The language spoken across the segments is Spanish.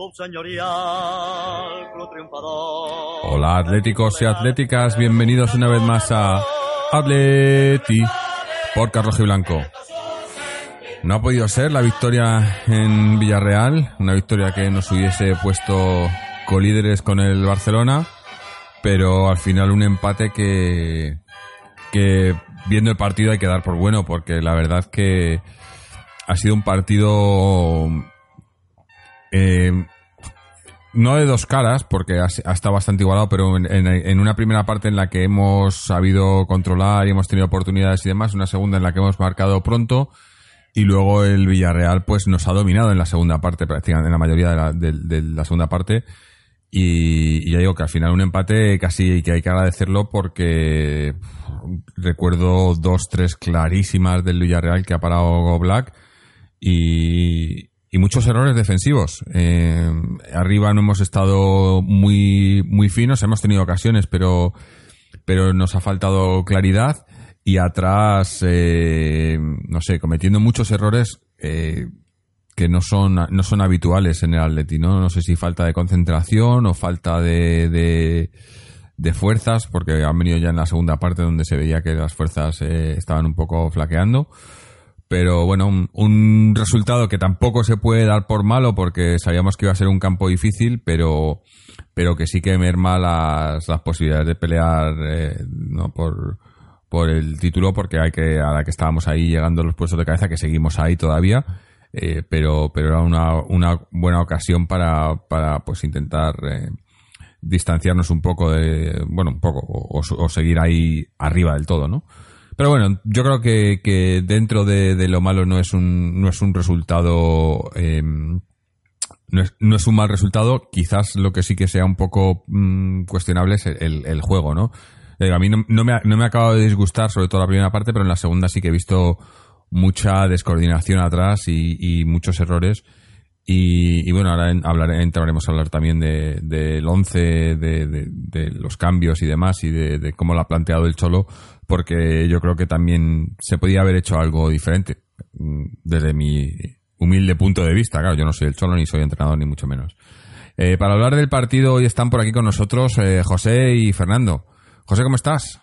Hola atléticos y atléticas, bienvenidos una vez más a Atleti por Carlos Blanco. No ha podido ser la victoria en Villarreal, una victoria que nos hubiese puesto colíderes con el Barcelona, pero al final un empate que viendo el partido hay que dar por bueno, porque la verdad que ha sido un partido no de dos caras, porque ha estado bastante igualado, pero en una primera parte en la que hemos sabido controlar y hemos tenido oportunidades y demás, una segunda en la que hemos marcado pronto, y luego el Villarreal pues nos ha dominado en la segunda parte, prácticamente en la mayoría de la segunda parte, y ya digo que al final un empate casi que hay que agradecerlo, porque recuerdo 2-3 clarísimas del Villarreal que ha parado Black, y muchos errores defensivos. Arriba no hemos estado muy finos, hemos tenido ocasiones, pero nos ha faltado claridad, y atrás, no sé, cometiendo muchos errores que no son habituales en el Atleti, ¿no? No sé si falta de concentración o falta de fuerzas, porque han venido ya en la segunda parte donde se veía que las fuerzas estaban un poco flaqueando. Pero bueno, un resultado que tampoco se puede dar por malo, porque sabíamos que iba a ser un campo difícil, pero que sí que merma las posibilidades de pelear no por el título, porque ahora que estábamos ahí llegando a los puestos de cabeza, que seguimos ahí todavía, pero era una buena ocasión para pues intentar distanciarnos un poco o seguir ahí arriba del todo, ¿no? Pero bueno, yo creo que dentro de lo malo no es un resultado, no es un mal resultado. Quizás lo que sí que sea un poco cuestionable es el juego, ¿no? A mí no me ha acabado de disgustar, sobre todo la primera parte, pero en la segunda sí que he visto mucha descoordinación atrás y muchos errores. Y bueno, ahora entraremos a hablar también del 11, de los cambios y demás, y de cómo lo ha planteado el Cholo, porque yo creo que también se podía haber hecho algo diferente, desde mi humilde punto de vista. Claro, yo no soy el Cholo, ni soy entrenador, ni mucho menos. Para hablar del partido hoy están por aquí con nosotros José y Fernando. José, ¿cómo estás?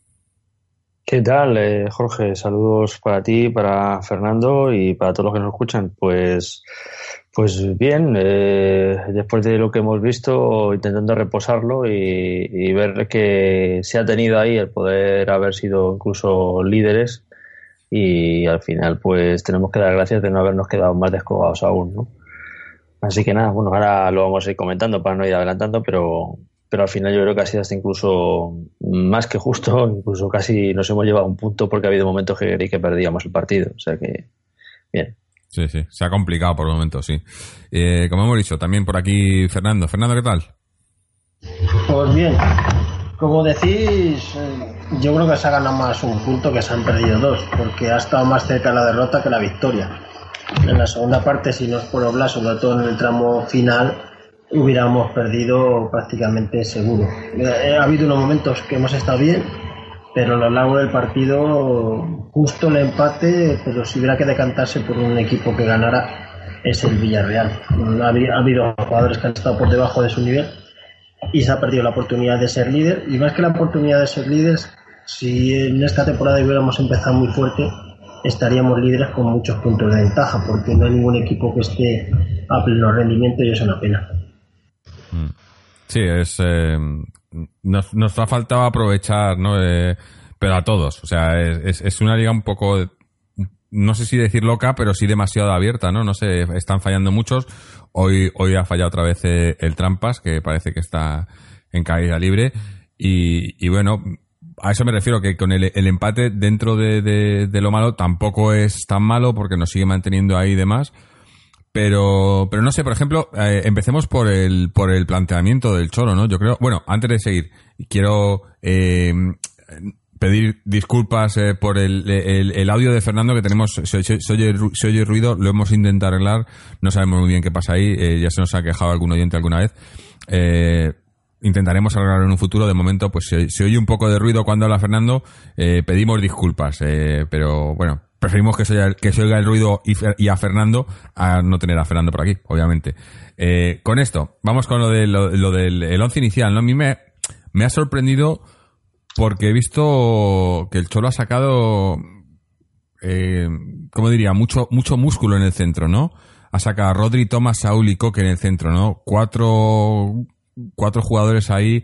¿Qué tal, Jorge? Saludos para ti, para Fernando y para todos los que nos escuchan. Pues bien, después de lo que hemos visto, intentando reposarlo y ver que se ha tenido ahí el poder haber sido incluso líderes, y al final pues tenemos que dar gracias de no habernos quedado más descolgados aún, ¿no? Así que nada, bueno, ahora lo vamos a ir comentando para no ir adelantando, pero al final yo creo que ha sido hasta incluso más que justo, incluso casi nos hemos llevado a un punto, porque ha habido momentos que creí que perdíamos el partido, o sea que bien. Sí, se ha complicado por el momento, sí. Como hemos dicho, también por aquí Fernando. Fernando, ¿qué tal? Pues bien, como decís, yo creo que se ha ganado más un punto que se han perdido dos, porque ha estado más cerca la derrota que la victoria. En la segunda parte, si no es por Oblak, sobre todo en el tramo final, hubiéramos perdido prácticamente seguro. Ha habido unos momentos que hemos estado bien, pero a lo largo del partido justo el empate, pero si hubiera que decantarse por un equipo que ganara, es el Villarreal. Ha habido jugadores que han estado por debajo de su nivel y se ha perdido la oportunidad de ser líder, y más que la oportunidad de ser líderes, si en esta temporada hubiéramos empezado muy fuerte, estaríamos líderes con muchos puntos de ventaja, porque no hay ningún equipo que esté a pleno rendimiento, y es una pena. Sí, nos ha faltado aprovechar, ¿no? Pero a todos, o sea, es una liga un poco, no sé si decir loca, pero sí demasiado abierta, ¿no? No sé, están fallando muchos. Hoy ha fallado otra vez el Trampas, que parece que está en caída libre, y bueno, a eso me refiero, que con el empate dentro de lo malo tampoco es tan malo, porque nos sigue manteniendo ahí y demás. Pero no sé, por ejemplo, empecemos por el planteamiento del Cholo, ¿no? Yo creo, bueno, antes de seguir, quiero pedir disculpas por el audio de Fernando que tenemos. Se oye ruido, lo hemos intentado arreglar, no sabemos muy bien qué pasa ahí, ya se nos ha quejado algún oyente alguna vez. Intentaremos arreglarlo en un futuro. De momento, pues se oye un poco de ruido cuando habla Fernando, pedimos disculpas, pero bueno, preferimos que se oiga el ruido y a Fernando a no tener a Fernando por aquí, obviamente. Con esto, vamos con lo del el once inicial, ¿no? A mí me ha sorprendido porque he visto que el Cholo ha sacado, ¿cómo diría? Mucho músculo en el centro, ¿no? Ha sacado a Rodri, Thomas, Saúl y Coque en el centro, ¿no? Cuatro jugadores ahí,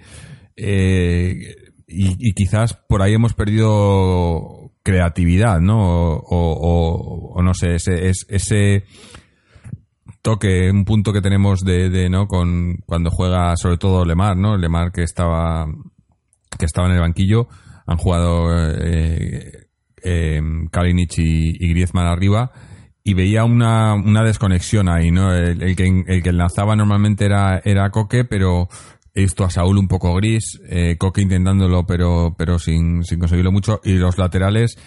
y quizás por ahí hemos perdido creatividad, ¿no? O no sé, ese toque, un punto que tenemos de ¿no? Con cuando juega sobre todo Lemar, ¿no? Lemar que estaba en el banquillo, han jugado Kalinic y Griezmann arriba, y veía una desconexión ahí, ¿no? El que lanzaba normalmente era Coque, pero he visto a Saúl un poco gris, Coque intentándolo pero sin conseguirlo mucho, y los laterales,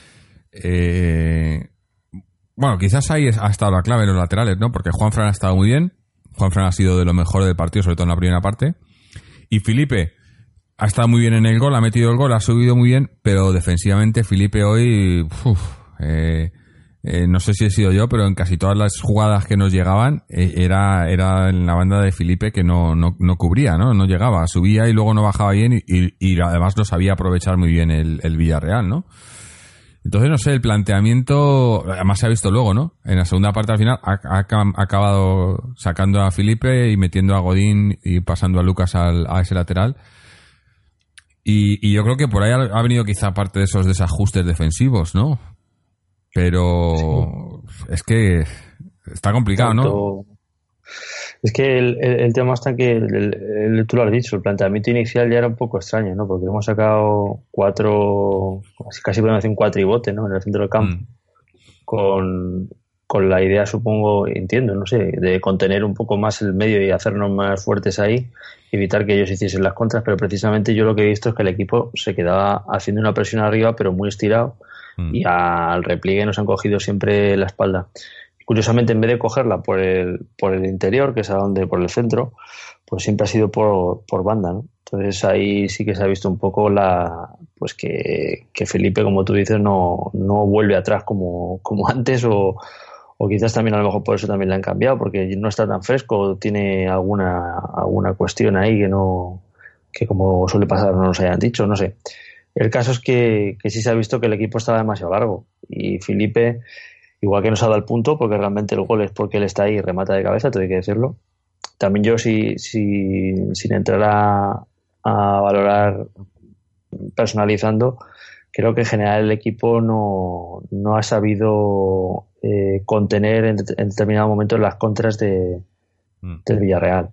bueno, quizás ahí ha estado la clave en los laterales, ¿no? Porque Juanfran ha estado muy bien, Juanfran ha sido de lo mejor del partido, sobre todo en la primera parte, y Felipe ha estado muy bien en el gol, ha metido el gol, ha subido muy bien, pero defensivamente Felipe hoy, no sé si he sido yo, pero en casi todas las jugadas que nos llegaban era en la banda de Felipe que no cubría, no llegaba, subía y luego no bajaba bien, y además lo sabía aprovechar muy bien el Villarreal, ¿no? Entonces, no sé, el planteamiento, además se ha visto luego, ¿no? En la segunda parte al final ha acabado sacando a Felipe y metiendo a Godín y pasando a Lucas a ese lateral. Y yo creo que por ahí ha venido quizá parte de esos desajustes defensivos, ¿no? Pero sí, es que está complicado, ¿no? Es que el tema está que tú lo has dicho, el planteamiento inicial ya era un poco extraño, ¿no? Porque hemos sacado casi podemos decir un cuatribote, ¿no? En el centro del campo, con la idea, supongo, entiendo, no sé, de contener un poco más el medio y hacernos más fuertes ahí, evitar que ellos hiciesen las contras, pero precisamente yo lo que he visto es que el equipo se quedaba haciendo una presión arriba, pero muy estirado, y al repliegue nos han cogido siempre la espalda. Curiosamente, en vez de cogerla por el interior, que es por el centro, pues siempre ha sido por banda, ¿no? Entonces ahí sí que se ha visto un poco pues que Felipe, como tú dices, no vuelve atrás como antes, o quizás también a lo mejor por eso también le han cambiado, porque no está tan fresco, tiene alguna cuestión ahí que como suele pasar no nos hayan dicho, no sé. El caso es que sí se ha visto que el equipo estaba demasiado largo, y Felipe, igual que nos ha dado el punto, porque realmente el gol es porque él está ahí y remata de cabeza, todo hay que decirlo. También yo, sin entrar a valorar personalizando, creo que en general el equipo no ha sabido contener en determinado momento las contras del Villarreal.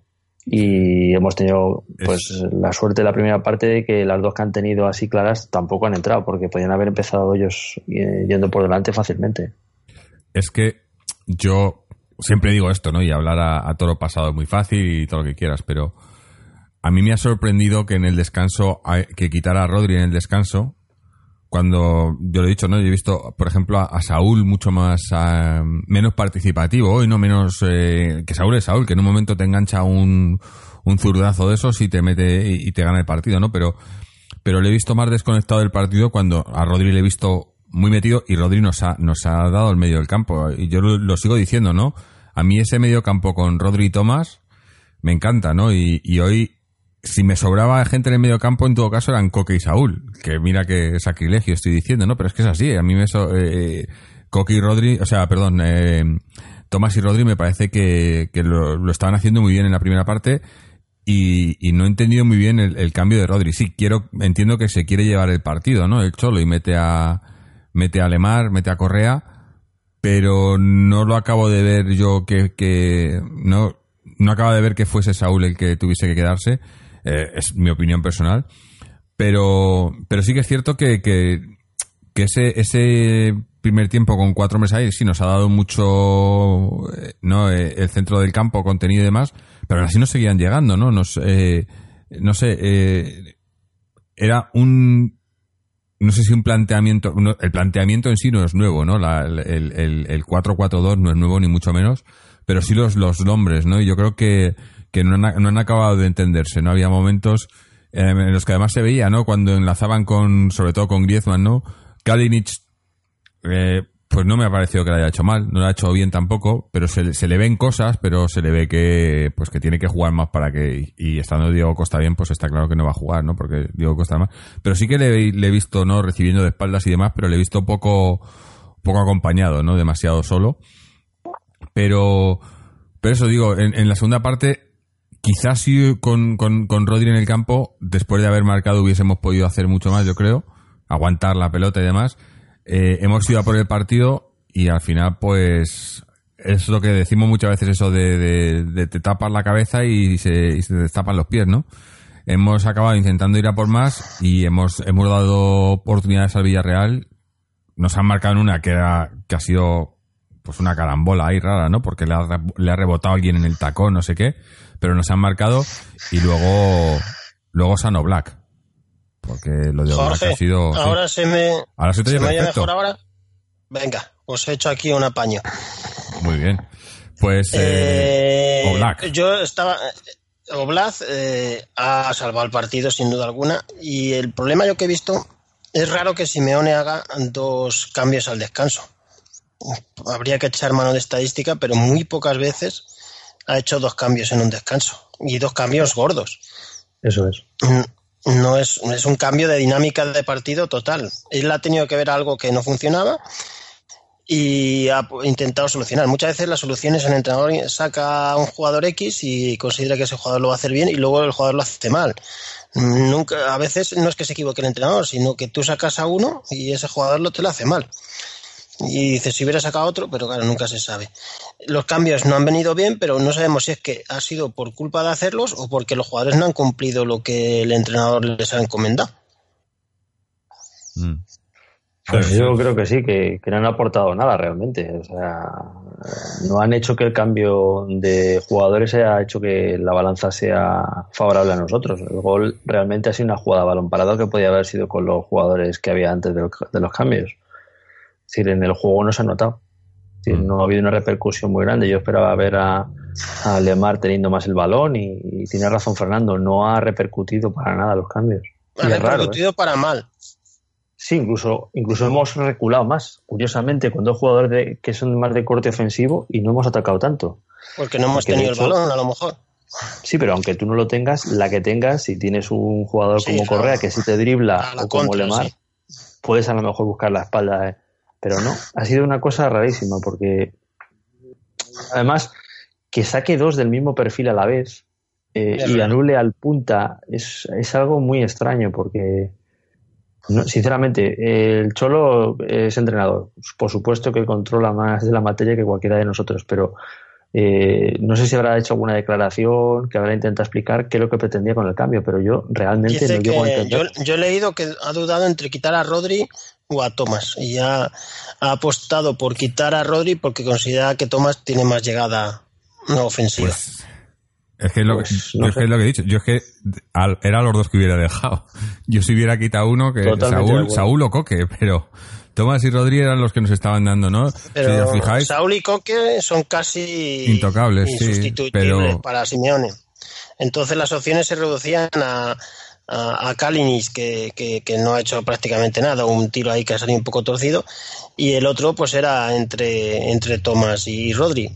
Y hemos tenido la suerte de la primera parte de que las dos que han tenido así claras tampoco han entrado, porque podían haber empezado ellos yendo por delante fácilmente. Es que yo siempre digo esto, ¿no? Y hablar a toro pasado es muy fácil y todo lo que quieras, pero a mí me ha sorprendido que en el descanso, que quitara a Rodri en el descanso, cuando yo lo he dicho, ¿no? Yo he visto, por ejemplo, a Saúl mucho más, menos participativo hoy, no menos, que Saúl es Saúl, que en un momento te engancha un zurdazo de esos y te mete y te gana el partido, ¿no? Pero le he visto más desconectado del partido cuando a Rodri le he visto muy metido, y Rodri nos ha dado el medio del campo, y yo lo sigo diciendo, ¿no? A mí ese medio campo con Rodri y Tomás me encanta, ¿no? Y hoy, si me sobraba gente en el medio campo, en todo caso eran Coque y Saúl, que mira que sacrilegio estoy diciendo, ¿no? Pero es que es así, a mí Coque y Rodri, Tomás y Rodri me parece que lo estaban haciendo muy bien en la primera parte, y no he entendido muy bien el cambio de Rodri. Sí, entiendo que se quiere llevar el partido, ¿no? El Cholo, y mete a Lemar, mete a Correa, pero no lo acabo de ver yo que no acabo de ver que fuese Saúl el que tuviese que quedarse, es mi opinión personal, pero sí que es cierto que ese primer tiempo con 4 hombres ahí sí nos ha dado mucho, ¿no? El centro del campo, contenido y demás, pero aún así nos seguían llegando, ¿no? Era no sé si un planteamiento, el planteamiento en sí no es nuevo, ¿no? El 4-4-2 no es nuevo ni mucho menos, pero sí los nombres, ¿no? Y yo creo que no han acabado de entenderse, ¿no? Había momentos en los que además se veía, ¿no? Cuando enlazaban sobre todo con Griezmann, ¿no? Kalinic pues no me ha parecido que lo haya hecho mal, no lo ha hecho bien tampoco, pero se le ven cosas, pero se le ve que pues que tiene que jugar más para que, y estando Diego Costa bien, pues está claro que no va a jugar, ¿no? Porque Diego Costa más. Pero sí que le he visto, ¿no? Recibiendo de espaldas y demás, pero le he visto poco acompañado, ¿no? Demasiado solo. Pero eso digo, en la segunda parte, quizás sí con Rodri en el campo, después de haber marcado hubiésemos podido hacer mucho más, yo creo, aguantar la pelota y demás. Hemos ido a por el partido y al final pues es lo que decimos muchas veces, eso de te tapas la cabeza y se te tapan los pies, ¿no? Hemos acabado intentando ir a por más y hemos dado oportunidades al Villarreal. Nos han marcado en una que ha sido pues una carambola ahí rara, ¿no? Porque le ha rebotado a alguien en el tacón, no sé qué, pero nos han marcado y luego Sano Black. Porque lo de Jorge, Black ha sido... ahora sí. Ahora se te me oye perfecto. mejor ahora. Venga, os he hecho aquí un apaño. Muy bien. Pues Oblak. Oblak ha salvado el partido sin duda alguna, y el problema yo que he visto, es raro que Simeone haga 2 cambios al descanso. Habría que echar mano de estadística, pero muy pocas veces ha hecho 2 cambios en un descanso, y 2 cambios gordos. Eso es. No es un cambio de dinámica de partido total. Él ha tenido que ver algo que no funcionaba y ha intentado solucionar. Muchas veces la solución es el entrenador saca a un jugador X y considera que ese jugador lo va a hacer bien y luego el jugador lo hace mal. A veces no es que se equivoque el entrenador, sino que tú sacas a uno y ese jugador te lo hace mal. Y dices, si hubiera sacado otro, pero claro, nunca se sabe. Los cambios no han venido bien, pero no sabemos si es que ha sido por culpa de hacerlos o porque los jugadores no han cumplido lo que el entrenador les ha encomendado. Pues yo creo que sí, que no han aportado nada realmente. O sea, no han hecho que el cambio de jugadores haya hecho que la balanza sea favorable a nosotros. El gol realmente ha sido una jugada a balón parado que podía haber sido con los jugadores que había antes de los cambios. Es decir, en el juego no se ha notado. Es decir, no ha habido una repercusión muy grande. Yo esperaba ver a Lemar teniendo más el balón y tiene razón Fernando, no ha repercutido para nada los cambios. Ha repercutido para mal. Sí, incluso hemos reculado más. Curiosamente, con 2 jugadores que son más de corte ofensivo y no hemos atacado tanto. Porque no hemos tenido el balón, a lo mejor. Sí, pero aunque tú no lo tengas, la que tengas, si tienes un jugador como Correa que sí te dribla o como Lemar, puedes a lo mejor buscar la espalda. Pero no, ha sido una cosa rarísima porque además que saque 2 del mismo perfil a la vez y anule al punta es algo muy extraño porque no, sinceramente el Cholo es entrenador, por supuesto que controla más de la materia que cualquiera de nosotros, pero no sé si habrá hecho alguna declaración que habrá intentado explicar qué es lo que pretendía con el cambio, pero yo realmente no llego a entender. Yo he leído que ha dudado entre quitar a Rodri o a Thomas y ha apostado por quitar a Rodri porque considera que Thomas tiene más llegada ofensiva. Pues, es que es lo que he dicho. Yo es que era los 2 que hubiera dejado. Yo si hubiera quitado uno, que Saúl o Coque, pero Thomas y Rodri eran los que nos estaban dando, ¿no? Pero si os fijáis, Saúl y Coque son casi intocables, insustituibles para Simeone. Entonces las opciones se reducían a Kalinic, que no ha hecho prácticamente nada, un tiro ahí que ha salido un poco torcido, y el otro pues era entre Thomas y Rodri.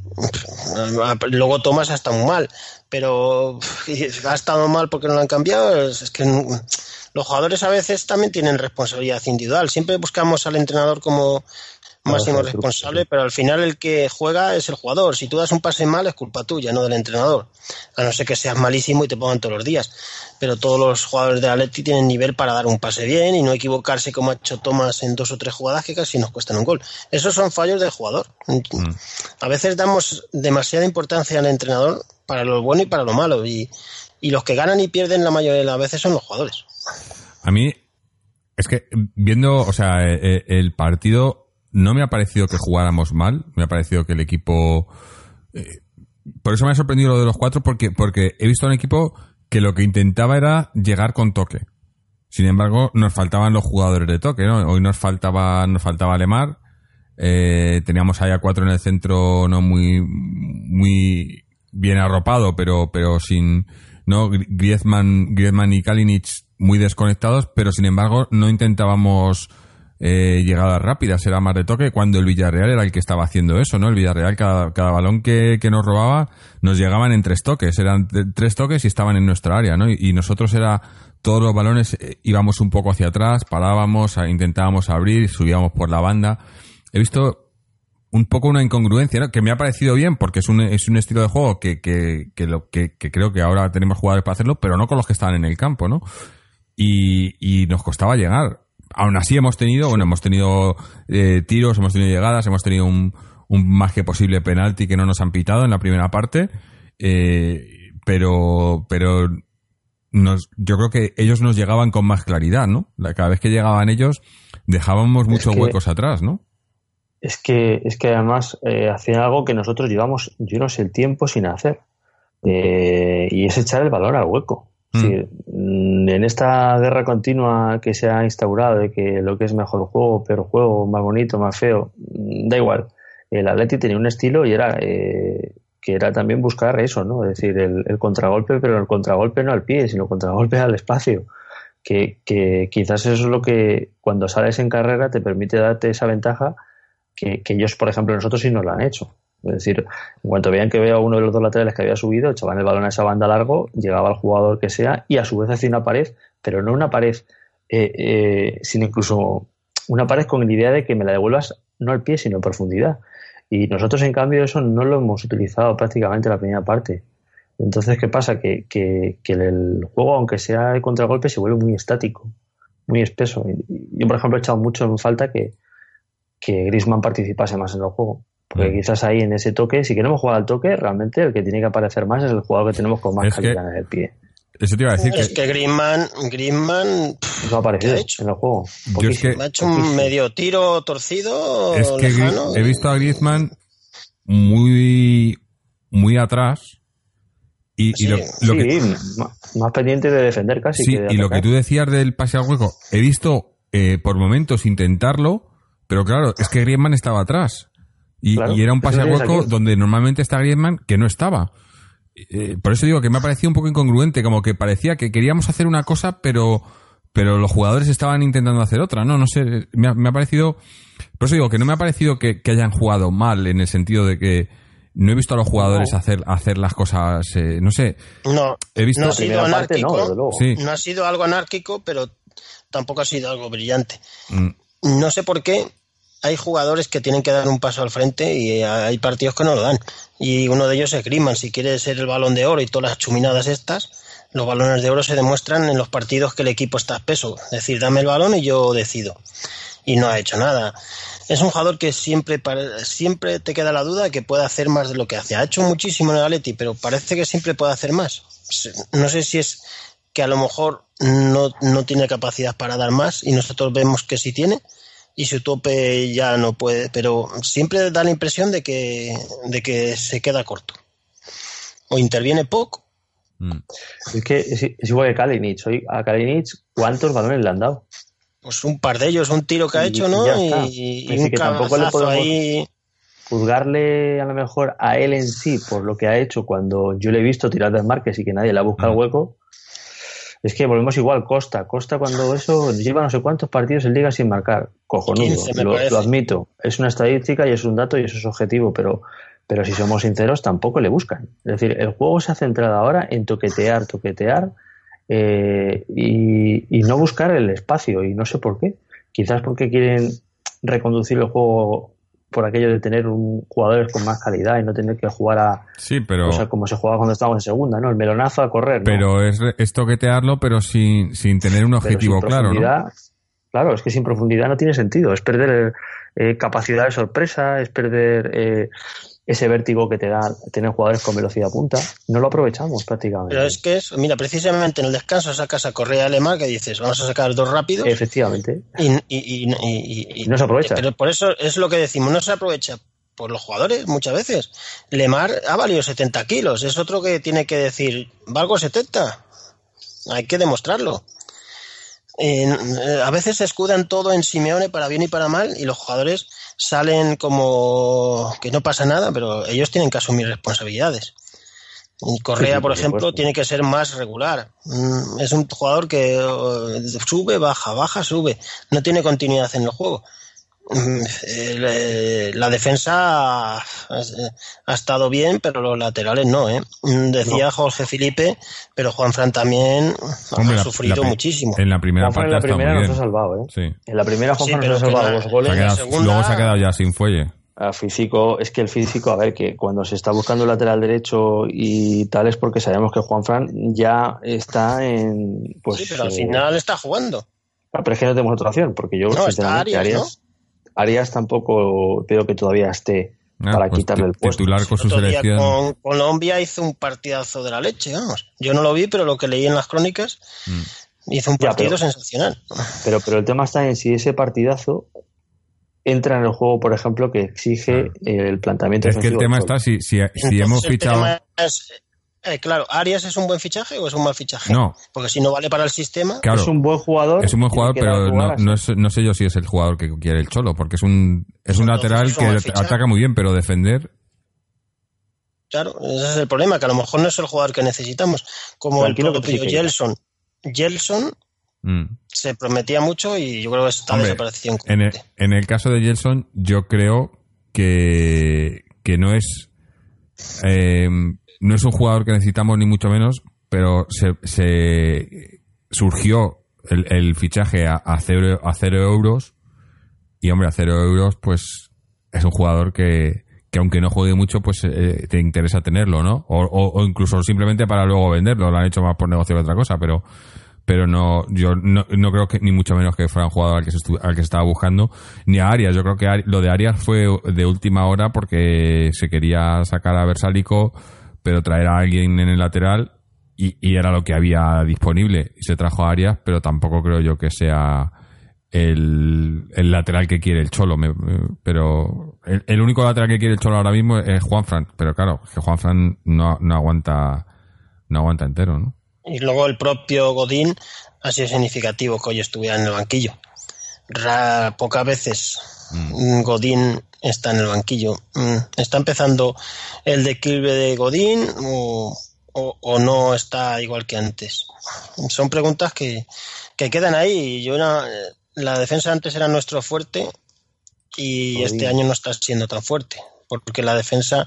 Luego Thomas ha estado muy mal, pero ha estado mal porque no lo han cambiado. Es que los jugadores a veces también tienen responsabilidad individual. Siempre buscamos al entrenador como máximo responsable, pero al final el que juega es el jugador. Si tú das un pase mal es culpa tuya, no del entrenador, a no ser que seas malísimo y te pongan todos los días. Pero todos los jugadores de Atleti tienen nivel para dar un pase bien y no equivocarse como ha hecho Thomas en 2 o 3 jugadas que casi nos cuestan un gol. Esos son fallos del jugador. A veces damos demasiada importancia al entrenador para lo bueno y para lo malo, y los que ganan y pierden la mayoría de las veces son los jugadores. A mí es que viendo, o sea, el partido no me ha parecido que jugáramos mal, me ha parecido que el equipo... por eso me ha sorprendido lo de los 4, porque he visto a un equipo que lo que intentaba era llegar con toque. Sin embargo, nos faltaban los jugadores de toque, ¿no? Hoy nos faltaba Lemar, teníamos ahí a 4 en el centro, no muy bien arropado, pero sin... ¿no? Griezmann y Kalinic muy desconectados, pero sin embargo no intentábamos llegadas rápidas, era más de toque, cuando el Villarreal era el que estaba haciendo eso, ¿no? El Villarreal, cada balón que nos robaba, nos llegaban en 3 toques, eran 3 toques y estaban en nuestra área, ¿no? Y nosotros todos los balones íbamos un poco hacia atrás, parábamos, intentábamos abrir, subíamos por la banda. He visto un poco una incongruencia, ¿no? Que me ha parecido bien, porque es un estilo de juego que creo que ahora tenemos jugadores para hacerlo, pero no con los que estaban en el campo, ¿no? Y nos costaba llegar. Aún así hemos tenido tiros, hemos tenido llegadas, hemos tenido un más que posible penalti que no nos han pitado en la primera parte, pero yo creo que ellos nos llegaban con más claridad, ¿no? Cada vez que llegaban ellos dejábamos muchos huecos atrás, ¿no? Es que además hacían algo que nosotros llevamos, yo no sé, el tiempo sin hacer, y es echar el balón al hueco. Es decir, en esta guerra continua que se ha instaurado de que lo que es mejor juego, peor juego, más bonito, más feo, da igual. El Atleti tenía un estilo y era que era también buscar eso, ¿no? Es decir, el contragolpe, pero el contragolpe no al pie, sino el contragolpe al espacio. Que quizás eso es lo que cuando sales en carrera te permite darte esa ventaja que ellos, por ejemplo, nosotros sí nos lo han hecho. Es decir, en cuanto veían que veía uno de los dos laterales que había subido, echaban el balón a esa banda largo, llegaba el jugador que sea y a su vez hacía una pared, pero no una pared, sino incluso una pared con la idea de que me la devuelvas no al pie, sino en profundidad. Y nosotros, en cambio, eso no lo hemos utilizado prácticamente en la primera parte. Entonces, ¿qué pasa? Que el juego, aunque sea de contragolpe, se vuelve muy estático, muy espeso. Yo, por ejemplo, he echado mucho en falta que Griezmann participase más en el juego. Porque quizás ahí en ese toque, si queremos jugar al toque, realmente el que tiene que aparecer más es el jugador que tenemos con más calidad en el pie. Eso te iba a decir que Griezmann no ha aparecido en el juego. Me ha hecho un medio tiro torcido. Es que lejano. He visto a Griezmann muy atrás más pendiente de defender casi. Sí, que de y atacar. lo que tú decías del pase al hueco, he visto por momentos intentarlo, pero claro, es que Griezmann estaba atrás. Y era un pase al hueco donde normalmente está Griezmann, que no estaba. Por eso digo que me ha parecido un poco incongruente, como que parecía que queríamos hacer una cosa, pero los jugadores estaban intentando hacer otra, ¿no? No sé, me ha parecido... Por eso digo que no me ha parecido que hayan jugado mal, en el sentido de que no he visto a los jugadores hacer las cosas, no sé. No, he visto... no ha sido anárquico, sí. No ha sido algo anárquico, pero tampoco ha sido algo brillante. No sé por qué hay jugadores que tienen que dar un paso al frente y hay partidos que no lo dan. Y uno de ellos es Griezmann. Si quiere ser el Balón de Oro y todas las chuminadas estas, los balones de oro se demuestran en los partidos que el equipo está espeso. Es decir, dame el balón y yo decido. Y no ha hecho nada. Es un jugador que siempre te queda la duda de que puede hacer más de lo que hace. Ha hecho muchísimo en el Atleti, pero parece que siempre puede hacer más. No sé si es que a lo mejor no tiene capacidad para dar más y nosotros vemos que sí tiene, y su tope ya no puede, pero siempre da la impresión de que se queda corto o interviene poco. Es que es igual que Kalinic. Hoy a Kalinic, ¿cuántos balones le han dado? Pues un par de ellos, un tiro que ha hecho, ¿no? Y un que tampoco le podemos ahí juzgarle a lo mejor a él en sí por lo que ha hecho cuando yo le he visto tirar del marques y que nadie le ha buscado el hueco. Es que volvemos igual. Costa cuando eso lleva no sé cuántos partidos en Liga sin marcar. Cojonudo, 15, lo admito. Es una estadística y es un dato y eso es objetivo, pero si somos sinceros tampoco le buscan. Es decir, el juego se ha centrado ahora en toquetear y no buscar el espacio, y no sé por qué. Quizás porque quieren reconducir el juego por aquello de tener jugadores con más calidad y no tener que jugar a cosas como se jugaba cuando estábamos en segunda, ¿no? El melonazo a correr, ¿no? Pero es toquetearlo, pero sin tener un objetivo claro, ¿no? Claro, es que sin profundidad no tiene sentido. Es perder capacidad de sorpresa, es perder ese vértigo que te da tener jugadores con velocidad punta. No lo aprovechamos prácticamente. Pero es que mira, precisamente en el descanso sacas a Correa Alemán, que dices, vamos a sacar dos rápidos. Efectivamente. Y no se aprovecha. Pero por eso es lo que decimos, no se aprovecha por los jugadores muchas veces. Lemar ha valido 70 kilos, es otro que tiene que decir, valgo 70. Hay que demostrarlo. A veces se escudan todo en Simeone para bien y para mal, y los jugadores salen como que no pasa nada, pero ellos tienen que asumir responsabilidades. Y Correa, por ejemplo, tiene que ser más regular. Es un jugador que sube, baja, sube. No tiene continuidad en el juego. La defensa ha estado bien, pero los laterales no, ¿eh? Decía no. Jorge Felipe, pero Juanfran también ha sufrido muchísimo. En la primera parte nos ha salvado, ¿eh? Sí. En la primera Juanfran nos ha salvado 2 goles. Luego se ha quedado ya sin fuelle. Físico, es que el físico, a ver, que cuando se está buscando el lateral derecho y tal es porque sabemos que Juanfran ya está en... Pues, sí, pero al final está jugando. Pero es que no tenemos otra opción, porque yo sinceramente Arias tampoco veo que todavía esté para pues quitarle el puesto. Titular con su selección. Con Colombia hizo un partidazo de la leche, vamos. Yo no lo vi, pero lo que leí en las crónicas hizo un partido sensacional. Pero el tema está en si ese partidazo entra en el juego, por ejemplo, que exige el planteamiento defensivo. Es que el tema está si hemos fichado... Claro, ¿Arias es un buen fichaje o es un mal fichaje? No. Porque si no vale para el sistema... Claro, es un buen jugador. Es un buen jugador, pero no sé yo si es el jugador que quiere el Cholo, porque es un lateral que ataca muy bien, pero defender... Claro, ese es el problema, que a lo mejor no es el jugador que necesitamos. Como el propio Gelson. Gelson se prometía mucho y yo creo que está desaparecido. En el caso de Gelson, yo creo que no es... no es un jugador que necesitamos ni mucho menos, pero se surgió el fichaje a 0 euros y, hombre, a 0 euros pues es un jugador que aunque no juegue mucho pues te interesa tenerlo, ¿no? O incluso simplemente para luego venderlo. Lo han hecho más por negocio que otra cosa, pero no, yo no creo que ni mucho menos que fuera un jugador al que se estaba buscando, ni a Arias. Yo creo que lo de Arias fue de última hora porque se quería sacar a Versálico, pero traer a alguien en el lateral y era lo que había disponible y se trajo a Arias, pero tampoco creo yo que sea el lateral que quiere el Cholo, pero el único lateral que quiere el Cholo ahora mismo es Juanfran, pero claro, que Juanfran no aguanta entero, ¿no? Y luego el propio Godín ha sido significativo que hoy estuviera en el banquillo. Pocas veces Godín está en el banquillo. ¿Está empezando el declive de Godín o no está igual que antes? Son preguntas que quedan ahí. La defensa antes era nuestro fuerte y este año no está siendo tan fuerte, porque la defensa,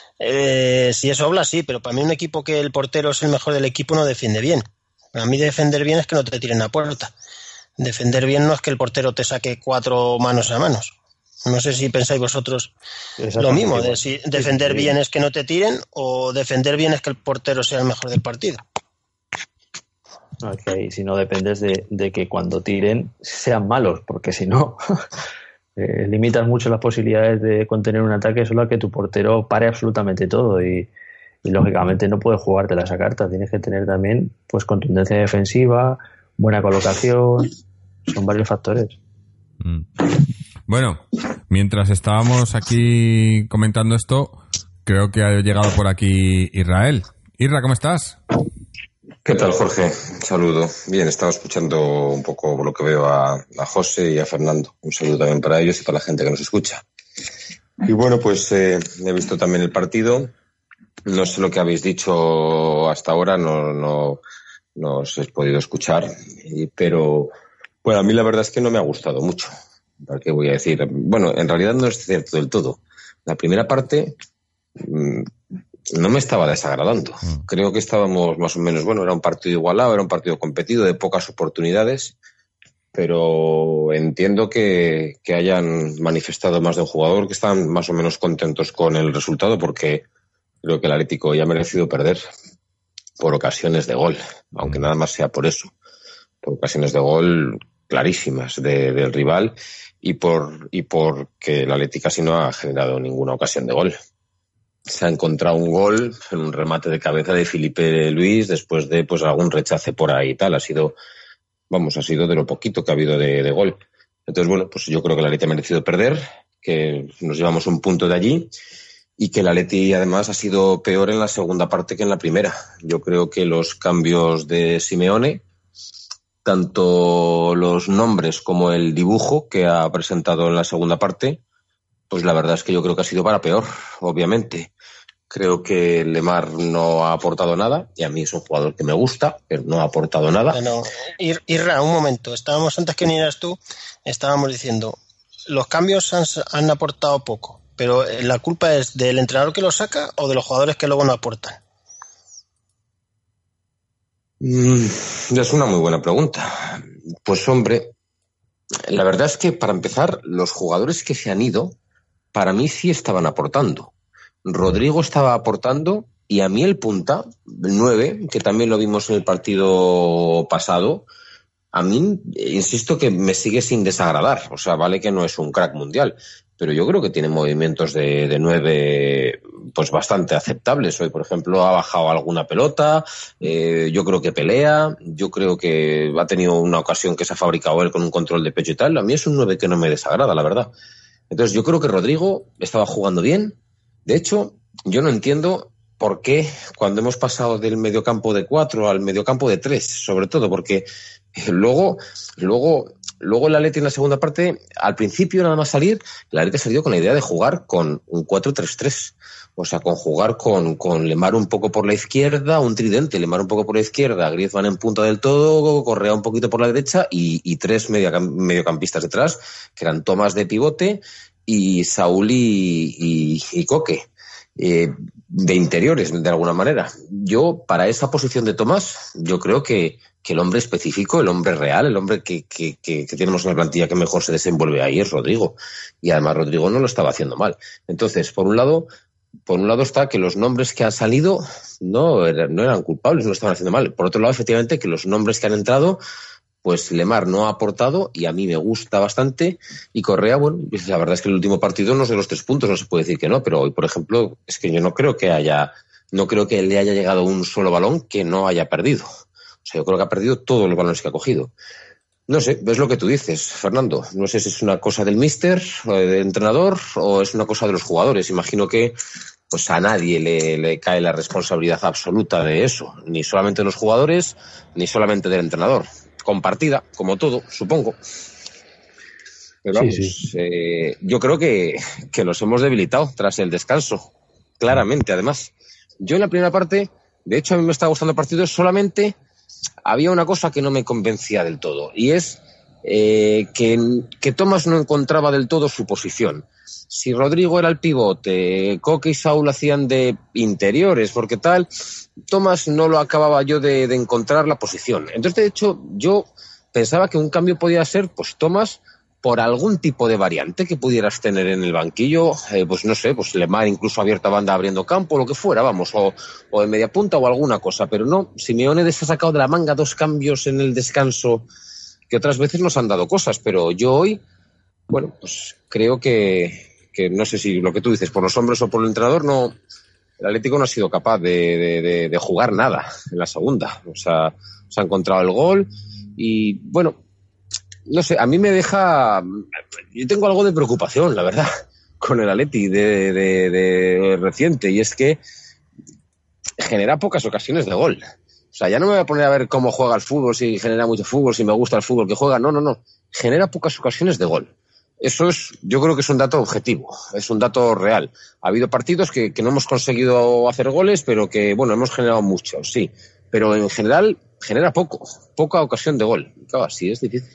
si eso habla, sí, pero para mí un equipo que el portero es el mejor del equipo no defiende bien. Para mí defender bien es que no te tiren a puerta. Defender bien no es que el portero te saque 4 manos a manos. No sé si pensáis vosotros lo mismo, de si defender bien es que no te tiren o defender bien es que el portero sea el mejor del partido. Okay, si no dependes de que cuando tiren sean malos, porque si no limitas mucho las posibilidades de contener un ataque solo a que tu portero pare absolutamente todo y lógicamente no puedes jugarte esa carta. Tienes que tener también pues contundencia defensiva, buena colocación, son varios factores. Bueno, mientras estábamos aquí comentando esto, creo que ha llegado por aquí Israel. Irra, ¿cómo estás? ¿Qué tal, Jorge? Un saludo. Bien, estaba escuchando un poco por lo que veo a José y a Fernando. Un saludo también para ellos y para la gente que nos escucha. Y bueno, pues he visto también el partido. No sé lo que habéis dicho hasta ahora, no os he podido escuchar, pero bueno, a mí la verdad es que no me ha gustado mucho. ¿Para qué voy a decir? Bueno, en realidad no es cierto del todo. La primera parte no me estaba desagradando. Creo que estábamos más o menos, bueno, era un partido igualado, era un partido competido, de pocas oportunidades, pero entiendo que hayan manifestado más de un jugador que están más o menos contentos con el resultado, porque creo que el Atlético ya ha merecido perder por ocasiones de gol, aunque nada más sea por eso, por ocasiones de gol clarísimas del rival y porque el Atlético casi no ha generado ninguna ocasión de gol. Se ha encontrado un gol en un remate de cabeza de Felipe Luis después de pues algún rechace por ahí y tal. Ha sido de lo poquito que ha habido de gol. Entonces, bueno, pues yo creo que el Atleti ha merecido perder, que nos llevamos un punto de allí y que el Atleti además ha sido peor en la segunda parte que en la primera. Yo creo que los cambios de Simeone, tanto los nombres como el dibujo que ha presentado en la segunda parte, pues la verdad es que yo creo que ha sido para peor, obviamente. Creo que Lemar no ha aportado nada, y a mí es un jugador que me gusta, pero no ha aportado nada. Bueno, Irra, un momento. Estábamos, antes que vinieras tú, estábamos diciendo, los cambios han aportado poco, pero ¿la culpa es del entrenador que lo saca o de los jugadores que luego no aportan? Es una muy buena pregunta. Pues hombre, la verdad es que para empezar, los jugadores que se han ido, para mí sí estaban aportando. Rodrigo estaba aportando, y a mí el punta, el 9, que también lo vimos en el partido pasado, a mí, insisto que me sigue sin desagradar. O sea, vale que no es un crack mundial, pero yo creo que tiene movimientos de 9 pues bastante aceptables. Hoy, por ejemplo, ha bajado alguna pelota, yo creo que pelea, yo creo que ha tenido una ocasión que se ha fabricado él con un control de pecho y tal. A mí es un 9 que no me desagrada, la verdad. Entonces yo creo que Rodrigo estaba jugando bien. De hecho, yo no entiendo por qué cuando hemos pasado del mediocampo de 4 al mediocampo de 3, sobre todo, porque luego el Atleti en la segunda parte, al principio nada más salir, el Atleti salió con la idea de jugar con un 4-3-3. O sea, con jugar con Lemar un poco por la izquierda, un tridente, Lemar un poco por la izquierda, Griezmann en punta del todo, Correa un poquito por la derecha y 3 mediocampistas detrás, que eran Tomás de pivote y Saúl y Coque, de interiores, de alguna manera. Yo, para esa posición de Tomás, yo creo que el hombre específico, el hombre real, el hombre que tenemos en la plantilla que mejor se desenvuelve ahí es Rodrigo. Y además Rodrigo no lo estaba haciendo mal. Entonces, por un lado está que los nombres que han salido no eran culpables, no lo estaban haciendo mal. Por otro lado, efectivamente, que los nombres que han entrado, pues Lemar no ha aportado, y a mí me gusta bastante, y Correa, bueno, la verdad es que el último partido no sé los 3 puntos, no se puede decir que no, pero hoy, por ejemplo, es que yo no creo que le haya llegado un solo balón que no haya perdido. O sea, yo creo que ha perdido todos los balones que ha cogido. No sé, ves lo que tú dices, Fernando. No sé si es una cosa del míster, o del entrenador, o es una cosa de los jugadores. Imagino que pues a nadie le cae la responsabilidad absoluta de eso, ni solamente de los jugadores, ni solamente del entrenador. Compartida, como todo, supongo. Pero vamos, sí. Yo creo que nos hemos debilitado tras el descanso, claramente, además. Yo en la primera parte, de hecho a mí me estaba gustando el partido, solamente había una cosa que no me convencía del todo, y es que Tomás no encontraba del todo su posición. Si Rodrigo era el pivote, Coque y Saúl hacían de interiores, porque tal, Tomás no lo acababa yo de encontrar la posición. Entonces, de hecho, yo pensaba que un cambio podía ser, pues Tomás, por algún tipo de variante que pudieras tener en el banquillo, pues no sé, pues Lemar incluso abierta banda abriendo campo, lo que fuera, vamos, o en media punta o alguna cosa, pero no, Simeone se ha sacado de la manga 2 cambios en el descanso, que otras veces nos han dado cosas, pero yo hoy, bueno, pues creo que no sé si lo que tú dices, por los hombres o por el entrenador, no, el Atlético no ha sido capaz de jugar nada en la segunda. O sea, se ha encontrado el gol y, bueno, no sé, a mí me deja... Yo tengo algo de preocupación, la verdad, con el Atleti de reciente, y es que genera pocas ocasiones de gol. O sea, ya no me voy a poner a ver cómo juega el fútbol, si genera mucho fútbol, si me gusta el fútbol que juega. No. Genera pocas ocasiones de gol. Eso yo creo que es un dato objetivo, es un dato real. Ha habido partidos que no hemos conseguido hacer goles, pero que, bueno, hemos generado muchos, sí. Pero en general genera poca ocasión de gol. Claro, así es difícil.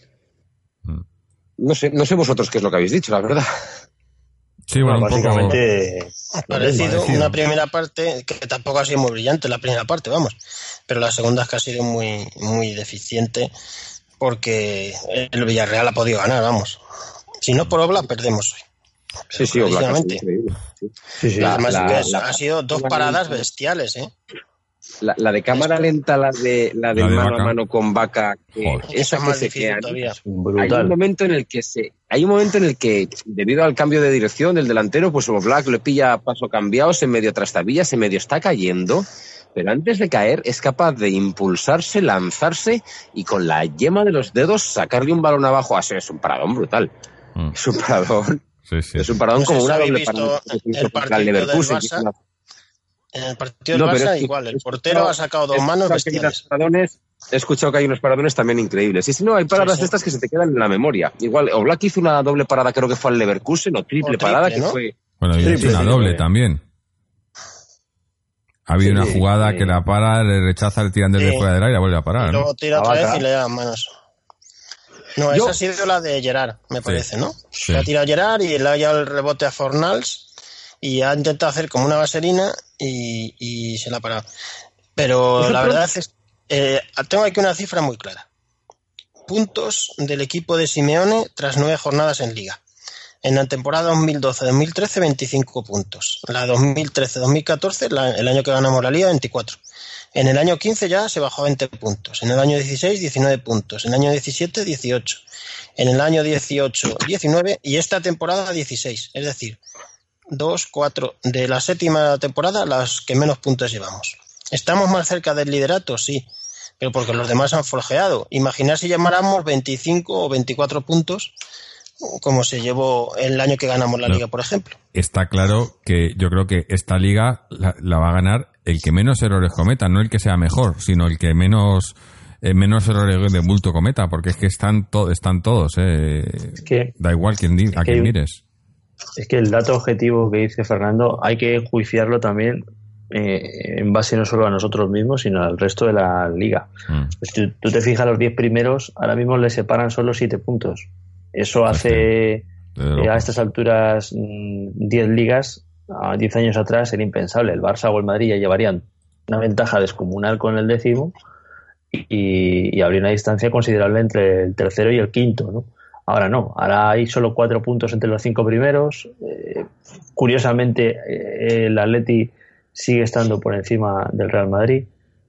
No sé vosotros qué es lo que habéis dicho, la verdad. Sí, bueno, básicamente ha parecido una primera parte que tampoco ha sido muy brillante, la primera parte, vamos. Pero la segunda es que ha sido muy, muy deficiente, porque el Villarreal ha podido ganar, vamos. Si no por Oblak, perdemos hoy. Sí, Oblak. Sí. Además, ha sido 2 paradas bestiales, ¿eh? La de cámara lenta, la de mano a mano con Vaca, esa más difícil todavía. Hay un momento en el que, debido al cambio de dirección del delantero, pues Oblak le pilla a paso cambiado, se medio trastabilla, se medio está cayendo, pero antes de caer es capaz de impulsarse, lanzarse y con la yema de los dedos sacarle un balón abajo. Es un paradón brutal. Es un paradón. Sí. Es un paradón como una doble parada. El partido del Barça. En el partido del Barça igual, el portero ha sacado 2 manos bestiales. He escuchado que hay unos paradones también increíbles. Y si no, hay paradas estas que se te quedan en la memoria. Igual, Oblak hizo una doble parada, creo que fue al Leverkusen, o triple parada, que ¿no? fue... Bueno, y hizo una doble también. Ha habido una jugada que la para, le rechaza, le tiran desde fuera del área y la vuelve a parar. Y luego tira otra vez y le da manos. No, esa ha sido la de Gerard, me parece, ¿no? Sí. Le ha tirado Gerard y le ha llevado el rebote a Fornals y ha intentado hacer como una vaselina y se la ha parado. Pero la verdad es que tengo aquí una cifra muy clara. Puntos del equipo de Simeone tras 9 jornadas en Liga. En la temporada 2012-2013, 25 puntos. La 2013-2014, el año que ganamos la Liga, 24. En el año 15 ya se bajó a 20 puntos. En el año 16, 19 puntos. En el año 17, 18. En el año 18, 19. Y esta temporada, 16. Es decir, 2, 4 de la séptima temporada, las que menos puntos llevamos. ¿Estamos más cerca del liderato? Sí. Pero porque los demás han flojeado. Imaginar si llamáramos 25 o 24 puntos, como se llevó el año que ganamos la Liga, por ejemplo. Está claro que yo creo que esta Liga la va a ganar el que menos errores cometa, no el que sea mejor, sino el que menos errores de bulto cometa, porque es que están todos. Es que, da igual quién mires. Es que el dato objetivo que dice Fernando hay que juiciarlo también en base no solo a nosotros mismos, sino al resto de la Liga. Pues tú te fijas, los 10 primeros ahora mismo les separan solo 7 puntos. Eso hace a estas alturas 10 ligas, a 10 años atrás era impensable. El Barça o el Madrid ya llevarían una ventaja descomunal con el 10º y habría una distancia considerable entre el tercero y el quinto, ¿no? Ahora no, ahora hay solo 4 puntos entre los 5 primeros. Curiosamente, el Atleti sigue estando por encima del Real Madrid,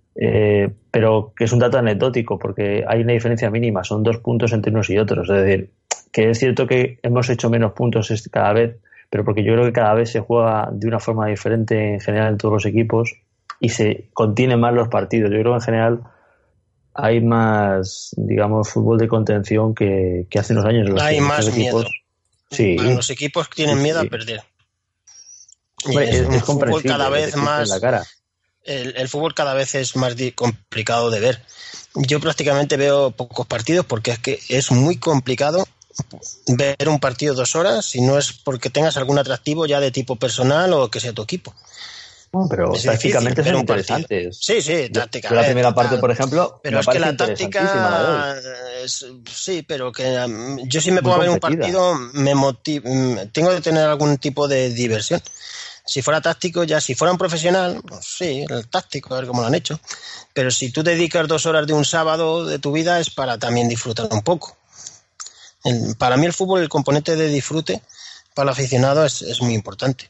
pero que es un dato anecdótico porque hay una diferencia mínima, son 2 puntos entre unos y otros. Es decir, que es cierto que hemos hecho menos puntos cada vez, pero porque yo creo que cada vez se juega de una forma diferente en general en todos los equipos y se contienen más los partidos. Yo creo que en general hay más, digamos, fútbol de contención que hace unos años. Hay más equipos, miedo. Sí. Los equipos tienen miedo a perder. Hombre, es fútbol cada vez más. La cara. El fútbol cada vez es más complicado de ver. Yo prácticamente veo pocos partidos porque es que es muy complicado ver un partido 2 horas si no es porque tengas algún atractivo ya de tipo personal o que sea tu equipo. No, pero tácticamente son interesantes. Sí, tácticamente. La primera parte, por ejemplo, pero es que la táctica sí, pero que yo si me pongo a ver un partido tengo que tener algún tipo de diversión. Si fuera táctico, ya si fuera un profesional, pues sí, el táctico, a ver cómo lo han hecho. Pero si tú dedicas 2 horas de un sábado de tu vida es para también disfrutar un poco. Para mí el fútbol, el componente de disfrute para el aficionado es muy importante.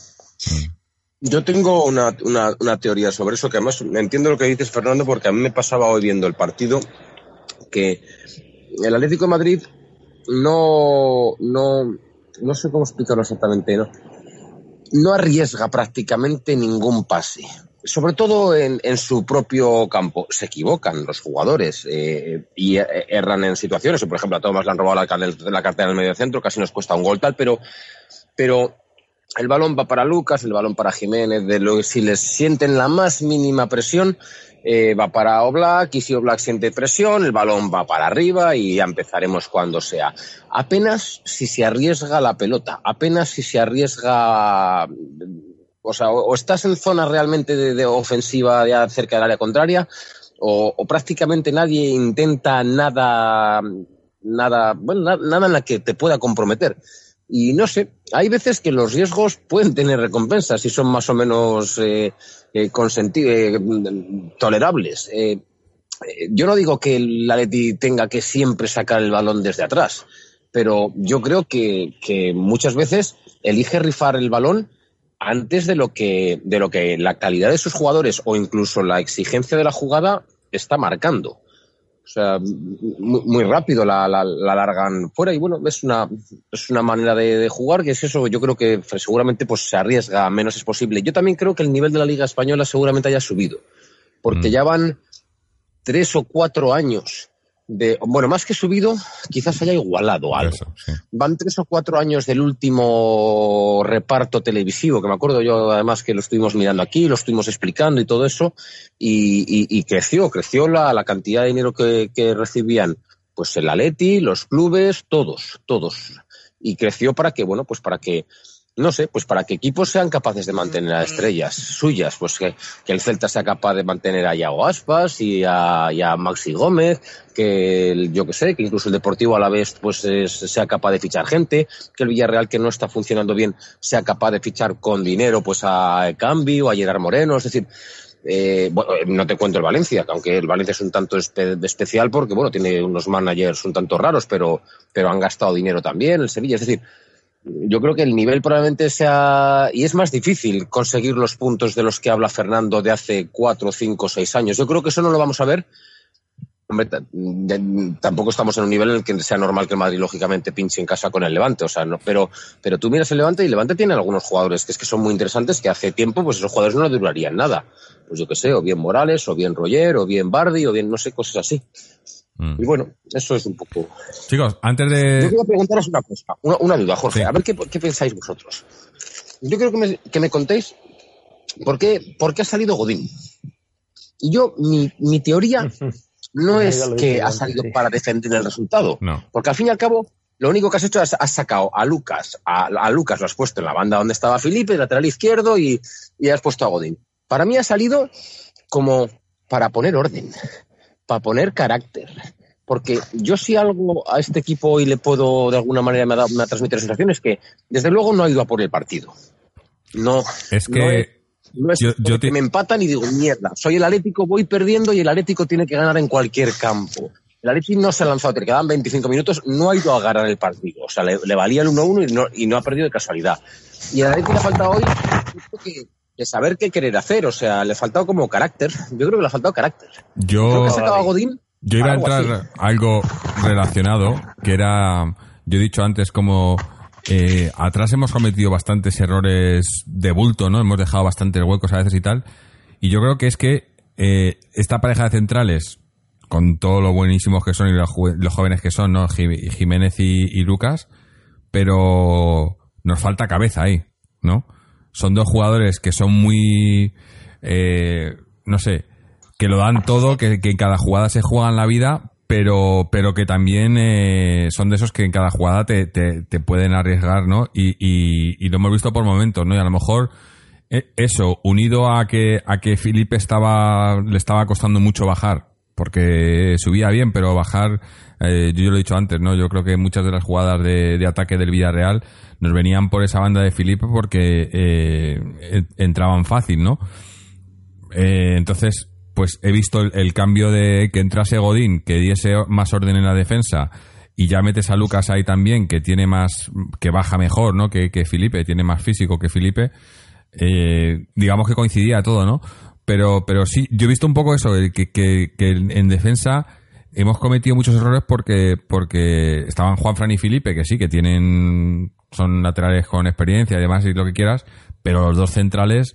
Yo tengo una teoría sobre eso, que además entiendo lo que dices, Fernando, porque a mí me pasaba hoy viendo el partido que el Atlético de Madrid no sé cómo explicarlo exactamente, no arriesga prácticamente ningún pase, sobre todo en su propio campo. Se equivocan los jugadores y erran en situaciones. Por ejemplo, a Thomas le han robado la cartera en el medio centro, casi nos cuesta un gol tal, pero el balón va para Lucas, el balón para Jiménez, si les sienten la más mínima presión, va para Oblak, y si Oblak siente presión, el balón va para arriba y ya empezaremos cuando sea. Apenas si se arriesga la pelota, apenas si se arriesga, o sea, o estás en zona realmente de ofensiva ya cerca del área contraria, o prácticamente nadie intenta nada en la que te pueda comprometer. Y no sé, hay veces que los riesgos pueden tener recompensas y son más o menos tolerables. Yo no digo que el Atleti tenga que siempre sacar el balón desde atrás, pero yo creo que muchas veces elige rifar el balón antes de lo que la calidad de sus jugadores o incluso la exigencia de la jugada está marcando. O sea, muy rápido la largan fuera y bueno, es una manera de jugar que es eso. Yo creo que seguramente pues se arriesga menos es posible. Yo también creo que el nivel de la Liga Española seguramente haya subido, porque ya van 3 o 4 años más que subido, quizás haya igualado algo. Eso, sí. Van 3 o 4 años del último reparto televisivo, que me acuerdo yo además que lo estuvimos mirando aquí, lo estuvimos explicando y todo eso, y creció la cantidad de dinero que recibían pues el Atleti, los clubes, todos. Y creció para que no sé, pues para que equipos sean capaces de mantener a estrellas suyas, pues que el Celta sea capaz de mantener a Iago Aspas y a Maxi Gómez, que yo que sé, que incluso el Deportivo Alavés pues sea capaz de fichar gente, que el Villarreal, que no está funcionando bien, sea capaz de fichar con dinero pues a Ekambi o a Gerard Moreno, es decir, bueno, no te cuento el Valencia, que aunque el Valencia es un tanto especial porque bueno, tiene unos managers un tanto raros, pero han gastado dinero también, el Sevilla, es decir, yo creo que el nivel probablemente sea, y es más difícil conseguir los puntos de los que habla Fernando de hace 4, 5, 6 años. Yo creo que eso no lo vamos a ver. Hombre, tampoco estamos en un nivel en el que sea normal que el Madrid lógicamente pinche en casa con el Levante, o sea, no, pero tú miras el Levante y el Levante tiene algunos jugadores que son muy interesantes, que hace tiempo pues esos jugadores no le durarían nada. Pues yo que sé, o bien Morales, o bien Roger, o bien Bardi, o bien no sé, cosas así. Y bueno, eso es un poco... Chicos, antes de... Yo quería preguntaros una cosa, una duda, Jorge. Sí. A ver qué pensáis vosotros. Yo quiero que me contéis por qué ha salido Godín. Y yo, mi teoría no es que ha salido para defender el resultado. No. Porque al fin y al cabo, lo único que has hecho es has sacado a Lucas. A Lucas lo has puesto en la banda donde estaba Felipe, lateral izquierdo, y has puesto a Godín. Para mí ha salido como para poner orden, para poner carácter, porque yo si algo a este equipo hoy le puedo de alguna manera me ha transmitido sensaciones que desde luego no ha ido a por el partido. No es que no es que me empatan y digo mierda, soy el Atlético, voy perdiendo y el Atlético tiene que ganar en cualquier campo. El Atlético no se ha lanzado, te quedan 25 minutos, no ha ido a ganar el partido, o sea, le valía el 1-1 y no ha perdido de casualidad. Y el Atlético le ha faltado hoy que saber qué querer hacer, o sea, le ha faltado como carácter. Yo creo que le ha faltado carácter. Creo que ha sacado a Godín. Yo iba a entrar así. Algo relacionado, que era, yo he dicho antes, como atrás hemos cometido bastantes errores de bulto, ¿no? Hemos dejado bastantes huecos a veces y tal. Y yo creo que es que esta pareja de centrales, con todo lo buenísimos que son y los jóvenes que son, ¿no? Jiménez y Lucas, pero nos falta cabeza ahí, ¿no? Son dos jugadores que son muy, no sé, que lo dan todo, que en cada jugada se juegan la vida, pero que también son de esos que en cada jugada te pueden arriesgar, ¿no? Y lo hemos visto por momentos, ¿no? Y a lo mejor eso, unido a que Felipe le estaba costando mucho bajar, porque subía bien, pero bajar, yo lo he dicho antes, ¿no? Yo creo que muchas de las jugadas de ataque del Villarreal nos venían por esa banda de Felipe porque entraban fácil, ¿no? Entonces, pues he visto el cambio de que entrase Godín, que diese más orden en la defensa, y ya metes a Lucas ahí también, que tiene más, que baja mejor, ¿no? Que Felipe, tiene más físico que Felipe. Digamos que coincidía todo, ¿no? Pero sí, yo he visto un poco eso, que en defensa hemos cometido muchos errores porque estaban Juanfran y Felipe, que sí, que son laterales con experiencia y demás y lo que quieras, pero los dos centrales,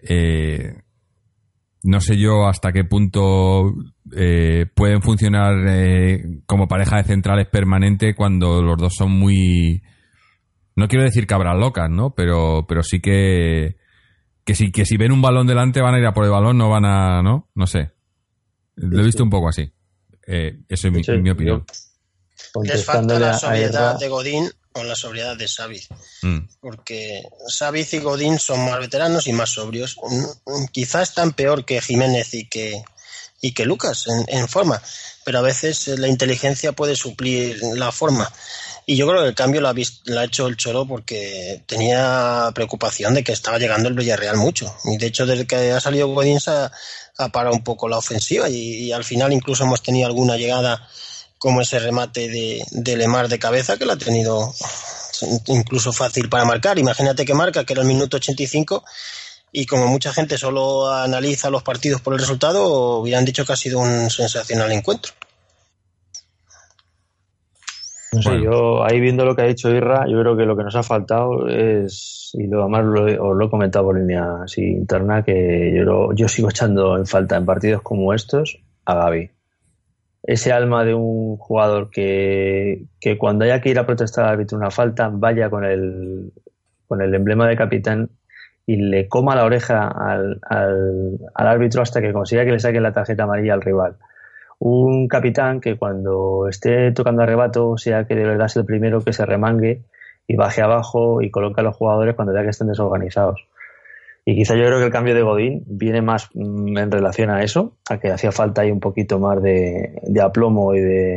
no sé yo hasta qué punto pueden funcionar como pareja de centrales permanente cuando los dos son muy, no quiero decir cabras locas, ¿no? Pero sí que si ven un balón delante van a ir a por el balón, no van a, ¿no? No sé. Lo he visto un poco así. Eso es mi opinión. Les falta la sobriedad de Godín o la sobriedad de Savic. Porque Savic y Godín son más veteranos y más sobrios. Quizás están peor que Jiménez y que Lucas en forma, pero a veces la inteligencia puede suplir la forma. Y yo creo que el cambio lo ha hecho el Cholo porque tenía preocupación de que estaba llegando el Villarreal mucho. Y de hecho, desde que ha salido Godín se ha parado un poco la ofensiva y al final incluso hemos tenido alguna llegada como ese remate de Lemar de cabeza que lo ha tenido incluso fácil para marcar. Imagínate que marca, que era el minuto 85, y como mucha gente solo analiza los partidos por el resultado, hubieran dicho que ha sido un sensacional encuentro. No sé, yo ahí viendo lo que ha dicho Irra, yo creo que lo que nos ha faltado es, y además os lo he comentado por línea así interna, que yo sigo echando en falta en partidos como estos a Gavi. Ese alma de un jugador que cuando haya que ir a protestar al árbitro una falta, vaya con el emblema de capitán y le coma la oreja al árbitro hasta que consiga que le saquen la tarjeta amarilla al rival. Un capitán que cuando esté tocando a rebato sea que de verdad es el primero que se remangue y baje abajo y coloque a los jugadores cuando vea que estén desorganizados. Y quizá yo creo que el cambio de Godín viene más en relación a eso, a que hacía falta ahí un poquito más de aplomo y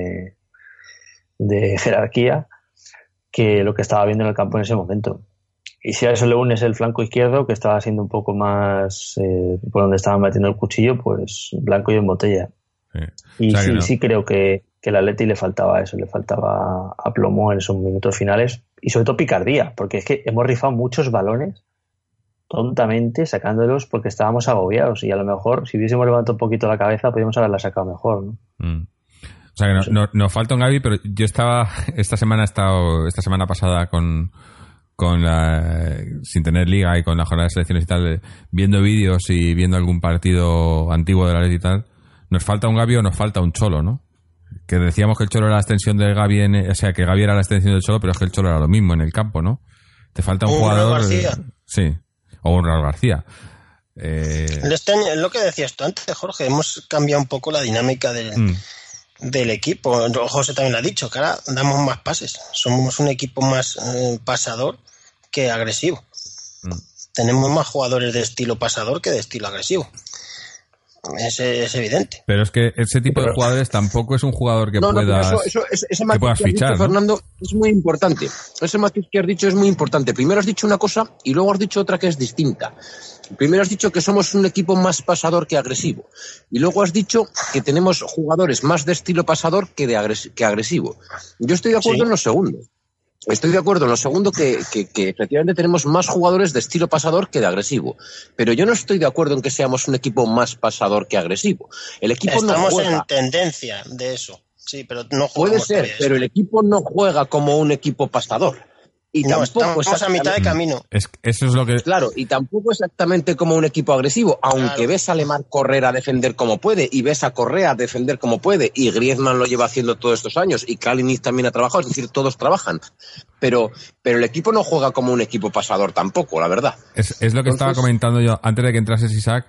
de jerarquía que lo que estaba viendo en el campo en ese momento. Y si a eso le unes el flanco izquierdo, que estaba siendo un poco más por donde estaban metiendo el cuchillo, pues blanco y en botella. Sí. Y o sea, sí creo que el Atleti le faltaba eso, le faltaba aplomo en esos minutos finales y sobre todo picardía, porque es que hemos rifado muchos balones tontamente sacándolos porque estábamos agobiados y a lo mejor si hubiésemos levantado un poquito la cabeza podríamos haberla sacado mejor, ¿no? O sea que nos falta un Gavi, pero yo estaba esta semana pasada sin tener liga y con la jornada de selecciones y tal, viendo vídeos y viendo algún partido antiguo de la Atleti y tal. Nos falta un Gavi o nos falta un Cholo, ¿no? Que decíamos que el Cholo era la extensión del Gavi, o sea, que Gavi era la extensión del Cholo, pero es que el Cholo era lo mismo en el campo, ¿no? Te falta un jugador... Sí, o un Raúl García. Este año, es lo que decías tú antes, Jorge, hemos cambiado un poco la dinámica del equipo. José también lo ha dicho, que ahora damos más pases. Somos un equipo más pasador que agresivo. Tenemos más jugadores de estilo pasador que de estilo agresivo. Es evidente. Pero es que ese tipo de jugadores tampoco es un jugador que puedas fichar, ¿no? Fernando, es muy importante. Ese matiz que has dicho es muy importante. Primero has dicho una cosa y luego has dicho otra que es distinta. Primero has dicho que somos un equipo más pasador que agresivo. Y luego has dicho que tenemos jugadores más de estilo pasador que agresivo. Yo estoy de acuerdo en lo segundo. Estoy de acuerdo en lo segundo que efectivamente tenemos más jugadores de estilo pasador que de agresivo. Pero yo no estoy de acuerdo en que seamos un equipo más pasador que agresivo. El equipo Estamos no juega. En tendencia de eso. Sí, pero no puede ser, pero el equipo no juega como un equipo pasador. Y no, estamos a mitad de camino. Eso es lo que... Claro, y tampoco exactamente como un equipo agresivo, aunque ves a Lemar correr a defender como puede, y ves a Correa a defender como puede, y Griezmann lo lleva haciendo todos estos años, y Kalinic también ha trabajado, es decir, todos trabajan. Pero el equipo no juega como un equipo pasador tampoco, la verdad. Es lo que estaba comentando yo, antes de que entrases Israel.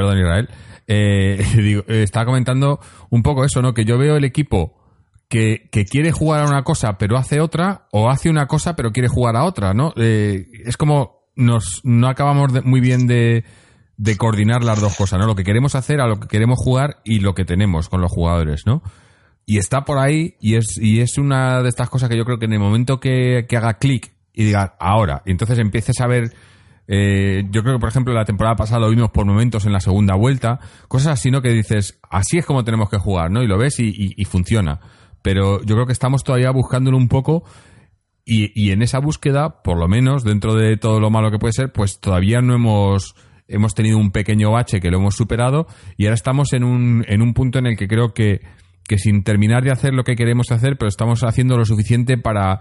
Estaba comentando un poco eso, ¿no? Que yo veo el equipo que quiere jugar a una cosa pero hace otra, o hace una cosa pero quiere jugar a otra, ¿no? Es como no acabamos muy bien de coordinar las dos cosas, ¿no? Lo que queremos hacer, a lo que queremos jugar y lo que tenemos con los jugadores, ¿no? Y está por ahí y es una de estas cosas que yo creo que en el momento que haga clic y diga ahora, y entonces empieces a ver... yo creo que por ejemplo la temporada pasada lo vimos por momentos en la segunda vuelta, cosas así, ¿no? Que dices, así es como tenemos que jugar, ¿no? Y lo ves y funciona. Pero yo creo que estamos todavía buscándolo un poco y en esa búsqueda, por lo menos, dentro de todo lo malo que puede ser, pues todavía no hemos tenido un pequeño bache que lo hemos superado y ahora estamos en un punto en el que creo que sin terminar de hacer lo que queremos hacer, pero estamos haciendo lo suficiente para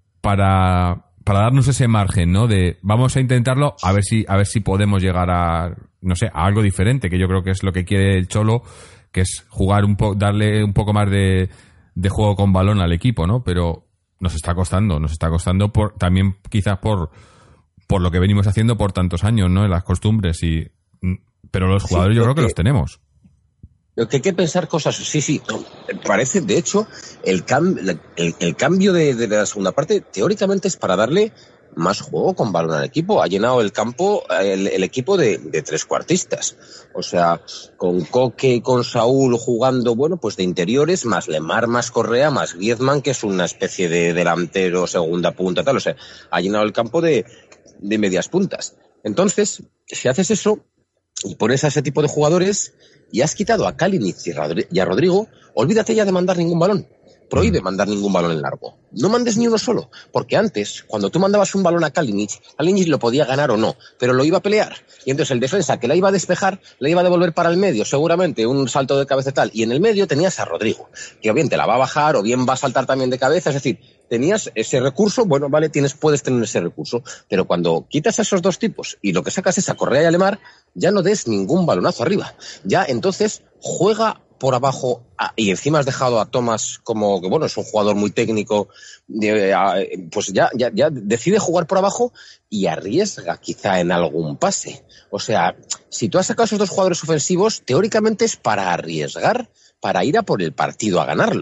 darnos ese margen, ¿no? De vamos a intentarlo a ver si podemos llegar a, no sé, a algo diferente, que yo creo que es lo que quiere el Cholo, que es jugar darle un poco más de juego con balón al equipo, ¿no? Pero nos está costando también quizás por lo que venimos haciendo por tantos años, ¿no? En las costumbres pero los jugadores yo creo que los tenemos. Lo que hay que pensar cosas, sí, parece, de hecho, el cambio de la segunda parte teóricamente es para darle más juego con balón al equipo. Ha llenado el campo el equipo de trecuartistas. O sea, con Coque y con Saúl jugando, bueno, pues de interiores, más Lemar, más Correa, más Griezmann, que es una especie de delantero, segunda punta, tal. O sea, ha llenado el campo de medias puntas. Entonces, si haces eso y pones a ese tipo de jugadores y has quitado a Kalinic y a Rodrigo, olvídate ya de mandar ningún balón. Prohíbe mandar ningún balón en largo. No mandes ni uno solo, porque antes, cuando tú mandabas un balón a Kalinic lo podía ganar o no, pero lo iba a pelear. Y entonces el defensa que la iba a despejar, la iba a devolver para el medio, seguramente un salto de cabeza tal. Y en el medio tenías a Rodrigo, que o bien te la va a bajar o bien va a saltar también de cabeza. Es decir, tenías ese recurso, bueno, vale, puedes tener ese recurso, pero cuando quitas a esos dos tipos y lo que sacas es a Correa y a Lemar, ya no des ningún balonazo arriba. Ya entonces juega por abajo y encima has dejado a Thomas como que, bueno, es un jugador muy técnico, pues ya decide jugar por abajo y arriesga quizá en algún pase. O sea, si tú has sacado esos dos jugadores ofensivos, teóricamente es para arriesgar, para ir a por el partido a ganarlo.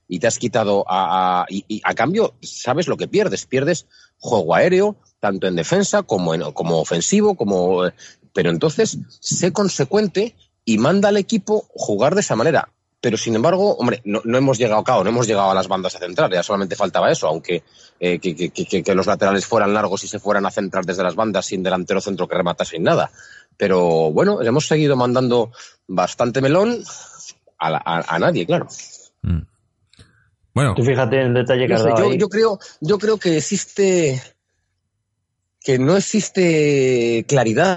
y te has quitado y a cambio, ¿sabes lo que pierdes? Pierdes juego aéreo, tanto en defensa como ofensivo, pero entonces sé consecuente y manda al equipo jugar de esa manera. Pero sin embargo, hombre, no hemos llegado a las bandas a centrar, ya solamente faltaba eso, aunque que los laterales fueran largos y se fueran a centrar desde las bandas sin delantero centro que remata sin nada. Pero bueno, hemos seguido mandando bastante melón a nadie, claro. Bueno, tú fíjate en el detalle que has dado ahí. Yo creo que no existe claridad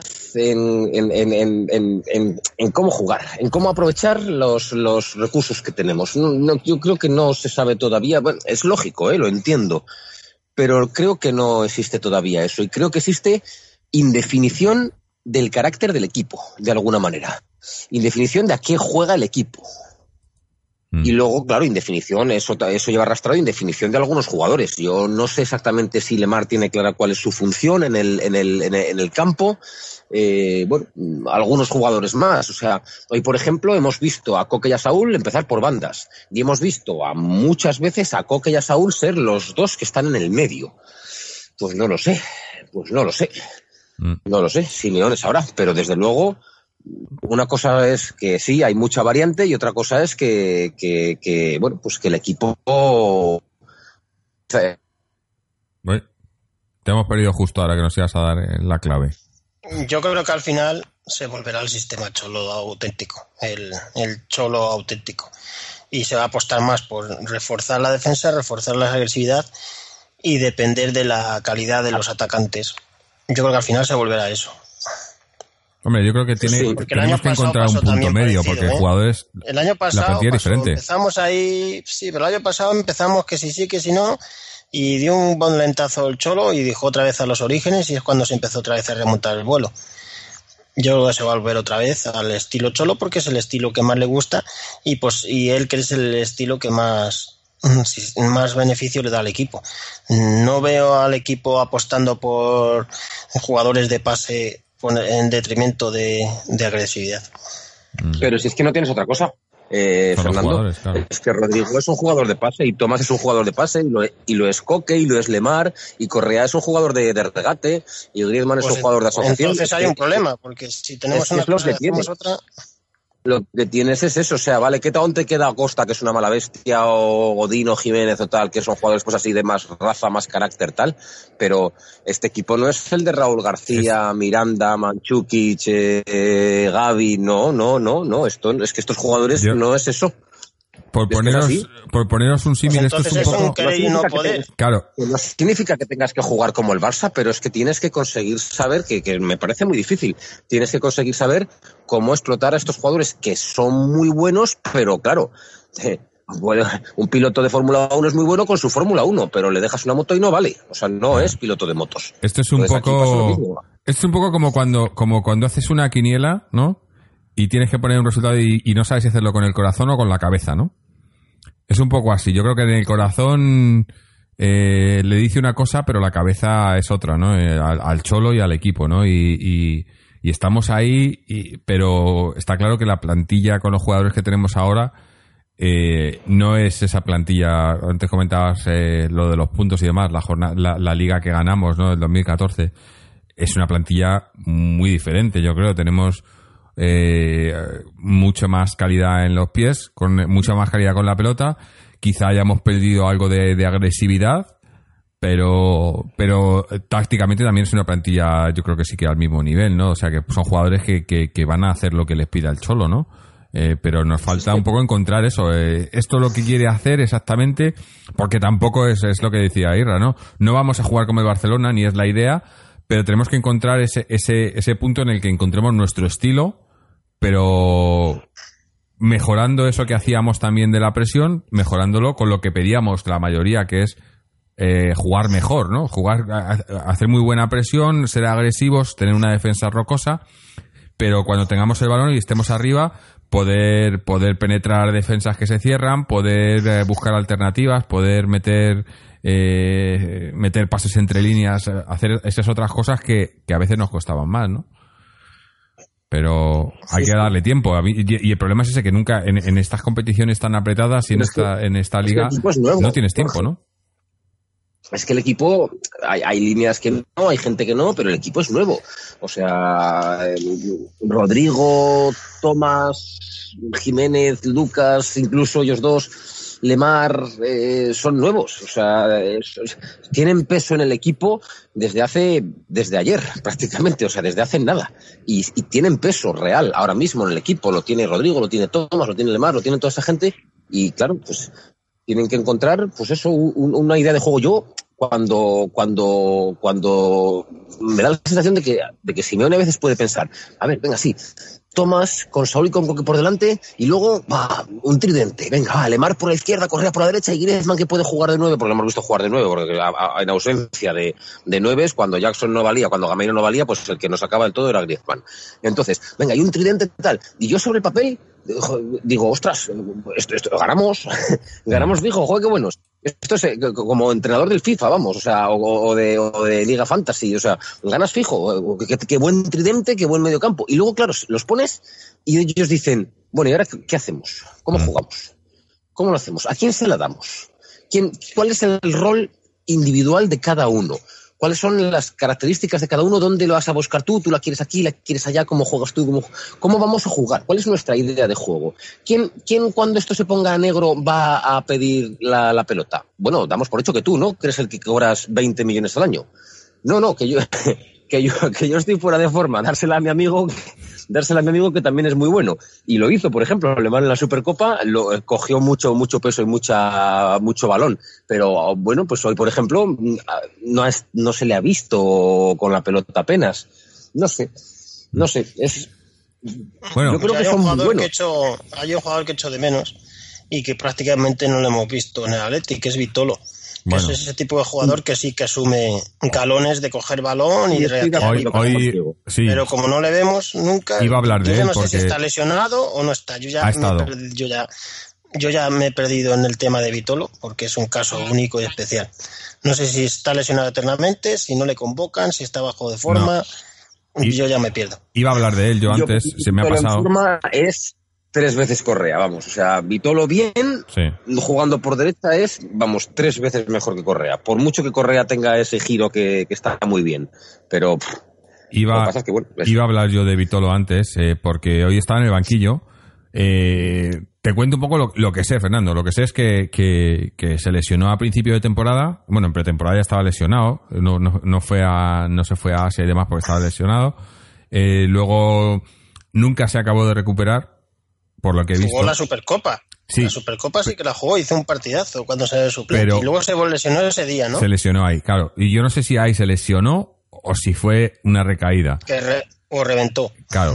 en cómo jugar, en cómo aprovechar los recursos que tenemos. Yo creo que no se sabe todavía. Bueno, es lógico, lo entiendo, pero creo que no existe todavía eso, y creo que existe indefinición del carácter del equipo, de alguna manera. Indefinición de a qué juega el equipo. Y luego, claro, indefinición, eso lleva arrastrado indefinición de algunos jugadores. Yo no sé exactamente si Lemar tiene clara cuál es su función en el campo. Bueno, algunos jugadores más. O sea, hoy, por ejemplo, hemos visto a Coque y a Saúl empezar por bandas. Y hemos visto muchas veces a Coque y a Saúl ser los dos que están en el medio. Pues no lo sé. No lo sé, Simeone sabrá. Pero desde luego, una cosa es que sí, hay mucha variante, y otra cosa es que bueno, pues que el equipo... Bueno, te hemos perdido justo ahora que nos ibas a dar la clave. Yo creo que al final se volverá el sistema cholo auténtico, el cholo auténtico. Y se va a apostar más por reforzar la defensa, reforzar la agresividad y depender de la calidad de los atacantes. Yo creo que al final se volverá eso. Hombre, yo creo que tenemos que encontrar un punto medio, porque jugadores... El año pasado empezamos ahí... Sí, pero el año pasado empezamos que sí, que si no, y dio un buen lentazo el Cholo y dijo otra vez a los orígenes, y es cuando se empezó otra vez a remontar el vuelo. Yo creo que se va a volver otra vez al estilo Cholo, porque es el estilo que más le gusta, y él que es el estilo que más beneficio le da al equipo. No veo al equipo apostando por jugadores de pase en detrimento de agresividad. Pero si es que no tienes otra cosa, Fernando, claro. Es que Rodrigo es un jugador de pase, y Tomás es un jugador de pase, y lo es Coque, y lo es Lemar, y Correa es un jugador de regate, y Griezmann es un jugador de asociación. Entonces hay un problema, porque si tenemos una cosa y hacemos otra... Lo que tienes es eso, o sea, vale, ¿qué tal te queda Costa, que es una mala bestia, o Godín o Jiménez o tal, que son jugadores pues así de más raza, más carácter, tal? Pero este equipo no es el de Raúl García, Miranda, Mandžukić, Gavi, no, esto es que estos jugadores no es eso. Por poneros un símil, pues esto es un poco... Claro. No significa que tengas que jugar como el Barça, pero es que tienes que conseguir saber, que me parece muy difícil, tienes que conseguir saber cómo explotar a estos jugadores que son muy buenos, pero claro, un piloto de Fórmula 1 es muy bueno con su Fórmula 1, pero le dejas una moto y no vale. O sea, no es piloto de motos. Esto es un poco como cuando haces una quiniela, ¿no? Y tienes que poner un resultado y no sabes si hacerlo con el corazón o con la cabeza, ¿no? Es un poco así. Yo creo que en el corazón le dice una cosa, pero la cabeza es otra, ¿no? Al Cholo y al equipo, ¿no? Y estamos ahí, pero está claro que la plantilla con los jugadores que tenemos ahora no es esa plantilla. Antes comentabas lo de los puntos y demás, la liga que ganamos, ¿no? El 2014. Es una plantilla muy diferente, yo creo. Tenemos mucha más calidad en los pies, con mucha más calidad con la pelota. Quizá hayamos perdido algo de agresividad, pero tácticamente también es una plantilla, yo creo que sí que al mismo nivel, ¿no? O sea, que son jugadores que van a hacer lo que les pida el Cholo, ¿no? Pero nos falta un poco encontrar eso. Esto lo que quiere hacer exactamente, porque tampoco es lo que decía Irra, ¿no? No vamos a jugar como el Barcelona, ni es la idea, pero tenemos que encontrar ese punto en el que encontremos nuestro estilo, pero mejorando eso que hacíamos también de la presión, mejorándolo con lo que pedíamos la mayoría, que es jugar mejor, ¿no? Hacer muy buena presión, ser agresivos, tener una defensa rocosa, pero cuando tengamos el balón y estemos arriba, poder penetrar defensas que se cierran, poder buscar alternativas, poder meter pases entre líneas, hacer esas otras cosas que a veces nos costaban más, ¿no? Pero hay que darle tiempo. Y el problema es ese, que nunca en estas competiciones tan apretadas y en esta liga no tienes tiempo, ¿no? Es que el equipo, hay líneas que no, hay gente que no, pero el equipo es nuevo. O sea, Rodrigo, Tomás, Jiménez, Lucas, incluso ellos dos, Lemar, son nuevos. O sea, tienen peso en el equipo desde ayer, prácticamente. O sea, desde hace nada. Y tienen peso real ahora mismo en el equipo. Lo tiene Rodrigo, lo tiene Tomás, lo tiene Lemar, lo tiene toda esa gente. Y claro, pues tienen que encontrar, pues eso, una idea de juego. Yo, cuando me da la sensación de que Simeone a veces puede pensar, a ver, venga, sí, Tomás con Saúl y con Coque por delante, y luego, un tridente, venga, Lemar por la izquierda, Correa por la derecha, y Griezmann que puede jugar de 9, porque lo hemos visto jugar de 9, porque en ausencia de 9, cuando Jackson no valía, cuando Gameiro no valía, pues el que nos sacaba del todo era Griezmann. Entonces, venga, hay un tridente tal, y yo sobre el papel digo, ostras, esto ganamos fijo, joder, qué buenos. Esto es como entrenador del FIFA, vamos, o sea, o de Liga Fantasy, o sea, ganas fijo, qué buen tridente, qué buen mediocampo. Y luego, claro, los pones y ellos dicen, bueno, ¿y ahora qué hacemos? ¿Cómo jugamos? ¿Cómo lo hacemos? ¿A quién se la damos? ¿Cuál es el rol individual de cada uno? ¿Cuáles son las características de cada uno? ¿Dónde lo vas a buscar tú? ¿Tú la quieres aquí? ¿La quieres allá? ¿Cómo juegas tú? ¿Cómo vamos a jugar? ¿Cuál es nuestra idea de juego? ¿Quién cuando esto se ponga a negro va a pedir la pelota? Bueno, damos por hecho que tú, ¿no? Que eres el que cobras 20 millones al año. No, que yo estoy fuera de forma. Dársela a mi amigo que también es muy bueno. Y lo hizo, por ejemplo, Alemán en la Supercopa, cogió mucho peso y mucho balón. Pero bueno, pues hoy, por ejemplo, no se le ha visto con la pelota apenas. No sé. Bueno, yo creo que son muy buenos. Hay un jugador que echo de menos y que prácticamente no lo hemos visto en el Athletic, que es Vitolo. Bueno. Es ese tipo de jugador que sí que asume galones de coger balón y hoy sí. Pero como no le vemos nunca, iba a hablar de él, no porque sé si está lesionado o no está. Yo ya me he perdido en el tema de Vitolo, porque es un caso único y especial. No sé si está lesionado eternamente, si no le convocan, si está bajo de forma. No. Yo ya me pierdo. Iba a hablar de él, antes se me ha pasado. En forma es 3 veces Correa, vamos, o sea, Vitolo bien, sí. Jugando por derecha 3 veces mejor que Correa, por mucho que Correa tenga ese giro que está muy bien, pero iba a hablar yo de Vitolo antes, porque hoy estaba en el banquillo. Te cuento un poco lo que sé, Fernando. Lo que sé es que se lesionó a principio de temporada. Bueno, en pretemporada ya estaba lesionado, no se fue a Asia y demás porque estaba lesionado. Luego nunca se acabó de recuperar, por lo que he visto. Jugó la Supercopa. Sí. La Supercopa sí que la jugó, hizo un partidazo cuando se suplente. Y luego se lesionó ese día, ¿no? Se lesionó ahí, claro. Y yo no sé si ahí se lesionó o si fue una recaída. O reventó. Claro.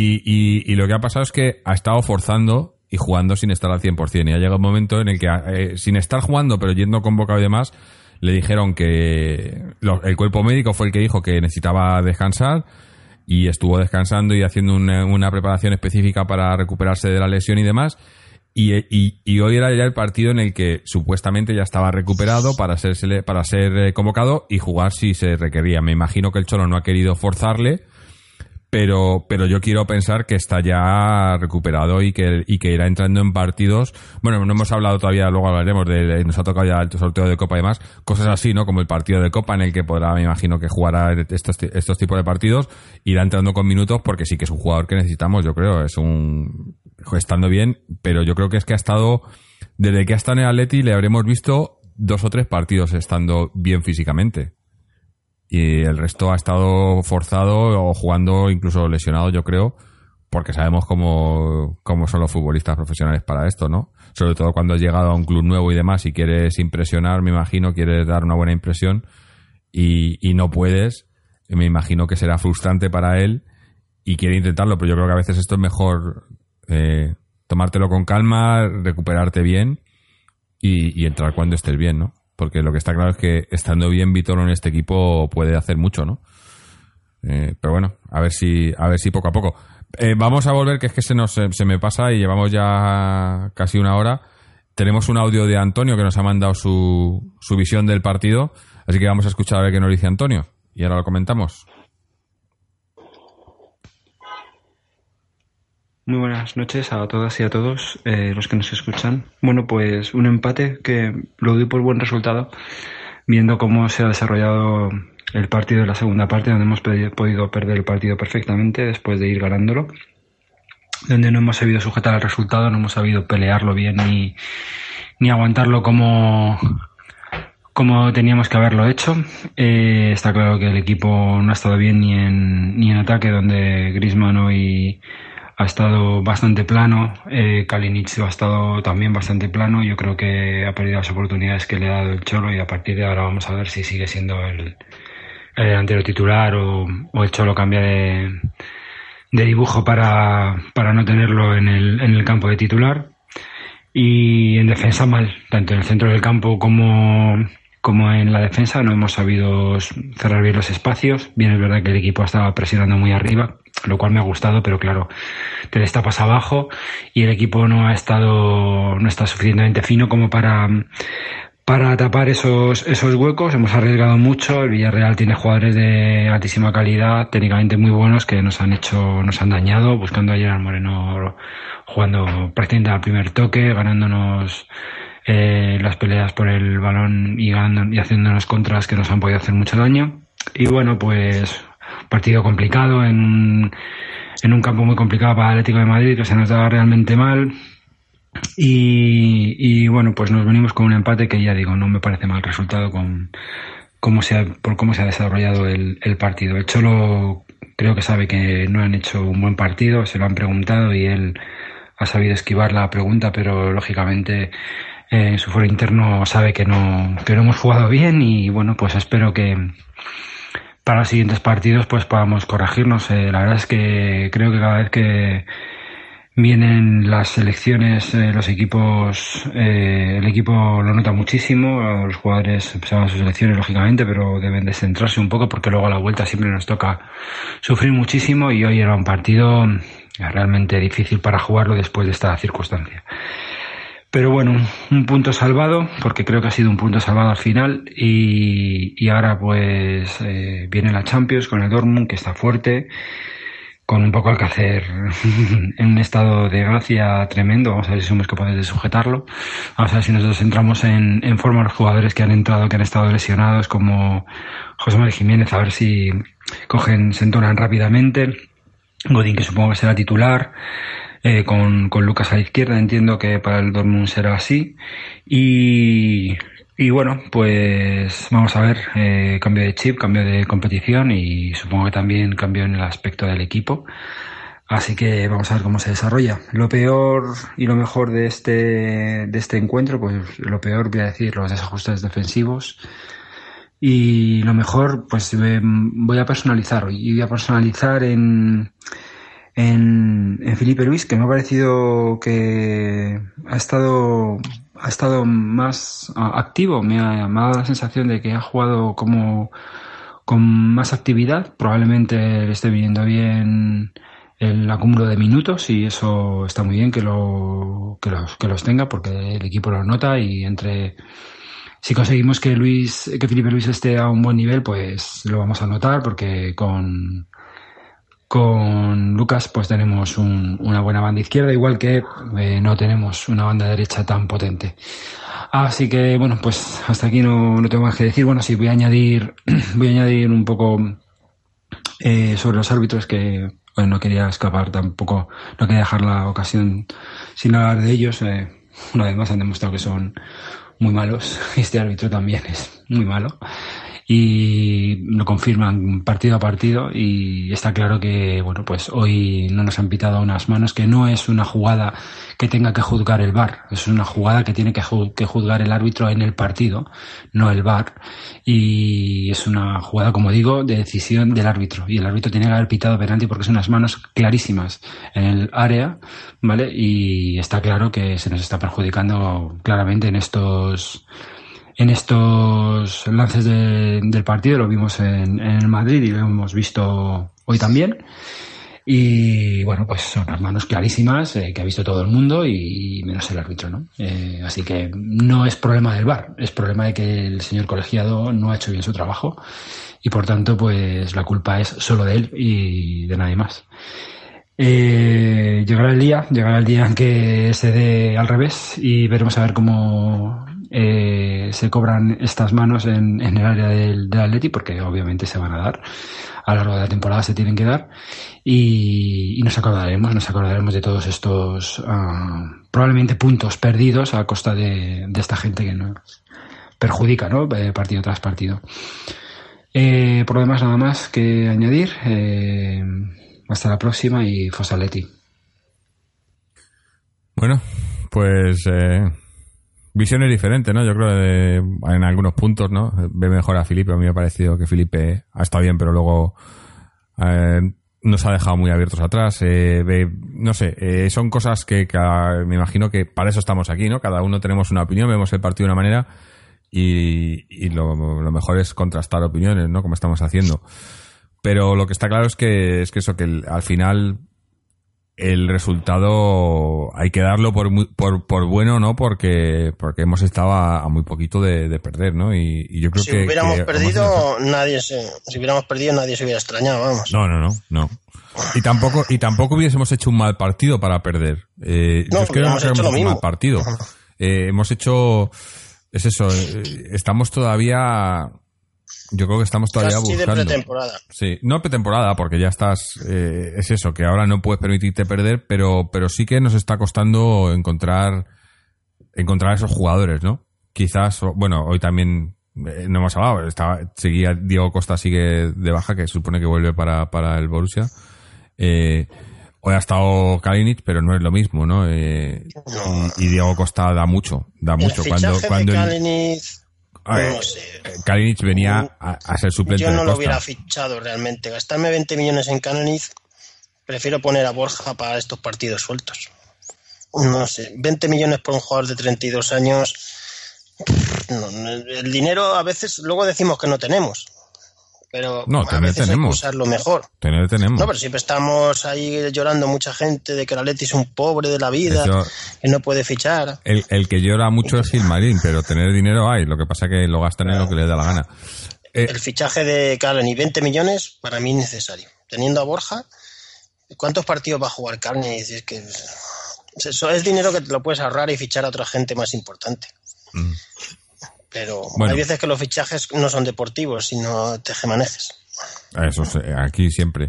Y lo que ha pasado es que ha estado forzando y jugando sin estar al 100%. Y ha llegado un momento en el que, sin estar jugando, pero yendo convocado y demás, le dijeron que el cuerpo médico fue el que dijo que necesitaba descansar. Y estuvo descansando y haciendo una preparación específica para recuperarse de la lesión y demás. Y hoy era ya el partido en el que supuestamente ya estaba recuperado para ser convocado y jugar si se requería. Me imagino que el Cholo no ha querido forzarle, pero yo quiero pensar que está ya recuperado y que irá entrando en partidos. Bueno, no hemos hablado todavía, luego hablaremos nos ha tocado ya el sorteo de Copa y demás, cosas así, ¿no? Como el partido de Copa en el que podrá, me imagino que jugará estos tipos de partidos, irá entrando con minutos porque sí que es un jugador que necesitamos, yo creo, estando bien, pero yo creo que es que desde que ha estado en el Atleti le habremos visto 2 o 3 partidos estando bien físicamente. Y el resto ha estado forzado o jugando incluso lesionado, yo creo, porque sabemos cómo son los futbolistas profesionales para esto, ¿no? Sobre todo cuando has llegado a un club nuevo y demás y quieres impresionar, me imagino, quieres dar una buena impresión y no puedes. Me imagino que será frustrante para él y quiere intentarlo, pero yo creo que a veces esto es mejor tomártelo con calma, recuperarte bien y entrar cuando estés bien, ¿no? Porque lo que está claro es que estando bien Vitolo en este equipo puede hacer mucho, ¿no? Pero bueno, a ver si poco a poco. Vamos a volver, que es que se me pasa y llevamos ya casi 1 hora. Tenemos un audio de Antonio que nos ha mandado su visión del partido, así que vamos a escuchar a ver qué nos dice Antonio y ahora lo comentamos. Muy buenas noches a todas y a todos los que nos escuchan. Bueno, pues un empate que lo doy por buen resultado, viendo cómo se ha desarrollado el partido de la segunda parte, donde hemos podido perder el partido perfectamente después de ir ganándolo, donde no hemos sabido sujetar el resultado, no hemos sabido pelearlo bien ni aguantarlo como teníamos que haberlo hecho. Está claro que el equipo no ha estado bien ni en ataque, donde Griezmann hoy ha estado bastante plano, Kalinic ha estado también bastante plano. Yo creo que ha perdido las oportunidades que le ha dado el Cholo, y a partir de ahora vamos a ver si sigue siendo el delantero titular o el Cholo cambia de dibujo para no tenerlo en el campo de titular. Y en defensa mal, tanto en el centro del campo como en la defensa no hemos sabido cerrar bien los espacios. Bien, es verdad que el equipo estaba presionando muy arriba, lo cual me ha gustado, pero claro, te destapas abajo y el equipo no está suficientemente fino como para tapar esos huecos. Hemos arriesgado mucho. El Villarreal tiene jugadores de altísima calidad, técnicamente muy buenos, que nos han dañado, buscando ayer al Moreno jugando prácticamente al primer toque, ganándonos las peleas por el balón y haciéndonos contras que nos han podido hacer mucho daño. Y bueno, pues partido complicado en un campo muy complicado para el Atlético de Madrid, que se nos daba realmente mal. Y bueno, pues nos venimos con un empate que, ya digo, no me parece mal resultado por cómo se ha desarrollado el partido. El Cholo creo que sabe que no han hecho un buen partido, se lo han preguntado y él ha sabido esquivar la pregunta, pero lógicamente en su foro interno sabe que no hemos jugado bien. Y bueno, pues espero que para los siguientes partidos pues podamos corregirnos. La verdad es que creo que cada vez que vienen las selecciones, los equipos, el equipo lo nota muchísimo. Los jugadores se van a sus selecciones, lógicamente, pero deben de centrarse un poco, porque luego a la vuelta siempre nos toca sufrir muchísimo, y hoy era un partido realmente difícil para jugarlo después de esta circunstancia. Pero bueno, un punto salvado, porque creo que ha sido un punto salvado al final, y ahora pues viene la Champions con el Dortmund, que está fuerte, con un poco Alcácer en un estado de gracia tremendo. Vamos a ver si somos capaces de sujetarlo. Vamos a ver si nosotros entramos en forma los jugadores que han estado lesionados, como José María Jiménez, a ver si se entonan rápidamente. Godín, que supongo que será titular, con Lucas a la izquierda, entiendo que para el Dortmund será así. Y bueno, pues vamos a ver, cambio de chip, cambio de competición, y supongo que también cambio en el aspecto del equipo. Así que vamos a ver cómo se desarrolla. Lo peor y lo mejor de este encuentro, pues lo peor voy a decir los desajustes defensivos, y lo mejor pues voy a personalizar hoy, y voy a personalizar en Filipe Luis, que me ha parecido que ha estado más activo. Me ha dado la sensación de que ha jugado con más actividad. Probablemente le esté viniendo bien el acúmulo de minutos, y eso está muy bien que los tenga, porque el equipo lo nota. Y si conseguimos que Filipe Luis esté a un buen nivel, pues lo vamos a notar, porque con Lucas pues tenemos una buena banda izquierda, igual que no tenemos una banda derecha tan potente. Así que bueno, pues hasta aquí no tengo más que decir. Bueno, sí, voy a añadir un poco sobre los árbitros, que no quería escapar tampoco, no quería dejar la ocasión sin hablar de ellos. Una vez más han demostrado que son muy malos. Este árbitro también es muy malo, y lo confirman partido a partido, y está claro que bueno, pues hoy no nos han pitado unas manos, que no es una jugada que tenga que juzgar el VAR, es una jugada que tiene que juzgar el árbitro en el partido, no el VAR, y es una jugada, como digo, de decisión del árbitro, y el árbitro tiene que haber pitado penalti, porque son unas manos clarísimas en el área, ¿vale? Y está claro que se nos está perjudicando claramente en estos lances del partido. Lo vimos en el Madrid y lo hemos visto hoy también. Y bueno, pues son las manos clarísimas que ha visto todo el mundo, y menos el árbitro, ¿no? Así que no es problema del VAR, es problema de que el señor colegiado no ha hecho bien su trabajo, y por tanto pues la culpa es solo de él y de nadie más. Llegará el día en que se dé al revés y veremos a ver cómo se cobran estas manos en el área del Atleti, porque obviamente se van a dar, a lo largo de la temporada se tienen que dar, y nos acordaremos de todos estos probablemente puntos perdidos a costa de esta gente que nos perjudica, ¿no? Partido tras partido. Por lo demás, nada más que añadir. Hasta la próxima y Forza Atleti. Bueno, pues visiones diferentes, ¿no? Yo creo en algunos puntos, ¿no? Ve mejor a Felipe. A mí me ha parecido que Felipe ha estado bien, pero luego nos ha dejado muy abiertos atrás. No sé, son cosas que me imagino que para eso estamos aquí, ¿no? Cada uno tenemos una opinión, vemos el partido de una manera y lo mejor es contrastar opiniones, ¿no? Como estamos haciendo. Pero lo que está claro es que al final el resultado hay que darlo por bueno, ¿no? Porque hemos estado a muy poquito de perder, ¿no? Y yo creo si hubiéramos perdido, nadie se hubiera extrañado, vamos. No. Y tampoco hubiésemos hecho un mal partido para perder. Yo es que no hemos hecho un mal partido. Hemos hecho... Es eso, estamos todavía... Yo creo que estamos todavía casi buscando. De pretemporada. Sí, no pretemporada, porque ya estás... es eso, que ahora no puedes permitirte perder, pero sí que nos está costando encontrar esos jugadores, ¿no? Quizás, bueno, hoy también no hemos hablado, seguía Diego Costa, sigue de baja, que supone que vuelve para el Borussia. Hoy ha estado Kalinic, pero no es lo mismo, ¿no? Y Diego Costa da mucho. Cuando Kalinic... No sé. Kalinic venía a ser suplente. Yo no de lo Costa. hubiera fichado realmente. Gastarme 20 millones en Kalinic, prefiero poner a Borja para estos partidos sueltos. No sé, 20 millones por un jugador de 32 años. El dinero a veces, luego decimos que no tenemos. Pero no, a veces hay que usarlo mejor. Tenemos. No, pero siempre estamos ahí llorando mucha gente de que el Atleti es un pobre de la vida, que no puede fichar. El que llora mucho es Gilmarín, pero tener dinero hay. Lo que pasa es que lo gastan en lo que les da la gana. El fichaje de Kalinic, 20 millones, para mí es necesario. Teniendo a Borja, ¿cuántos partidos va a jugar Kalinic? Es que eso es dinero que te lo puedes ahorrar y fichar a otra gente más importante. Pero hay veces que los fichajes no son deportivos, sino tejemanejes. Eso aquí siempre.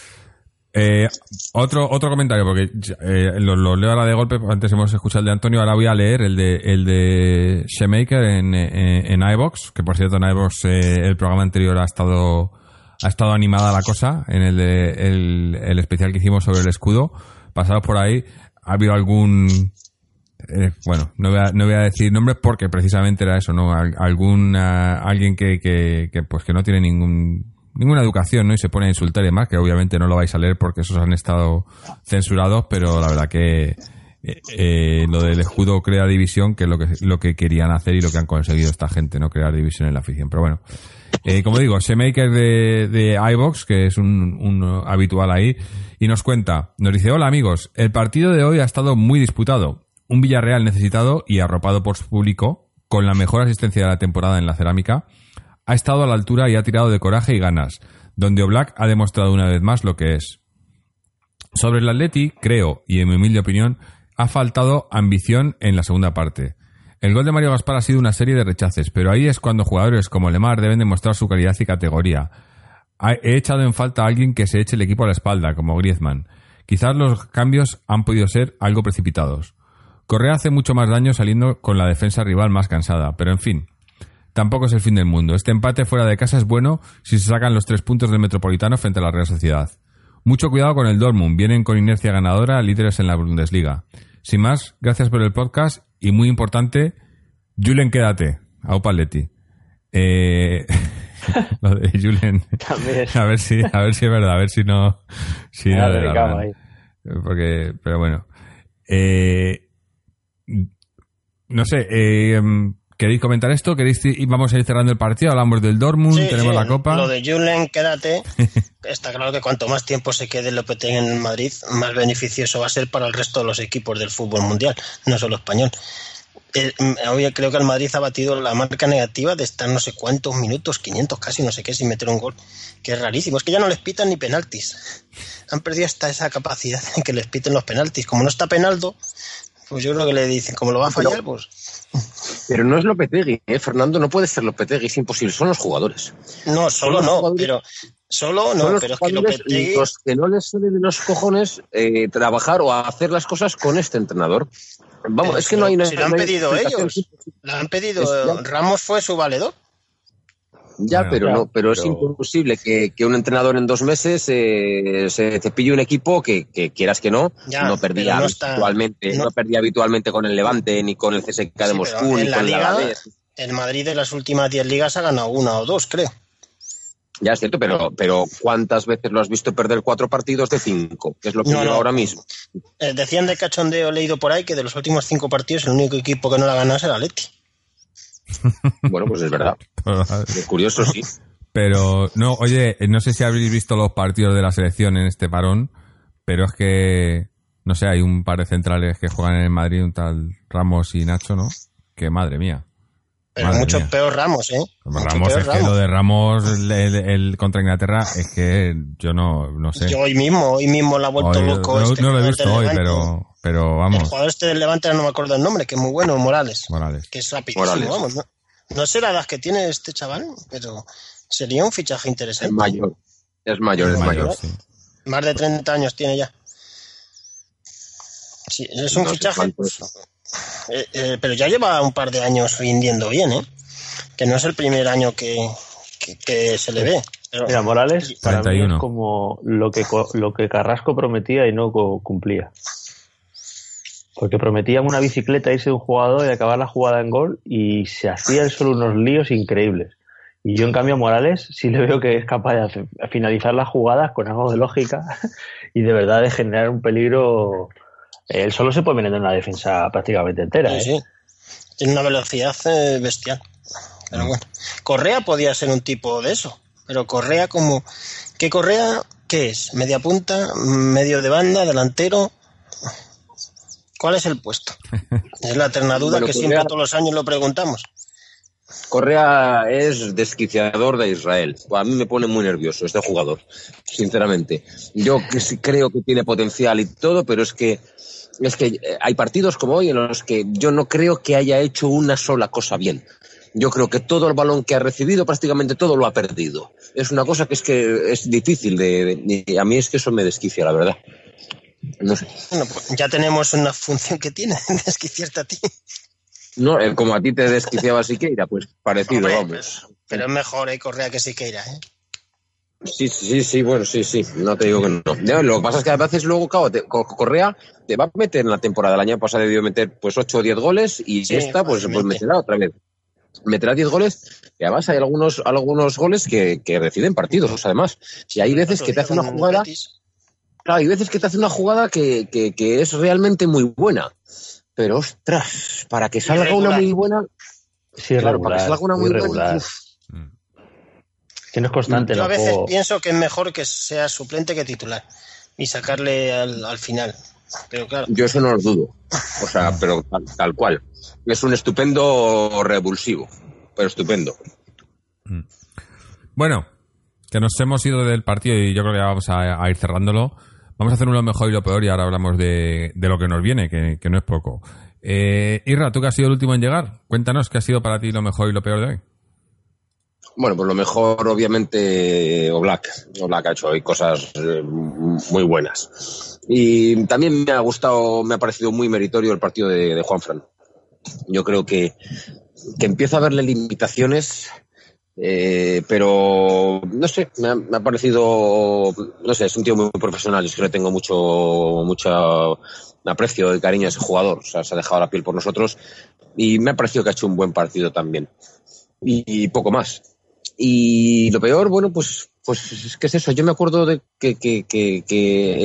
Otro comentario, porque lo leo ahora de golpe. Antes hemos escuchado el de Antonio, ahora voy a leer el de Shoemaker en iVoox, que por cierto en iVoox el programa anterior ha estado animada la cosa, en el especial que hicimos sobre el escudo. Pasados por ahí, ha habido algún... bueno, no voy a decir nombres porque precisamente era eso, ¿no? Alguien que pues que no tiene ninguna educación, ¿no? Y se pone a insultar y demás, que obviamente no lo vais a leer porque esos han estado censurados, pero la verdad que lo del escudo crea división, que es lo que querían hacer y lo que han conseguido esta gente, no crear división en la afición. Pero bueno, como digo, Shoemaker de iVoox, que es un habitual ahí, y nos dice: hola amigos, el partido de hoy ha estado muy disputado. Un Villarreal necesitado y arropado por su público, con la mejor asistencia de la temporada en la cerámica, ha estado a la altura y ha tirado de coraje y ganas, donde Oblak ha demostrado una vez más lo que es. Sobre el Atleti, creo, y en mi humilde opinión, ha faltado ambición en la segunda parte. El gol de Mario Gaspar ha sido una serie de rechaces, pero ahí es cuando jugadores como Lemar deben demostrar su calidad y categoría. He echado en falta a alguien que se eche el equipo a la espalda, como Griezmann. Quizás los cambios han podido ser algo precipitados. Correa hace mucho más daño saliendo con la defensa rival más cansada, pero en fin, tampoco es el fin del mundo. Este empate fuera de casa es bueno si se sacan los 3 puntos del Metropolitano frente a la Real Sociedad. Mucho cuidado con el Dortmund, vienen con inercia ganadora, líderes en la Bundesliga. Sin más, gracias por el podcast y muy importante, Julen, quédate. Aupa Atleti. Lo de Julen. A ver si es verdad, a ver si no. Si no le da ahí. Porque, pero bueno. No sé, ¿queréis comentar esto? Vamos a ir cerrando el partido, hablamos del Dortmund, tenemos la Copa. Lo de Julen, quédate. Está claro que cuanto más tiempo se quede Lopetegui en Madrid, más beneficioso va a ser para el resto de los equipos del fútbol mundial, no solo español. Hoy creo que el Madrid ha batido la marca negativa de estar no sé cuántos minutos, 500 casi, no sé qué, sin meter un gol, que es rarísimo. Es que ya no les pitan ni penaltis. Han perdido hasta esa capacidad en que les piten los penaltis. Como no está Penaldo, pues yo creo que le dicen, como lo va a fallar, pues... Pero no es Lopetegui, Fernando, no puede ser Lopetegui, es imposible, son los jugadores. No, solo no, pero... Solo no, pero es que Lopetegui... Los que no les sale de los cojones trabajar o hacer las cosas con este entrenador. Vamos, es que no hay... Si lo han pedido ellos, lo han pedido, Ramos fue su valedor. Ya, bueno, pero es imposible que un entrenador en 2 meses se pille un equipo que quieras que no, ya, no perdía habitualmente con el Levante ni con el CSKA de Moscú ni con el Alavés. El Madrid de las últimas 10 ligas ha ganado 1 o 2, creo. Ya es cierto, pero ¿cuántas veces lo has visto perder 4 partidos de 5? Que es lo que lleva ahora mismo. Decían de cachondeo, he leído por ahí, que de los últimos 5 partidos el único equipo que no la ganó es el Atleti. Bueno, pues es verdad. Es curioso, sí. Pero, no, oye, no sé si habréis visto los partidos de la selección en este parón, pero es que, no sé, hay un par de centrales que juegan en el Madrid, un tal Ramos y Nacho, ¿no? Que madre mía. Pero madre mucho mía. Peor Ramos, ¿eh? Ramos, es que lo de Ramos el contra Inglaterra es que yo no sé. Yo hoy mismo la he vuelto loco. No lo he visto hoy, pero vamos. El jugador este del Levante, no me acuerdo el nombre, que es muy bueno, Morales. Que es rapidísimo, vamos. No sé la edad que tiene este chaval, pero sería un fichaje interesante. Es mayor. Sí. Más de 30 años tiene ya. Sí, es un fichaje... pero ya lleva un par de años rindiendo bien, ¿eh? Que no es el primer año que se le ve. Pero... Mira, Morales para 31. mí es como lo que Carrasco prometía y no cumplía. Porque prometían una bicicleta irse de un jugador y acabar la jugada en gol y se hacía él solo unos líos increíbles. Y yo, en cambio, a Morales sí le veo que es capaz de finalizar las jugadas con algo de lógica y de verdad de generar un peligro. Él solo se puede meter en una defensa prácticamente entera. Sí. Tiene una velocidad bestial. Pero bueno, Correa podía ser un tipo de eso. Pero Correa como... ¿Qué Correa? ¿Qué es? ¿Media punta? ¿Medio de banda? ¿Delantero? ¿Cuál es el puesto? Es la eterna duda que siempre todos los años lo preguntamos. Correa es desquiciador de Israel. A mí me pone muy nervioso este jugador, sinceramente. Yo sí creo que tiene potencial y todo, pero es que hay partidos como hoy en los que yo no creo que haya hecho una sola cosa bien. Yo creo que todo el balón que ha recibido, prácticamente todo lo ha perdido. Es una cosa que es difícil y a mí es que eso me desquicia, la verdad. No sé. Bueno, pues ya tenemos una función que tiene, desquiciarte a ti. No, como a ti te desquiciaba Siqueira, pues parecido, hombre, vamos. Pero es mejor Correa que Siqueira, ¿eh? Sí, bueno, sí, no te digo que no. Lo que pasa es que a veces luego, claro, Correa te va a meter en la temporada. El año pasado debió meter pues 8 o 10 goles y esta pues meterá otra vez. Meterá 10 goles y además hay algunos goles que deciden partidos, además. Si hay veces que te hace una jugada... Claro, hay veces que te hace una jugada que es realmente muy buena. Pero, ostras, para que salga una muy buena... Sí, claro, para que salga una muy buena... Que no es constante. Yo a veces pienso que es mejor que sea suplente que titular y sacarle al final. Pero claro. Yo eso no lo dudo. O sea, pero tal cual. Es un estupendo revulsivo. Pero estupendo. Bueno, que nos hemos ido del partido y yo creo que ya vamos a ir cerrándolo. Vamos a hacer lo mejor y lo peor y ahora hablamos de lo que nos viene, que no es poco. Irra, tú que has sido el último en llegar, cuéntanos qué ha sido para ti lo mejor y lo peor de hoy. Bueno, pues lo mejor, obviamente, Oblak ha hecho hoy cosas muy buenas. Y también me ha parecido muy meritorio el partido de Juanfran. Yo creo que empiezo a verle limitaciones, pero no sé, me ha parecido, no sé, es un tío muy profesional. Es que le tengo mucho aprecio y cariño a ese jugador. O sea, se ha dejado la piel por nosotros y me ha parecido que ha hecho un buen partido también. Y poco más. Y lo peor, bueno, pues ¿qué es eso? Yo me acuerdo de que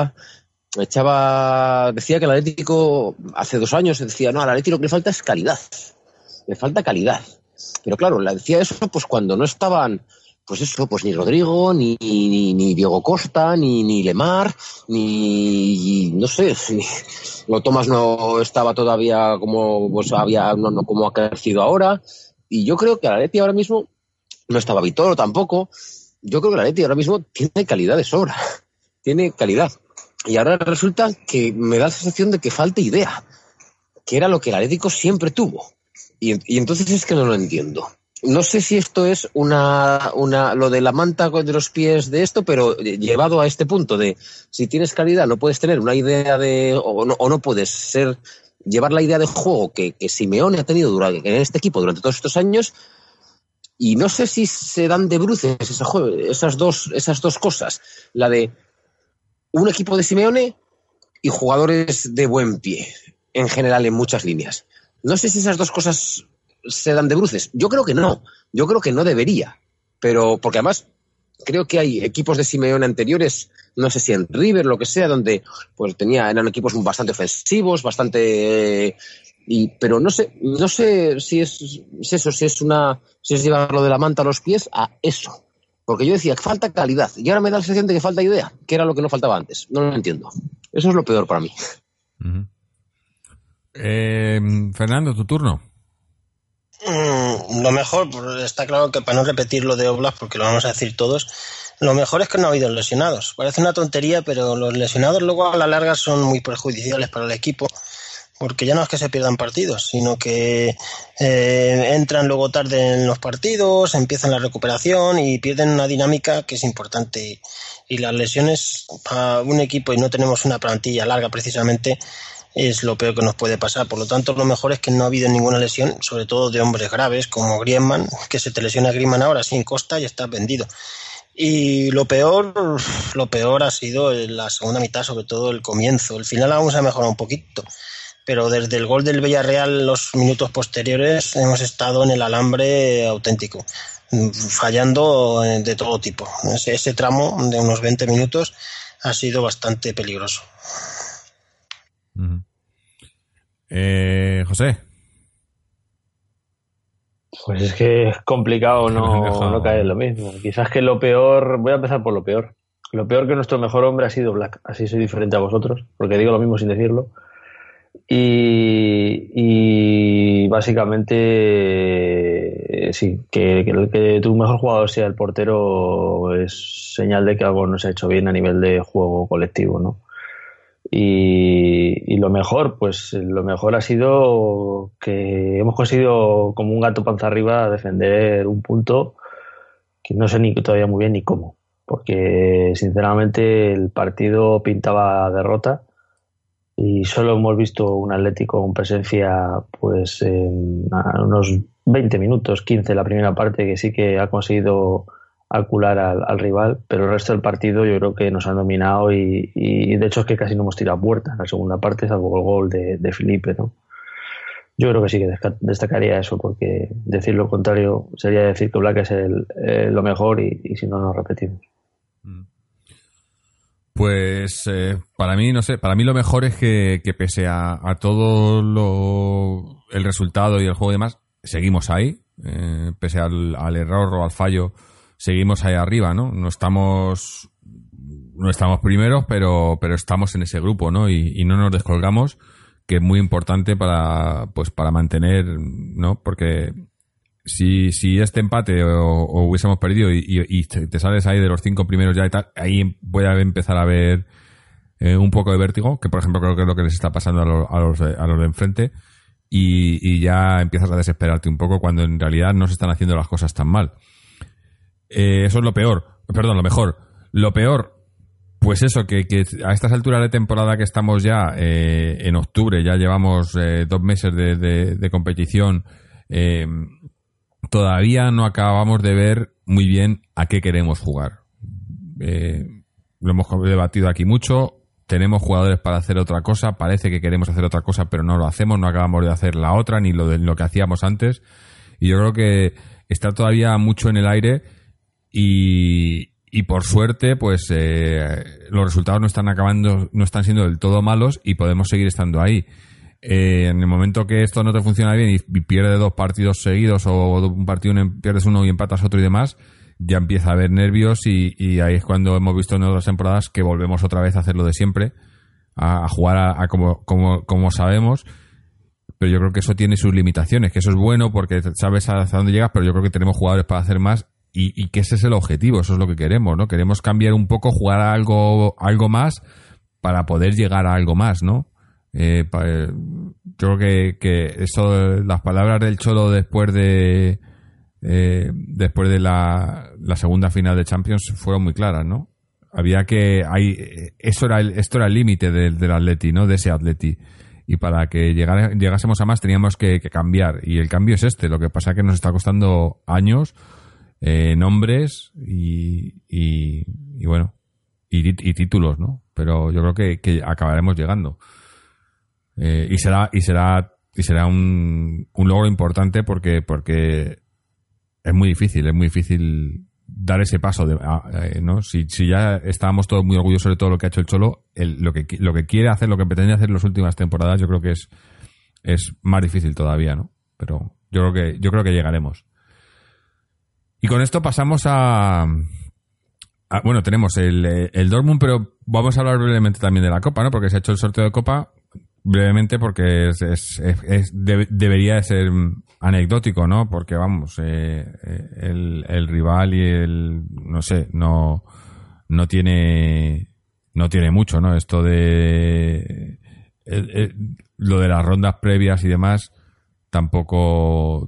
decía que el Atlético hace 2 años decía, no, al Atlético lo que le falta es calidad. Le falta calidad. Pero claro, le decía eso pues cuando no estaban pues eso, pues ni Rodrigo, ni Diego Costa, ni Lemar, ni no sé, si lo Thomas no estaba todavía como pues no como ha crecido ahora, y yo creo que el Atleti ahora mismo no estaba Vitolo tampoco. Yo creo que el Atleti ahora mismo tiene calidad de sobra, tiene calidad, y ahora resulta que me da la sensación de que falta idea, que era lo que el Atlético siempre tuvo, y entonces es que no lo entiendo. No sé si esto es lo de la manta de los pies de esto, pero llevado a este punto de si tienes calidad no puedes tener una idea o no puedes llevar la idea de juego que Simeone ha tenido en este equipo durante todos estos años, y no sé si se dan de bruces esas dos cosas, la de un equipo de Simeone y jugadores de buen pie en general en muchas líneas. No sé si esas dos cosas se dan de bruces. Yo creo que no debería, pero porque además creo que hay equipos de Simeone anteriores, no sé si en River, lo que sea, donde pues eran equipos bastante ofensivos, pero no sé si es eso, si es llevarlo de la manta a los pies a eso, porque yo decía que falta calidad y ahora me da la sensación de que falta idea, que era lo que no faltaba antes. No lo entiendo. Eso es lo peor para mí. Uh-huh. Fernando, tu turno. Lo mejor, está claro que para no repetir lo de Oblak, porque lo vamos a decir todos, lo mejor es que no ha habido lesionados. Parece una tontería, pero los lesionados luego a la larga son muy perjudiciales para el equipo, porque ya no es que se pierdan partidos, sino que entran luego tarde en los partidos, empiezan la recuperación y pierden una dinámica que es importante. Y las lesiones para un equipo, y no tenemos una plantilla larga precisamente, es lo peor que nos puede pasar. Por lo tanto, lo mejor es que no ha habido ninguna lesión, sobre todo de hombres graves como Griezmann, que se te lesiona Griezmann ahora sin Costa y estás vendido. Y lo peor ha sido en la segunda mitad, sobre todo el comienzo. El final aún se ha mejorado un poquito, pero desde el gol del Villarreal, los minutos posteriores, hemos estado en el alambre auténtico, fallando de todo tipo. Ese tramo de unos 20 minutos ha sido bastante peligroso. José. Pues es que es complicado no caer en lo mismo. Quizás que lo peor, voy a empezar por lo peor. Lo peor que nuestro mejor hombre ha sido Oblak. Así soy diferente a vosotros, porque digo lo mismo sin decirlo. Y básicamente sí, que tu mejor jugador sea el portero es señal de que algo no se ha hecho bien a nivel de juego colectivo, ¿no? Y lo mejor ha sido que hemos conseguido como un gato panza arriba defender un punto que no sé ni todavía muy bien ni cómo, porque sinceramente el partido pintaba derrota y solo hemos visto un Atlético con presencia pues en unos 20 minutos, 15 la primera parte, que sí que ha conseguido calcular al rival, pero el resto del partido yo creo que nos han dominado y de hecho es que casi no hemos tirado puerta en la segunda parte, salvo el gol de Felipe, ¿no? Yo creo que sí que destacaría eso, porque decir lo contrario sería decir que Oblak es lo mejor y si no, nos repetimos. Pues para mí, no sé, para mí lo mejor es que pese a todo el resultado y el juego y demás, seguimos ahí, pese al error o al fallo, seguimos ahí arriba, ¿no? No estamos primeros, pero estamos en ese grupo, ¿no? Y no nos descolgamos, que es muy importante para mantener, ¿no? Porque si este empate o hubiésemos perdido y te sales ahí de los 5 primeros ya y tal, ahí voy a empezar a ver un poco de vértigo, que por ejemplo creo que es lo que les está pasando a los de enfrente, y ya empiezas a desesperarte un poco cuando en realidad no se están haciendo las cosas tan mal. Eso es lo mejor. Lo peor, pues eso, que a estas alturas de temporada que estamos ya en octubre, ya llevamos 2 meses de competición, todavía no acabamos de ver muy bien a qué queremos jugar. Lo hemos debatido aquí mucho, tenemos jugadores para hacer otra cosa, parece que queremos hacer otra cosa, pero no lo hacemos, no acabamos de hacer la otra, ni lo que hacíamos antes, y yo creo que está todavía mucho en el aire. Y por suerte, pues los resultados no están siendo del todo malos y podemos seguir estando ahí. En el momento que esto no te funciona bien y pierdes 2 partidos seguidos o un partido pierdes uno y empatas otro y demás, ya empieza a haber nervios y ahí es cuando hemos visto en otras temporadas que volvemos otra vez a hacer lo de siempre, a jugar a como sabemos. Pero yo creo que eso tiene sus limitaciones, que eso es bueno porque sabes hasta dónde llegas, pero yo creo que tenemos jugadores para hacer más y que ese es el objetivo, eso es lo que queremos, ¿no? Queremos cambiar un poco, jugar a algo más para poder llegar a algo más, ¿no? Yo creo que eso, las palabras del Cholo después de la segunda final de Champions fueron muy claras, ¿no? Esto era el límite del Atleti, ¿no? De ese Atleti. Y para que llegásemos a más teníamos que cambiar. Y el cambio es este. Lo que pasa es que nos está costando años, nombres y bueno, y títulos, ¿no? Pero yo creo que acabaremos llegando. Y será un logro importante porque es muy difícil dar ese paso, ¿no? Si ya estábamos todos muy orgullosos de todo lo que ha hecho el Cholo, lo que quiere hacer, lo que pretende hacer en las últimas temporadas, yo creo que es más difícil todavía, ¿no? Pero yo creo que llegaremos. Y con esto pasamos bueno, tenemos el Dortmund, pero vamos a hablar brevemente también de la Copa, ¿no? Porque se ha hecho el sorteo de Copa brevemente porque debería de ser anecdótico, ¿no? Porque vamos, el rival y no sé, no tiene mucho, ¿no? Esto de lo de las rondas previas y demás tampoco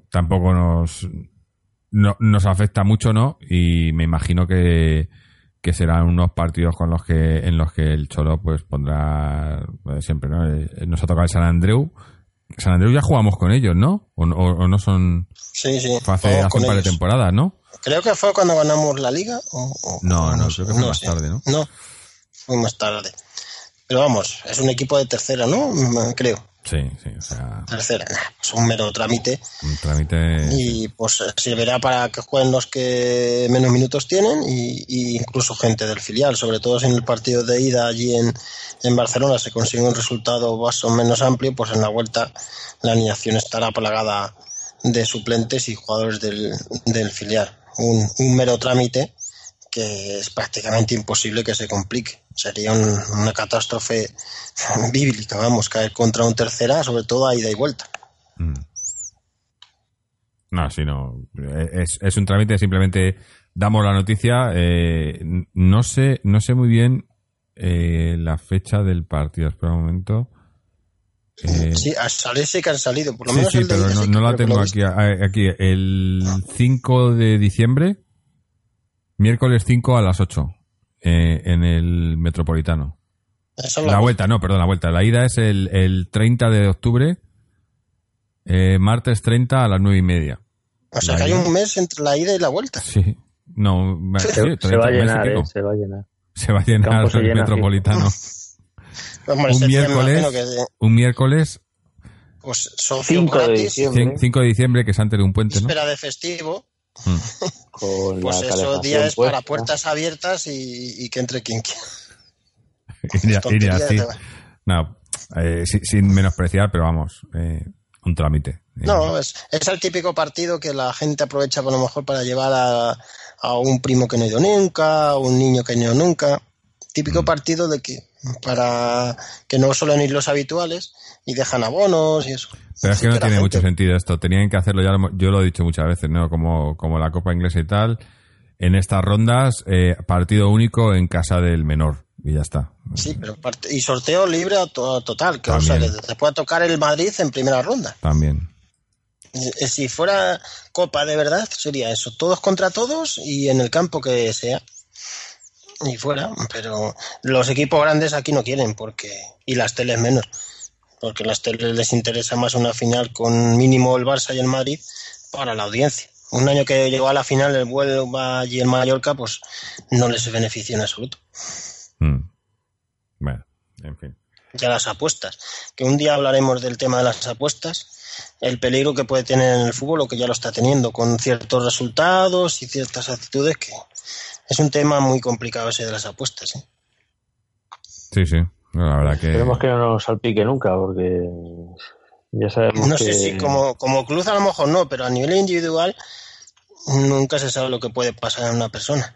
nos afecta mucho, ¿no? Y me imagino que serán unos partidos en los que el Cholo pues pondrá siempre, ¿no? Nos ha tocado el San Andreu. San Andreu ya jugamos con ellos, ¿no? O no son... Sí. Fue hace un par de temporadas, ¿no? Creo que fue cuando ganamos la Liga. No, creo que fue más tarde, ¿no? No, fue más tarde. Pero vamos, es un equipo de tercera, ¿no? Creo. Sí, o sea... Tercera, pues un mero trámite. Un trámite... Y pues servirá para que jueguen los que menos minutos tienen y incluso gente del filial, sobre todo si en el partido de ida allí en Barcelona se consigue un resultado más o menos amplio, pues en la vuelta la alineación estará plagada de suplentes y jugadores del filial. Un mero trámite que es prácticamente imposible que se complique. Sería una catástrofe bíblica, vamos, caer contra un tercera, sobre todo a ida y vuelta. No, sí, no. Es un trámite, simplemente damos la noticia. No sé muy bien la fecha del partido. Espera un momento. Sí, a salir sí que han salido, por lo menos. Sí, pero no la tengo aquí. El 5 de diciembre, miércoles 5 a las 8, en el Metropolitano. La vuelta. La ida es el 30 de octubre, martes 30 a las 9:30. O sea que hay un mes entre la ida y la vuelta. Sí. No, se va a llenar, se va a llenar. Se va a llenar el Metropolitano. Un miércoles. Pues son 5 de diciembre. 5 de diciembre, que es antes de un puente, ¿no? Espera de festivo. Con pues esos días para puertas abiertas y que entre quien quiera. Ir así. No, sin menospreciar, pero vamos, un trámite. No, es el típico partido que la gente aprovecha a lo mejor para llevar a un primo que no ha ido nunca, a un niño que no ha ido nunca. Típico partido de que para que no suelen ir los habituales y dejan abonos y eso. Pero es que no tiene mucho sentido esto. Tenían que hacerlo, yo lo he dicho muchas veces, ¿no? Como la Copa Inglesa y tal. En estas rondas, partido único en casa del menor. Y ya está. Sí, pero y sorteo libre total. Que, o sea, que te pueda tocar el Madrid en primera ronda. También. Si fuera Copa de verdad, sería eso. Todos contra todos y en el campo que sea. Y fuera. Pero los equipos grandes aquí no quieren. Y las teles menos. Porque a las teles les interesa más una final con mínimo el Barça y el Madrid para la audiencia. Un año que llegó a la final el Huelva y el Mallorca, pues no les beneficia en absoluto. Bueno, en fin. Ya las apuestas. Que un día hablaremos del tema de las apuestas, el peligro que puede tener en el fútbol, o que ya lo está teniendo, con ciertos resultados y ciertas actitudes, que es un tema muy complicado ese de las apuestas. Sí. La verdad que... Esperemos que no nos salpique nunca, porque ya sabemos no sé si como club a lo mejor no, pero a nivel individual nunca se sabe lo que puede pasar en una persona.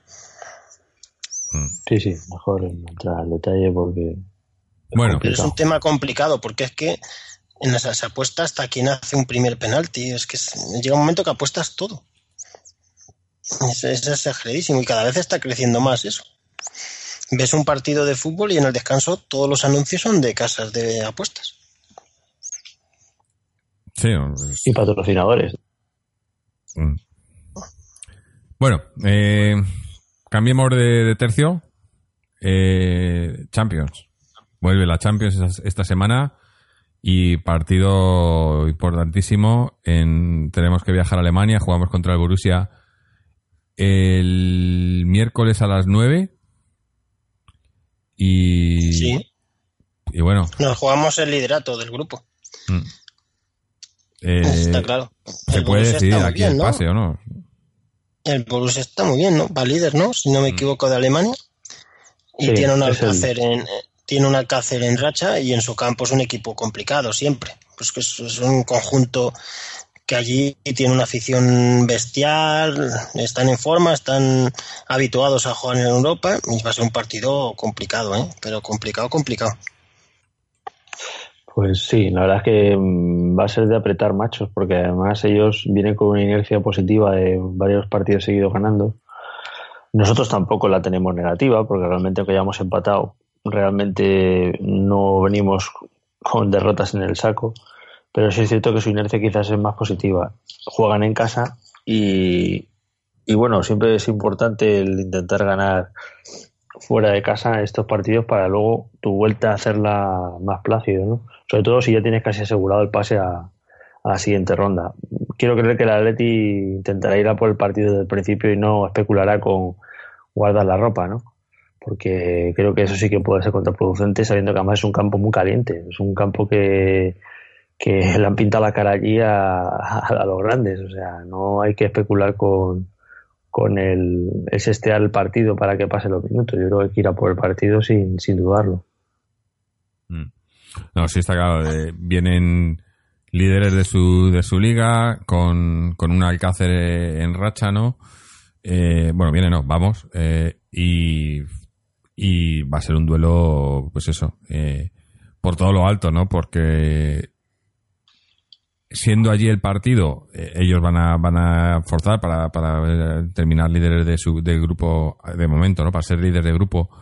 Sí, mejor entrar al detalle porque... Bueno, pero es un tema complicado porque es que en las apuestas hasta quien hace un primer penalti, es que llega un momento que apuestas todo. Es exageradísimo y cada vez está creciendo más eso. Ves un partido de fútbol y en el descanso todos los anuncios son de casas de apuestas. Sí, y patrocinadores. Bueno, cambiemos de tercio. Champions. Vuelve la Champions esta semana y partido importantísimo. Tenemos que viajar a Alemania, jugamos contra el Borussia el miércoles a las 9. Sí. Y bueno. Nos jugamos el liderato del grupo. Está claro. Se puede decidir aquí el pase, ¿o no? El Borussia está muy bien, ¿no? Va líder, ¿no? Si no me equivoco, de Alemania. Y sí, tiene un Alcácer en racha y en su campo es un equipo complicado siempre. Pues que es un conjunto que allí tiene una afición bestial, están en forma, están habituados a jugar en Europa y va a ser un partido complicado, pero complicado. Pues sí, la verdad es que va a ser de apretar machos, porque además ellos vienen con una inercia positiva de varios partidos seguidos ganando. Nosotros tampoco la tenemos negativa, porque realmente aunque hayamos empatado, realmente no venimos con derrotas en el saco, pero sí es cierto que su inercia quizás es más positiva. Juegan en casa y bueno, siempre es importante el intentar ganar fuera de casa estos partidos para luego tu vuelta a hacerla más plácido, ¿no? Sobre todo si ya tienes casi asegurado el pase a la siguiente ronda. Quiero creer que el Atleti intentará ir a por el partido desde el principio y no especulará con guardar la ropa, ¿no? Porque creo que eso sí que puede ser contraproducente, sabiendo que además es un campo muy caliente, es un campo que le han pintado la cara allí a los grandes, o sea, no hay que especular con el sestear el partido para que pase los minutos. Yo creo que hay que ir a por el partido sin dudarlo. No, sí está claro, vienen líderes de su liga con un Alcácer en racha, ¿no? Vamos, y va a ser un duelo, pues eso, por todo lo alto, ¿no? Porque siendo allí el partido, ellos van a forzar para terminar líderes del grupo de momento, ¿no? Para ser líder de grupo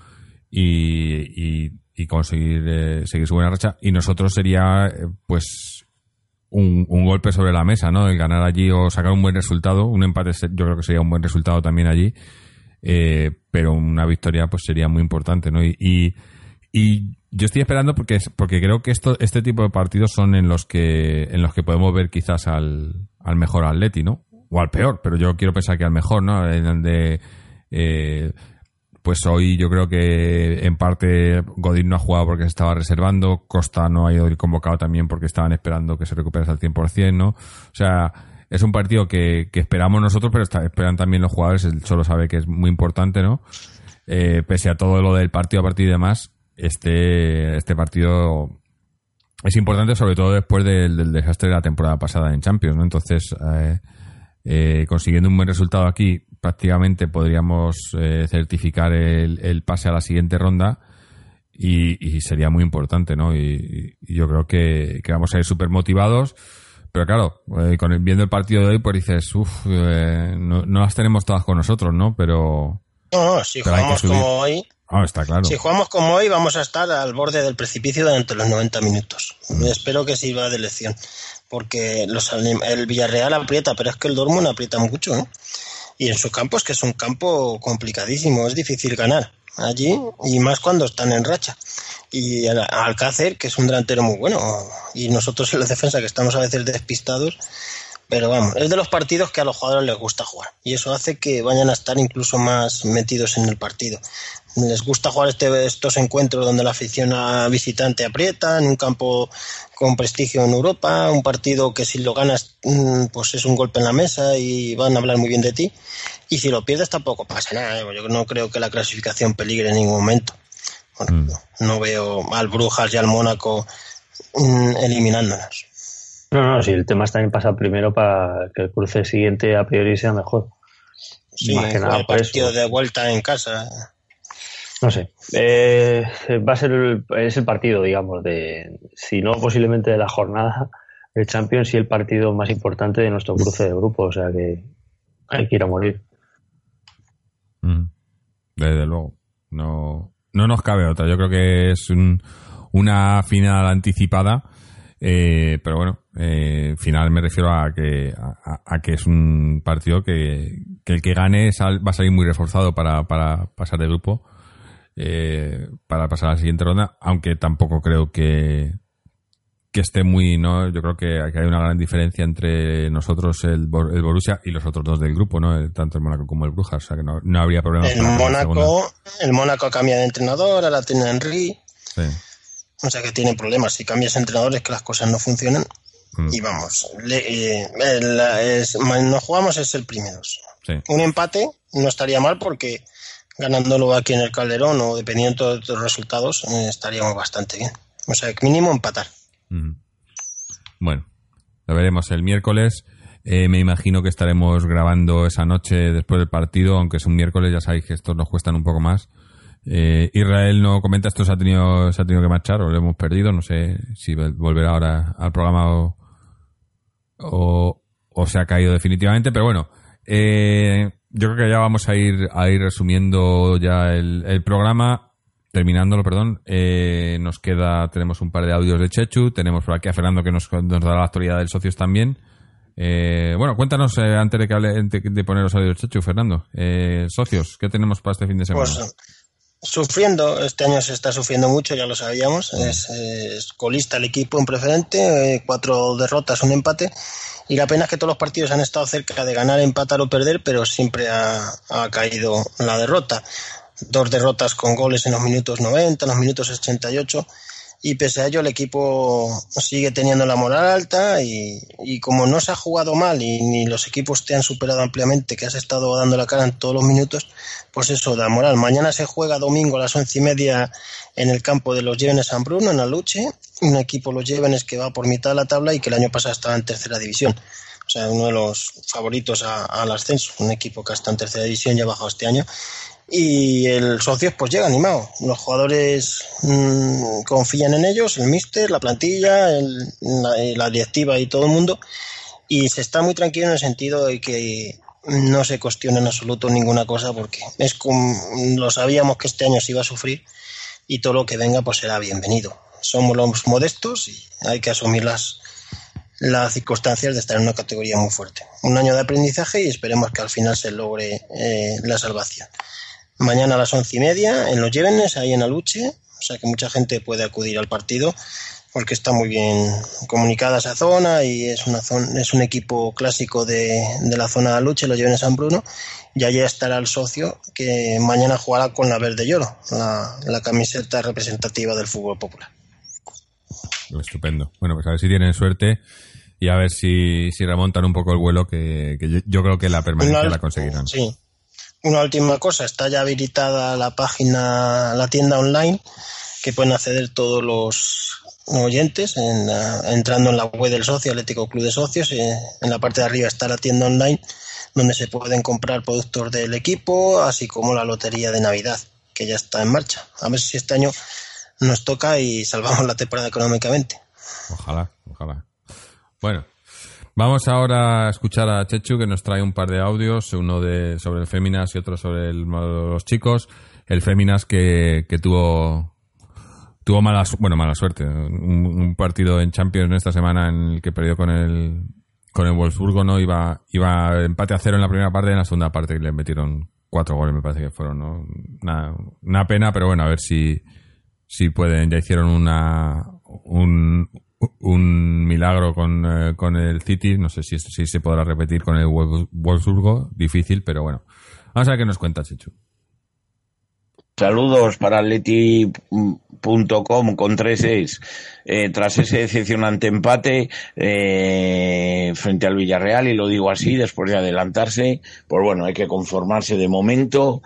y conseguir seguir su buena racha. Y nosotros sería, pues, un golpe sobre la mesa, ¿no? El ganar allí o sacar un buen resultado. Un empate yo creo que sería un buen resultado también allí. Pero una victoria pues sería muy importante, ¿no? Y yo estoy esperando porque creo que este tipo de partidos son en los que podemos ver quizás al mejor Atleti, ¿no? O al peor, pero yo quiero pensar que al mejor, ¿no? En donde pues hoy yo creo que en parte Godín no ha jugado porque se estaba reservando, Costa no ha ido convocado también porque estaban esperando que se recuperase al 100%, ¿no? O sea, es un partido que esperamos nosotros, pero esperan también los jugadores. Él solo sabe que es muy importante, ¿no? Pese a todo lo del partido a partir y demás, este partido es importante, sobre todo después del desastre de la temporada pasada en Champions, ¿no? Entonces, consiguiendo un buen resultado aquí, prácticamente podríamos certificar el pase a la siguiente ronda y sería muy importante, ¿no? Y yo creo que vamos a ir súper motivados. Pero claro, viendo el partido de hoy, pues dices, no las tenemos todas con nosotros, ¿no? Pero si jugamos como hoy, está claro. Si jugamos como hoy, vamos a estar al borde del precipicio durante los 90 minutos. Espero que sirva de lección, porque el Villarreal aprieta, pero es que el Dortmund aprieta mucho, ¿no? Y en su campo es que es un campo complicadísimo, es difícil ganar allí, y más cuando están en racha. Y Alcácer, que es un delantero muy bueno, y nosotros en la defensa que estamos a veces despistados, pero vamos, es de los partidos que a los jugadores les gusta jugar y eso hace que vayan a estar incluso más metidos en el partido. Les gusta jugar estos encuentros donde la afición visitante aprieta, en un campo con prestigio en Europa, un partido que si lo ganas pues es un golpe en la mesa y van a hablar muy bien de ti, y si lo pierdes tampoco pasa nada. Yo no creo que la clasificación peligre en ningún momento. Bueno, no veo al Brujas y al Mónaco eliminándonos. No, si el tema está en pasar primero para que el cruce siguiente a priori sea mejor. Sí, más que nada el por partido eso. de vuelta en casa. No sé. Va a ser es el partido, digamos, si no posiblemente de la jornada, el Champions, y el partido más importante de nuestro cruce de grupo. O sea que hay que ir a morir. Desde luego. No nos cabe otra. Yo creo que es una final anticipada. Pero bueno, final me refiero a que es un partido que el que gane va a salir muy reforzado para pasar de grupo, para pasar a la siguiente ronda, aunque tampoco creo que esté muy, ¿no? Yo creo que hay una gran diferencia entre nosotros, el Borussia, y los otros dos del grupo, ¿no? Tanto el Mónaco como el Brujas, o sea que no habría problemas. El Mónaco cambia de entrenador, ahora tiene Henry. Sí. O sea que tienen problemas. Si cambias entrenadores, que las cosas no funcionan. Y vamos, nos jugamos es el primero. Sí. Un empate no estaría mal, porque ganándolo aquí en el Calderón o dependiendo de los resultados, estaríamos bastante bien. O sea, mínimo empatar. Bueno, lo veremos el miércoles. Me imagino que estaremos grabando esa noche después del partido, aunque es un miércoles, ya sabéis que estos nos cuestan un poco más. Israel no comenta, esto se ha tenido que marchar o lo hemos perdido, no sé si volverá ahora al programa o se ha caído definitivamente, pero bueno, yo creo que ya vamos a ir resumiendo ya el programa, terminándolo, perdón. Tenemos un par de audios de Chechu, tenemos por aquí a Fernando que nos dará la actualidad del Socios también. Bueno, cuéntanos antes de que hable de poner los audios de Chechu, Fernando. Socios, ¿qué tenemos para este fin de semana? Pues, sufriendo, este año se está sufriendo mucho, ya lo sabíamos. Es colista el equipo en preferente, 4 derrotas, un empate, y la pena es que todos los partidos han estado cerca de ganar, empatar o perder, pero siempre ha caído la derrota. 2 derrotas con goles en los minutos 90, en los minutos 88, y pese a ello el equipo sigue teniendo la moral alta, y como no se ha jugado mal y ni los equipos te han superado ampliamente, que has estado dando la cara en todos los minutos, pues eso da moral. Mañana se juega domingo a las 11:30 en el campo de los Llévenes San Bruno, en Aluche, un equipo, los Llévenes, que va por mitad de la tabla y que el año pasado estaba en tercera división. O sea, uno de los favoritos al ascenso, un equipo que está en tercera división y ha bajado este año. Y el Socios pues llega animado. Los jugadores confían en ellos, el míster, la plantilla, la directiva y todo el mundo, y se está muy tranquilo en el sentido de que no se cuestiona en absoluto ninguna cosa, porque lo sabíamos que este año se iba a sufrir, y todo lo que venga pues será bienvenido. Somos los modestos y hay que asumir las circunstancias de estar en una categoría muy fuerte. Un año de aprendizaje, y esperemos que al final se logre la salvación. Mañana a las 11:30 en los Llévenes, ahí en Aluche, o sea que mucha gente puede acudir al partido, porque está muy bien comunicada esa zona, y es un equipo clásico de la zona de Aluche, los Llévenes San Bruno, y allí estará el Socio, que mañana jugará con la verde y oro, la camiseta representativa del fútbol popular. Estupendo. Bueno, pues a ver si tienen suerte y a ver si remontan un poco el vuelo, que yo creo que la permanencia la conseguirán. Sí. Una última cosa, está ya habilitada la tienda online, que pueden acceder todos los oyentes entrando en la web del Socio, Atlético Club de Socios. En la parte de arriba está la tienda online, donde se pueden comprar productos del equipo, así como la lotería de Navidad, que ya está en marcha. A ver si este año nos toca y salvamos la temporada económicamente. Ojalá. Bueno, vamos ahora a escuchar a Chechu, que nos trae un par de audios, uno sobre el Féminas y otro sobre los chicos. El Féminas que tuvo mala suerte. Un partido en Champions esta semana en el que perdió con el Wolfsburgo, ¿no? Iba empate a 0 en la primera parte, y en la segunda parte le metieron 4 goles, me parece que fueron, ¿no? Una pena, pero bueno, a ver si pueden. Ya hicieron un milagro con el City. No sé si se podrá repetir con el Wolfsburgo. Difícil, pero bueno. Vamos a ver qué nos cuenta Chechu. Saludos para atleti.com con 3-6. Tras ese decepcionante empate frente al Villarreal, y lo digo así, después de adelantarse, pues bueno, hay que conformarse de momento.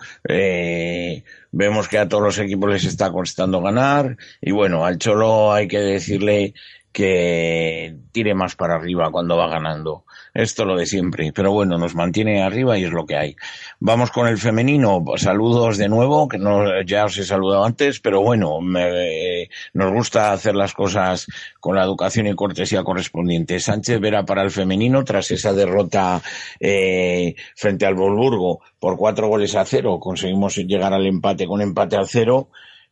Vemos que a todos los equipos les está costando ganar, y bueno, al Cholo hay que decirle que tire más para arriba cuando va ganando. Esto lo de siempre, pero bueno, nos mantiene arriba y es lo que hay. Vamos con el femenino. Saludos de nuevo, que no, ya os he saludado antes, pero bueno, nos gusta hacer las cosas con la educación y cortesía correspondiente. Sánchez Vera para el femenino, tras esa derrota frente al Wolfsburgo por 4-0, conseguimos llegar al empate con empate al 0.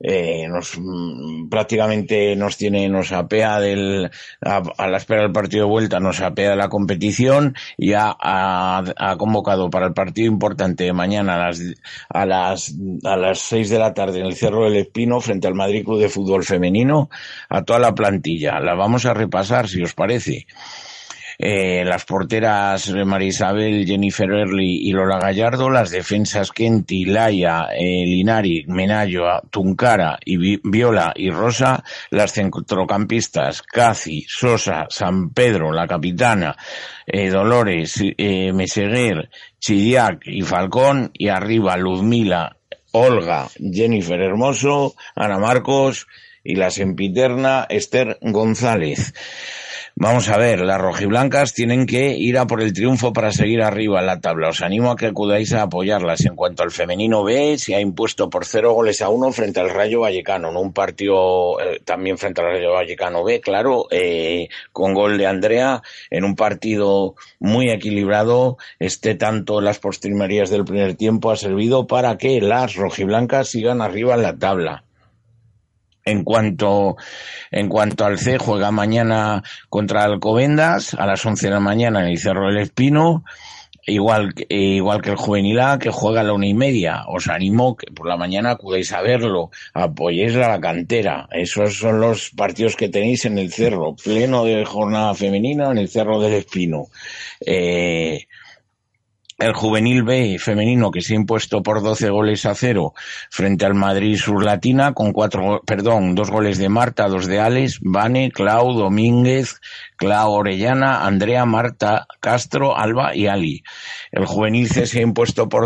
Prácticamente nos apea a la espera del partido de vuelta, nos apea de la competición y ha convocado para el partido importante de mañana a las 6 de la tarde en el Cerro del Espino frente al Madrid Club de Fútbol Femenino a toda la plantilla. La vamos a repasar, si os parece. Las porteras María Isabel, Jennifer Early y Lola Gallardo, las defensas Kenti, Laia, Linari, Menayo, Tuncara y Viola y Rosa, las centrocampistas Caci, Sosa, San Pedro, la capitana, Dolores, Meseguer, Chidiac y Falcón, y arriba Luzmila, Olga, Jennifer Hermoso, Ana Marcos y la sempiterna Esther González. Vamos a ver, las rojiblancas tienen que ir a por el triunfo para seguir arriba en la tabla. Os animo a que acudáis a apoyarlas. En cuanto al femenino B, se ha impuesto por 0-1 frente al Rayo Vallecano, en un partido también frente al Rayo Vallecano B, claro, con gol de Andrea, en un partido muy equilibrado. Tanto en las postrimerías del primer tiempo ha servido para que las rojiblancas sigan arriba en la tabla. En cuanto al C, juega mañana contra Alcobendas a las 11 de la mañana en el Cerro del Espino, igual que el Juvenil A, que juega a la 1:30. Os animo que por la mañana acudáis a verlo, apoyéis a la cantera. Esos son los partidos que tenéis en el Cerro, pleno de jornada femenina en el Cerro del Espino. El Juvenil B femenino, que se ha impuesto por 12-0 frente al Madrid Surlatina, con 2 goles de Marta, 2 de Alex, Vane, Clau, Domínguez, Clau Orellana, Andrea, Marta, Castro, Alba y Ali. El Juvenil C se ha impuesto por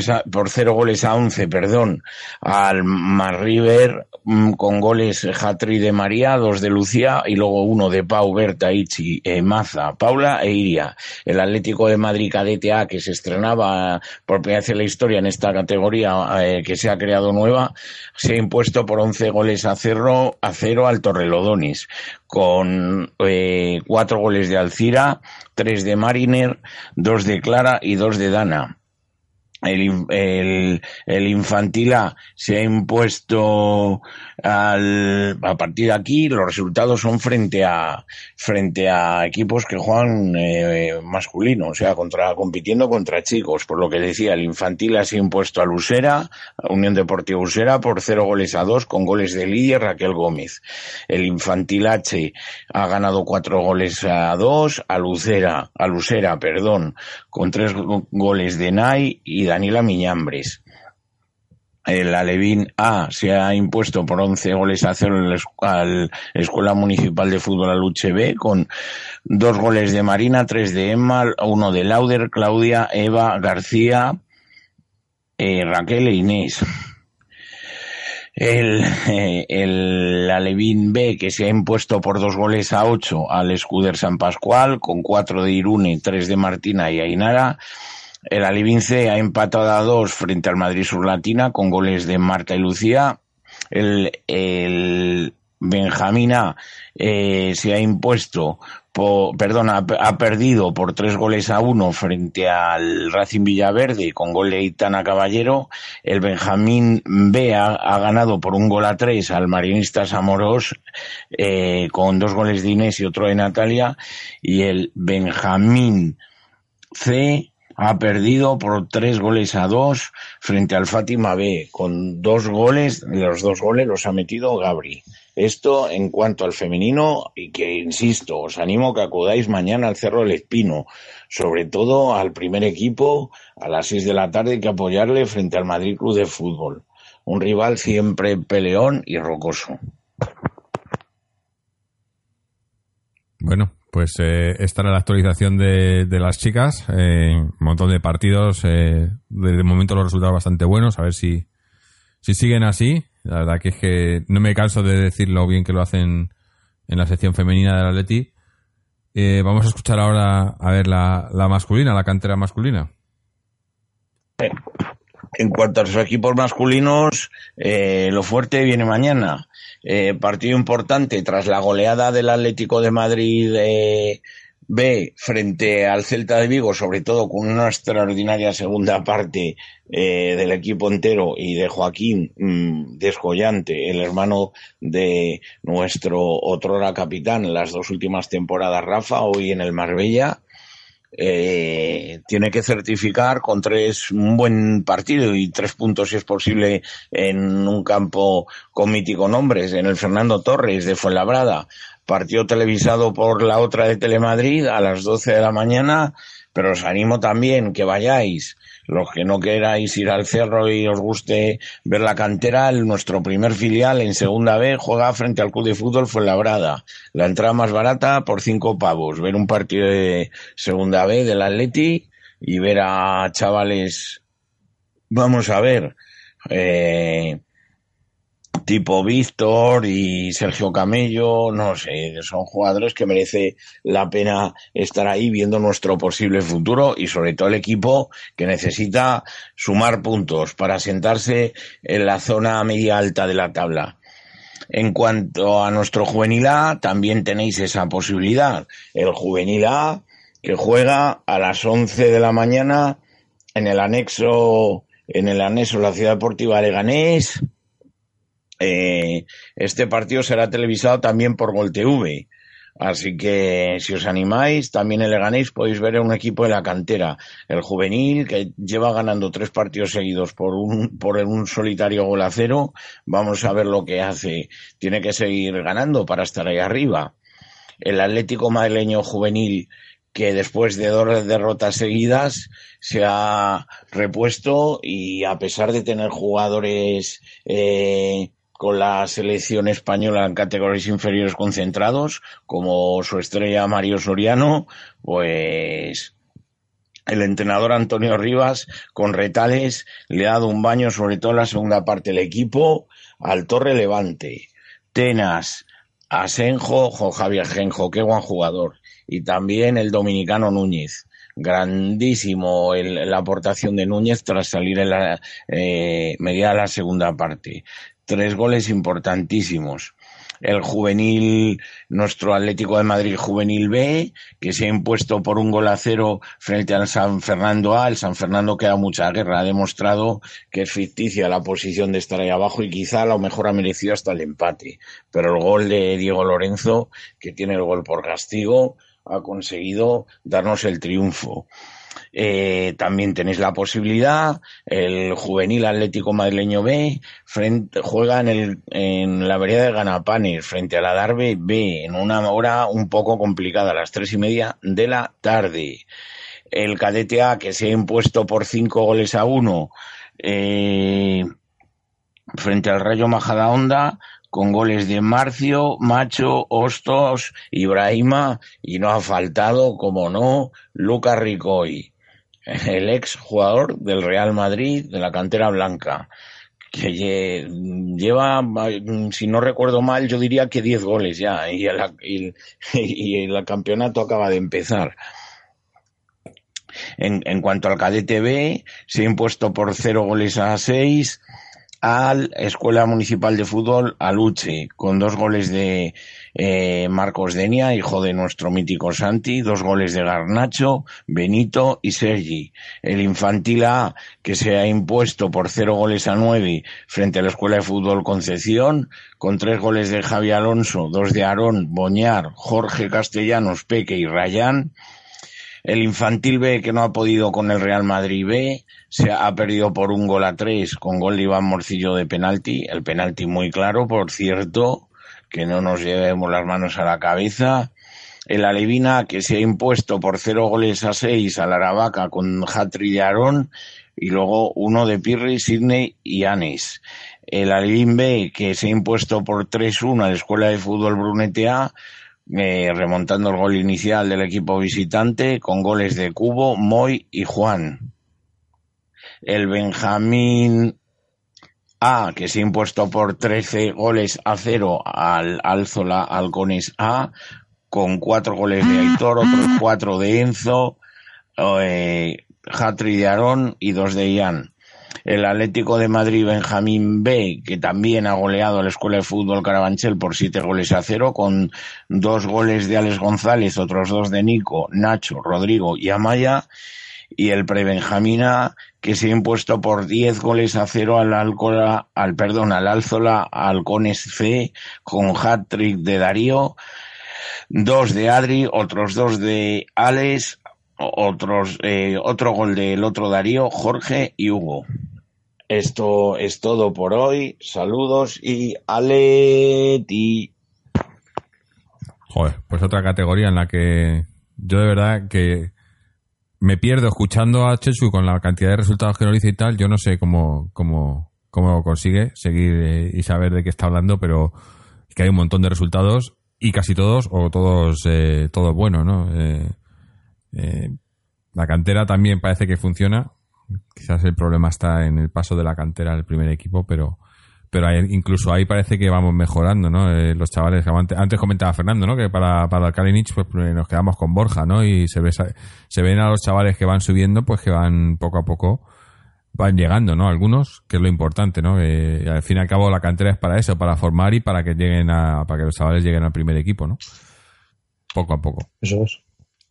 0-11, al Marriver, con goles hat-trick de María, 2 de Lucía y luego 1 de Pau, Berta, Ichi, Maza, Paula e Iria. El Atlético de Madrid Cadete A, que se estrenaba por primera vez en la historia en esta categoría que se ha creado nueva, se ha impuesto por 11-0 al Torrelodones, con 4 goles de Alcira, 3 de Mariner, 2 de Clara y 2 de Dana. El Infantil A se ha impuesto a partir de aquí. Los resultados son frente a equipos que juegan masculino, o sea, compitiendo contra chicos. Por lo que decía, el Infantil A se ha impuesto a Usera, Unión Deportiva Usera, por 0-2 con goles de Lidia y Raquel Gómez. El Infantil H ha ganado 4-2 a Lucera, con 3 goles de Nay y Daniela Miñambres. El Alevín A se ha impuesto por 11-0 al Escuela Municipal de Fútbol Aluche B, con 2 goles de Marina, 3 de Emma, 1 de Lauder, Claudia, Eva, García, Raquel e Inés. El Alevín B, que se ha impuesto por 2-8 al Escuder San Pascual, con 4 de Irune, 3 de Martina y Ainara. El Alevín C ha empatado a 2 frente al Madrid Surlatina, con goles de Marta y Lucía. El Benjamín A se ha impuesto ha perdido por 3-1 frente al Racing Villaverde, con gol de Itana Caballero. El Benjamín B ha ganado por 1-3 al Marinistas Amorós, con 2 goles de Inés y otro de Natalia. Y el Benjamín C ha perdido por 3-2 frente al Fátima B, con 2 goles. Los 2 goles los ha metido Gabri. Esto en cuanto al femenino, y que, insisto, os animo a que acudáis mañana al Cerro del Espino, sobre todo al primer equipo, a las 6 de la tarde, hay que apoyarle frente al Madrid Club de Fútbol, un rival siempre peleón y rocoso. Bueno, pues esta era la actualización de las chicas, un montón de partidos, de momento los resultados bastante buenos, a ver si siguen así. La verdad que es que no me canso de decir lo bien que lo hacen en la sección femenina del Atleti. Vamos a escuchar ahora a ver la masculina, la cantera masculina. En cuanto a los equipos masculinos, lo fuerte viene mañana. Partido importante tras la goleada del Atlético de Madrid B frente al Celta de Vigo, sobre todo con una extraordinaria segunda parte del equipo entero y de Joaquín descollante, el hermano de nuestro otrora capitán las 2 últimas temporadas, Rafa, hoy en el Marbella. Tiene que certificar con un buen partido y 3 puntos si es posible en un campo con mítico nombres, en el Fernando Torres de Fuenlabrada. Partido televisado por la otra de Telemadrid a las 12 de la mañana, pero os animo también que vayáis. Los que no queráis ir al Cerro y os guste ver la cantera, nuestro primer filial en Segunda B juega frente al Club de Fútbol Fuenlabrada. La entrada más barata por 5 pavos. Ver un partido de Segunda B del Atleti y ver a chavales, vamos a ver, tipo Víctor y Sergio Camello, no sé, son jugadores que merece la pena estar ahí viendo nuestro posible futuro y sobre todo el equipo que necesita sumar puntos para sentarse en la zona media alta de la tabla. En cuanto a nuestro Juvenil A, también tenéis esa posibilidad. El Juvenil A que juega a las 11 de la mañana en el anexo la Ciudad Deportiva de Leganés. Este partido será televisado también por Gol TV, así que si os animáis, también en Leganés podéis ver a un equipo de la cantera, el juvenil, que lleva ganando 3 partidos seguidos por un solitario gol a 0. Vamos a ver lo que hace. Tiene que seguir ganando para estar ahí arriba. El Atlético Madrileño juvenil, que después de 2 derrotas seguidas se ha repuesto y a pesar de tener jugadores con la selección española en categorías inferiores concentrados, como su estrella Mario Soriano, pues el entrenador Antonio Rivas, con retales, le ha dado un baño, sobre todo en la segunda parte del equipo, al Torre Levante, Tenas, Asenjo, Javier Genjo, qué buen jugador, y también el dominicano Núñez. Grandísimo la aportación de Núñez tras salir en la media de la segunda parte. 3 goles importantísimos. El juvenil, nuestro Atlético de Madrid Juvenil B, que se ha impuesto por 1 gol a 0 frente al San Fernando A. El San Fernando que da mucha guerra, ha demostrado que es ficticia la posición de estar ahí abajo y quizá a lo mejor ha merecido hasta el empate. Pero el gol de Diego Lorenzo, que tiene el gol por castigo, ha conseguido darnos el triunfo. También tenéis la posibilidad, el juvenil Atlético Madrileño B juega en la vereda de Ganapanes frente a la Darbe B en una hora un poco complicada, a las 3:30 de la tarde. El cadete A, que se ha impuesto por 5 goles a 1 frente al Rayo Majadahonda, con goles de Marcio, Macho, Hostos, Ibrahima, y no ha faltado, como no, Lucas Ricoy, el ex jugador del Real Madrid, de la cantera blanca, que lleva, si no recuerdo mal, yo diría que 10 goles ya, y el campeonato acaba de empezar. En cuanto al cadete B, se ha impuesto por 0 goles a 6 al Escuela Municipal de Fútbol Aluche, con 2 goles de Marcos Denia, hijo de nuestro mítico Santi, 2 goles de Garnacho, Benito y Sergi. El Infantil A, que se ha impuesto por 0 goles a 9 frente a la Escuela de Fútbol Concepción, con 3 goles de Javi Alonso, 2 de Aarón, Boñar, Jorge Castellanos, Peque y Rayán. El Infantil B, que no ha podido con el Real Madrid B, se ha perdido por 1 gol a 3 con gol de Iván Morcillo de penalti. El penalti muy claro, por cierto, que no nos llevemos las manos a la cabeza. El Alevina, que se ha impuesto por 0 goles a 6 al Aravaca con hat-trick de Aarón, y luego 1 de Pirri, Sidney y Anes. El Alevín B, que se ha impuesto por 3-1 a la Escuela de Fútbol Brunete A, remontando el gol inicial del equipo visitante, con goles de Cubo, Moy y Juan. El Benjamín A, que se ha impuesto por 13-0 al Alzola Halcones A, con 4 goles de Aitor, otros 4 de Enzo, hat-trick de Aarón y 2 de Ian. El Atlético de Madrid Benjamín B, que también ha goleado a la Escuela de Fútbol Carabanchel por 7-0, con 2 goles de Alex González, otros 2 de Nico, Nacho, Rodrigo y Amaya. Y el Prebenjamina, que se ha impuesto por 10-0 al Alzola Halcones C, con hat-trick de Darío, 2 de Adri, otros 2 de Alex, otro gol del otro Darío, Jorge y Hugo. Esto es todo por hoy. Saludos y Aleti. Joder, pues otra categoría en la que yo de verdad que me pierdo escuchando a Chechu con la cantidad de resultados que nos dice y tal. Yo no sé cómo consigue seguir y saber de qué está hablando, pero que hay un montón de resultados y casi todos todos buenos, ¿no? La cantera también parece que funciona. Quizás el problema está en el paso de la cantera al primer equipo, pero incluso ahí parece que vamos mejorando, ¿no? Los chavales, antes comentaba Fernando, ¿no? Que para el Kalinic pues nos quedamos con Borja, ¿no? Y se ven a los chavales que van subiendo, pues que van poco a poco van llegando, ¿no? Algunos, que es lo importante, ¿no? Al fin y al cabo la cantera es para eso, para formar y para que los chavales lleguen al primer equipo, ¿no? Poco a poco. Eso es.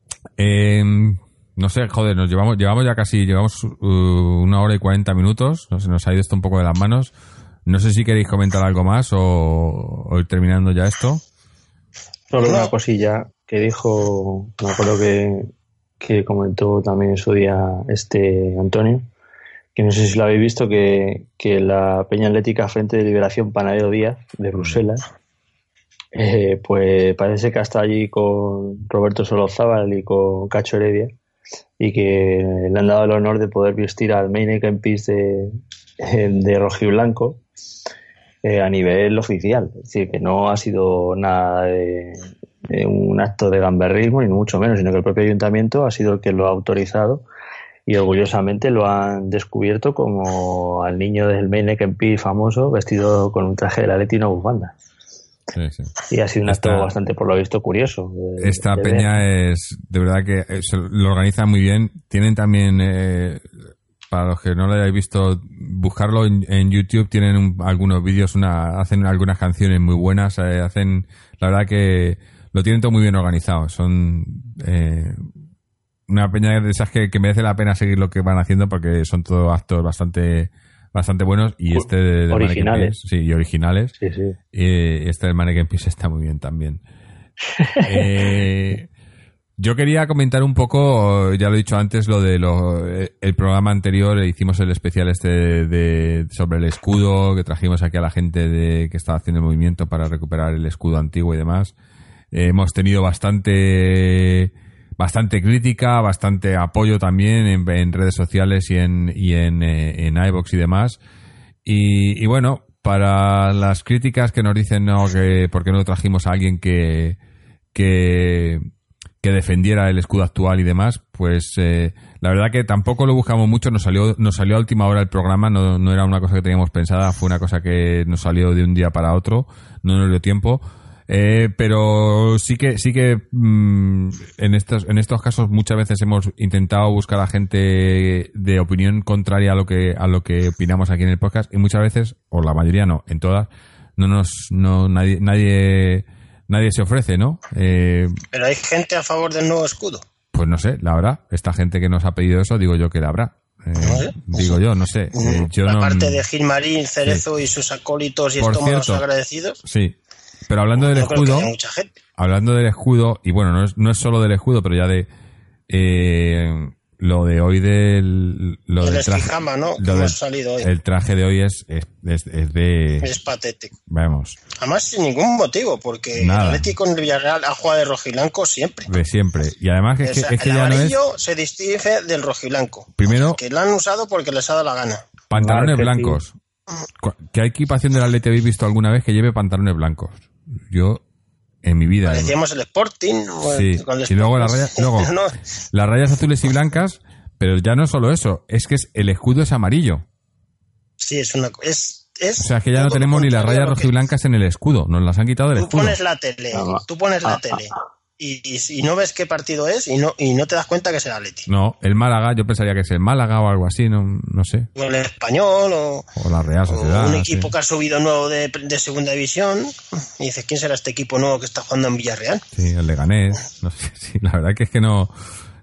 No sé, joder, llevamos 1 hora y 40 minutos, no sé, nos ha ido esto un poco de las manos. No sé si queréis comentar algo más o ir terminando ya esto. Solo una cosilla que dijo, me acuerdo que comentó también en su día Antonio, que no sé si lo habéis visto, que la Peña Atlética Frente de Liberación Panadero Díaz de Bruselas, pues parece que está allí con Roberto Solozábal y con Cacho Heredia, y que le han dado el honor de poder vestir al Meineken Peace de rojiblanco a nivel oficial. Es decir, que no ha sido nada de un acto de gamberrismo, ni mucho menos, sino que el propio ayuntamiento ha sido el que lo ha autorizado y orgullosamente lo han descubierto como al niño del Meineken Peace famoso vestido con un traje de la Leti y una bufanda. Sí. Y ha sido un acto bastante, por lo visto, curioso. Esta peña es, de verdad que lo organizan muy bien. Tienen también, para los que no lo hayáis visto, buscarlo en YouTube. Tienen algunos vídeos, hacen algunas canciones muy buenas. La verdad que lo tienen todo muy bien organizado. Son una peña de esas que merece la pena seguir lo que van haciendo, porque son todos actos bastante buenos, y de originales. Sí, y originales. Sí. Y del Meineken Peace está muy bien también. Yo quería comentar un poco, ya lo he dicho antes, lo de el programa anterior. Hicimos el especial sobre el escudo, que trajimos aquí a la gente que estaba haciendo el movimiento para recuperar el escudo antiguo y demás. Hemos tenido bastante crítica, bastante apoyo también en redes sociales y en iVoox y demás. Y bueno, para las críticas que nos dicen, no, que por qué no trajimos a alguien que defendiera el escudo actual y demás, pues la verdad que tampoco lo buscamos mucho. Nos salió a última hora el programa, no era una cosa que teníamos pensada, fue una cosa que nos salió de un día para otro, no nos dio tiempo. Pero sí que en estos casos muchas veces hemos intentado buscar a gente de opinión contraria a lo que opinamos aquí en el podcast, y muchas veces, o la mayoría no, en todas, nadie se ofrece, ¿no? Pero hay gente a favor del nuevo escudo. Pues no sé, la habrá. Esta gente que nos ha pedido eso, digo yo que la habrá. Digo yo, no sé. Aparte de Gilmarín, Cerezo y sus acólitos y estómagos agradecidos. Sí. Pero hablando del escudo, y bueno, no es solo del escudo, pero ya de lo de hoy lo del traje, ¿no? Que hemos salido hoy. El traje de hoy es patético. Vamos. Además sin ningún motivo, porque el Atlético en el Villarreal ha jugado de rojiblanco siempre. De siempre. Y además que el ya amarillo no es... se distingue del rojiblanco. Primero, que lo han usado porque les ha dado la gana. Pantalones blancos. ¿Qué equipación del Atleti habéis visto alguna vez que lleve pantalones blancos? Yo, en mi vida. Decíamos el Sporting. Sí. Y luego las rayas azules y blancas, pero ya no solo eso, es que el escudo es amarillo. Sí, es es... O sea, que ya no tenemos ni las rayas rojiblancas en el escudo, nos las han quitado del escudo. Tú pones la tele y no ves qué partido es y no te das cuenta que es el Atleti. No, el Málaga, yo pensaría que es el Málaga o algo así, no sé. O el Español o la Real Sociedad. O un equipo que ha subido nuevo de segunda división y dices, ¿quién será este equipo nuevo que está jugando en Villarreal? Sí, el Leganés, no sé, sí, la verdad que es que no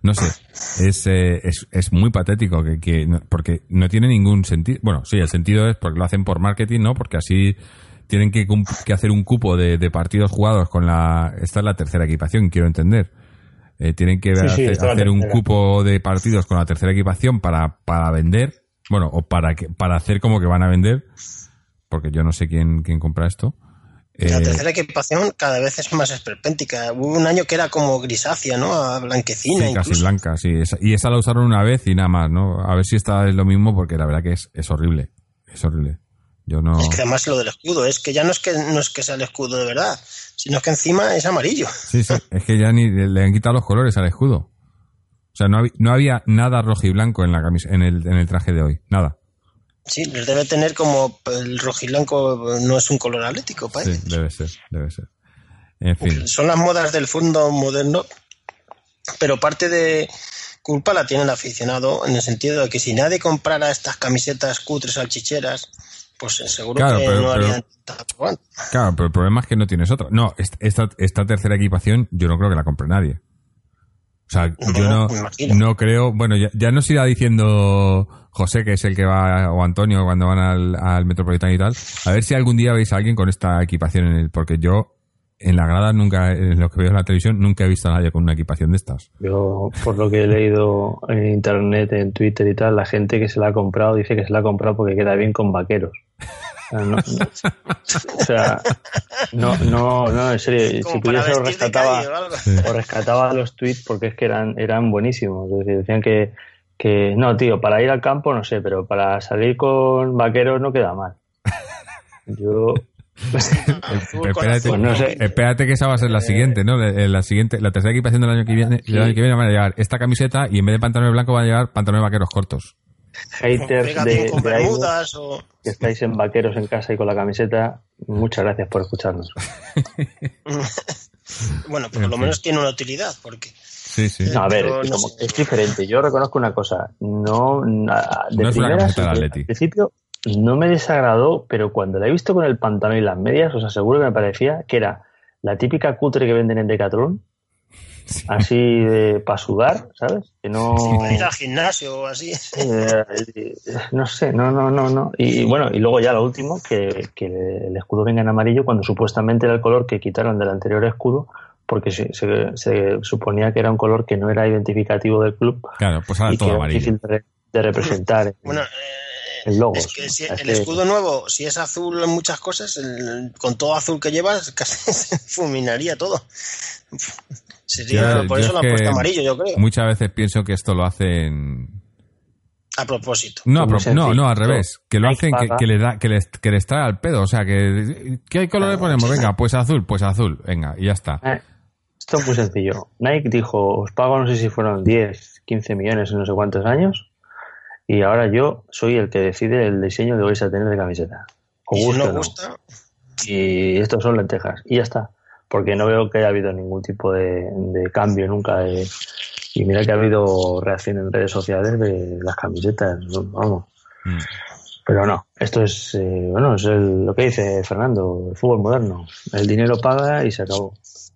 sé, es muy patético porque no tiene ningún sentido. Bueno, sí, el sentido es porque lo hacen por marketing, ¿no? Porque así tienen que hacer un cupo de partidos jugados con esta es la tercera equipación, quiero entender. Tienen que hacer un cupo de partidos con la tercera equipación para vender, bueno, o para hacer como que van a vender, porque yo no sé quién compra esto. La tercera equipación cada vez es más esperpéntica. Hubo un año que era como grisácea, ¿no? Blanquecina. Sí, casi blanca, sí. Y esa la usaron una vez y nada más, ¿no? A ver si esta es lo mismo, porque la verdad que es horrible. Es horrible. Yo no... Es que además lo del escudo, es que ya no es que sea el escudo de verdad, sino que encima es amarillo. Sí, es que ya ni le han quitado los colores al escudo. O sea, no había nada rojiblanco en la camisa, en el traje de hoy. Nada. Sí, les debe tener como el rojiblanco no es un color atlético, ¿pa? Sí, debe ser. En fin. Son las modas del fútbol moderno, pero parte de culpa la tiene el aficionado en el sentido de que si nadie comprara estas camisetas cutres salchicheras, pues seguro que no harían tanto. Claro, pero el problema es que no tienes otra. No, esta tercera equipación yo no creo que la compre nadie. O sea, yo no creo... Bueno, ya nos irá diciendo José, que es el que va, o Antonio, cuando van al Metropolitano y tal, a ver si algún día veis a alguien con esta equipación porque yo en la grada nunca, en lo que veo en la televisión, nunca he visto a nadie con una equipación de estas. Yo, por lo que he leído en internet, en Twitter y tal, la gente que se la ha comprado dice que se la ha comprado porque queda bien con vaqueros. No, en serio, si pudiese os rescataba los tweets porque es que eran buenísimos. Es decir, decían que no, tío, para ir al campo no sé, pero para salir con vaqueros no queda mal. Yo... Espérate que esa va a ser la siguiente, ¿no? La tercera equipación del año que viene van a llevar esta camiseta y en vez de pantalones blancos van a llevar pantalones vaqueros cortos. Haters de bermudas que estáis en vaqueros en casa y con la camiseta, muchas gracias por escucharnos. Bueno, por lo menos tiene una utilidad, porque... Sí. No, a ver, es diferente. Yo reconozco una cosa. No es una camiseta del Atleti. Al principio no me desagradó, pero cuando la he visto con el pantalón y las medias, os aseguro que me parecía que era la típica cutre que venden en Decathlon. Sí. Así para sudar, ¿sabes? Que no... para ir al gimnasio o así. No sé, no. Y bueno, y luego ya lo último, que el escudo venga en amarillo cuando supuestamente era el color que quitaron del anterior escudo, porque se suponía que era un color que no era identificativo del club. Claro, pues ahora y todo que amarillo. Era difícil de representar. Bueno, el logo. Es que si el escudo nuevo, si es azul en muchas cosas, con todo azul que llevas, casi se fulminaría todo. Por eso lo han puesto amarillo, yo creo. Muchas veces pienso que esto lo hacen a propósito. No, al revés. Que lo hacen que les trae al pedo. O sea, ¿qué color le ponemos? Venga, pues azul. Venga, y ya está. Esto es muy sencillo. Nike dijo, os pago no sé si fueron 10, 15 millones en no sé cuántos años, y ahora yo soy el que decide el diseño que vais a tener de camiseta. ¿Y si no gusta? Y estos son lentejas. Y ya está. Porque no veo que haya habido ningún tipo de cambio nunca. Y mira que ha habido reacción en redes sociales de las camisetas. Vamos. Pero no. Esto es, es lo que dice Fernando, el fútbol moderno. El dinero paga y se acabó.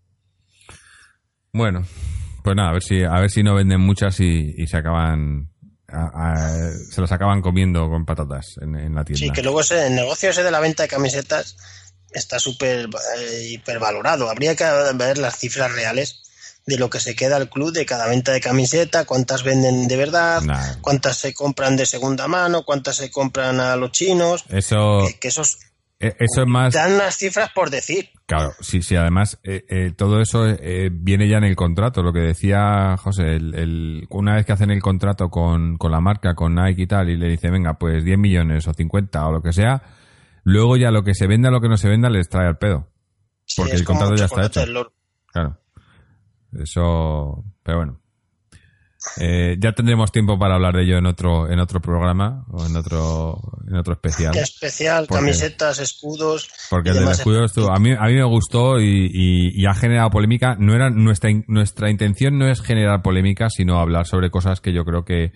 Bueno, pues nada, a ver si no venden muchas y se acaban... se las acaban comiendo con patatas en la tienda. Sí, que luego el negocio ese de la venta de camisetas está súper hipervalorado. Habría que ver las cifras reales de lo que se queda al club de cada venta de camiseta, cuántas venden de verdad, cuántas se compran de segunda mano, cuántas se compran a los chinos. Eso es más... Dan las cifras por decir. Claro, sí, además todo eso viene ya en el contrato, lo que decía José, una vez que hacen el contrato con la marca, con Nike y tal, y le dice, venga, pues 10 millones o 50 o lo que sea, luego ya lo que se venda, lo que no se venda, les trae al pedo. Porque el contrato ya está hecho. Claro. Eso, pero bueno. Ya tendremos tiempo para hablar de ello en otro programa o en otro especial. Especial, camisetas, escudos. Porque el del escudo a mí me gustó y ha generado polémica. No era nuestra intención no es generar polémica, sino hablar sobre cosas que yo creo que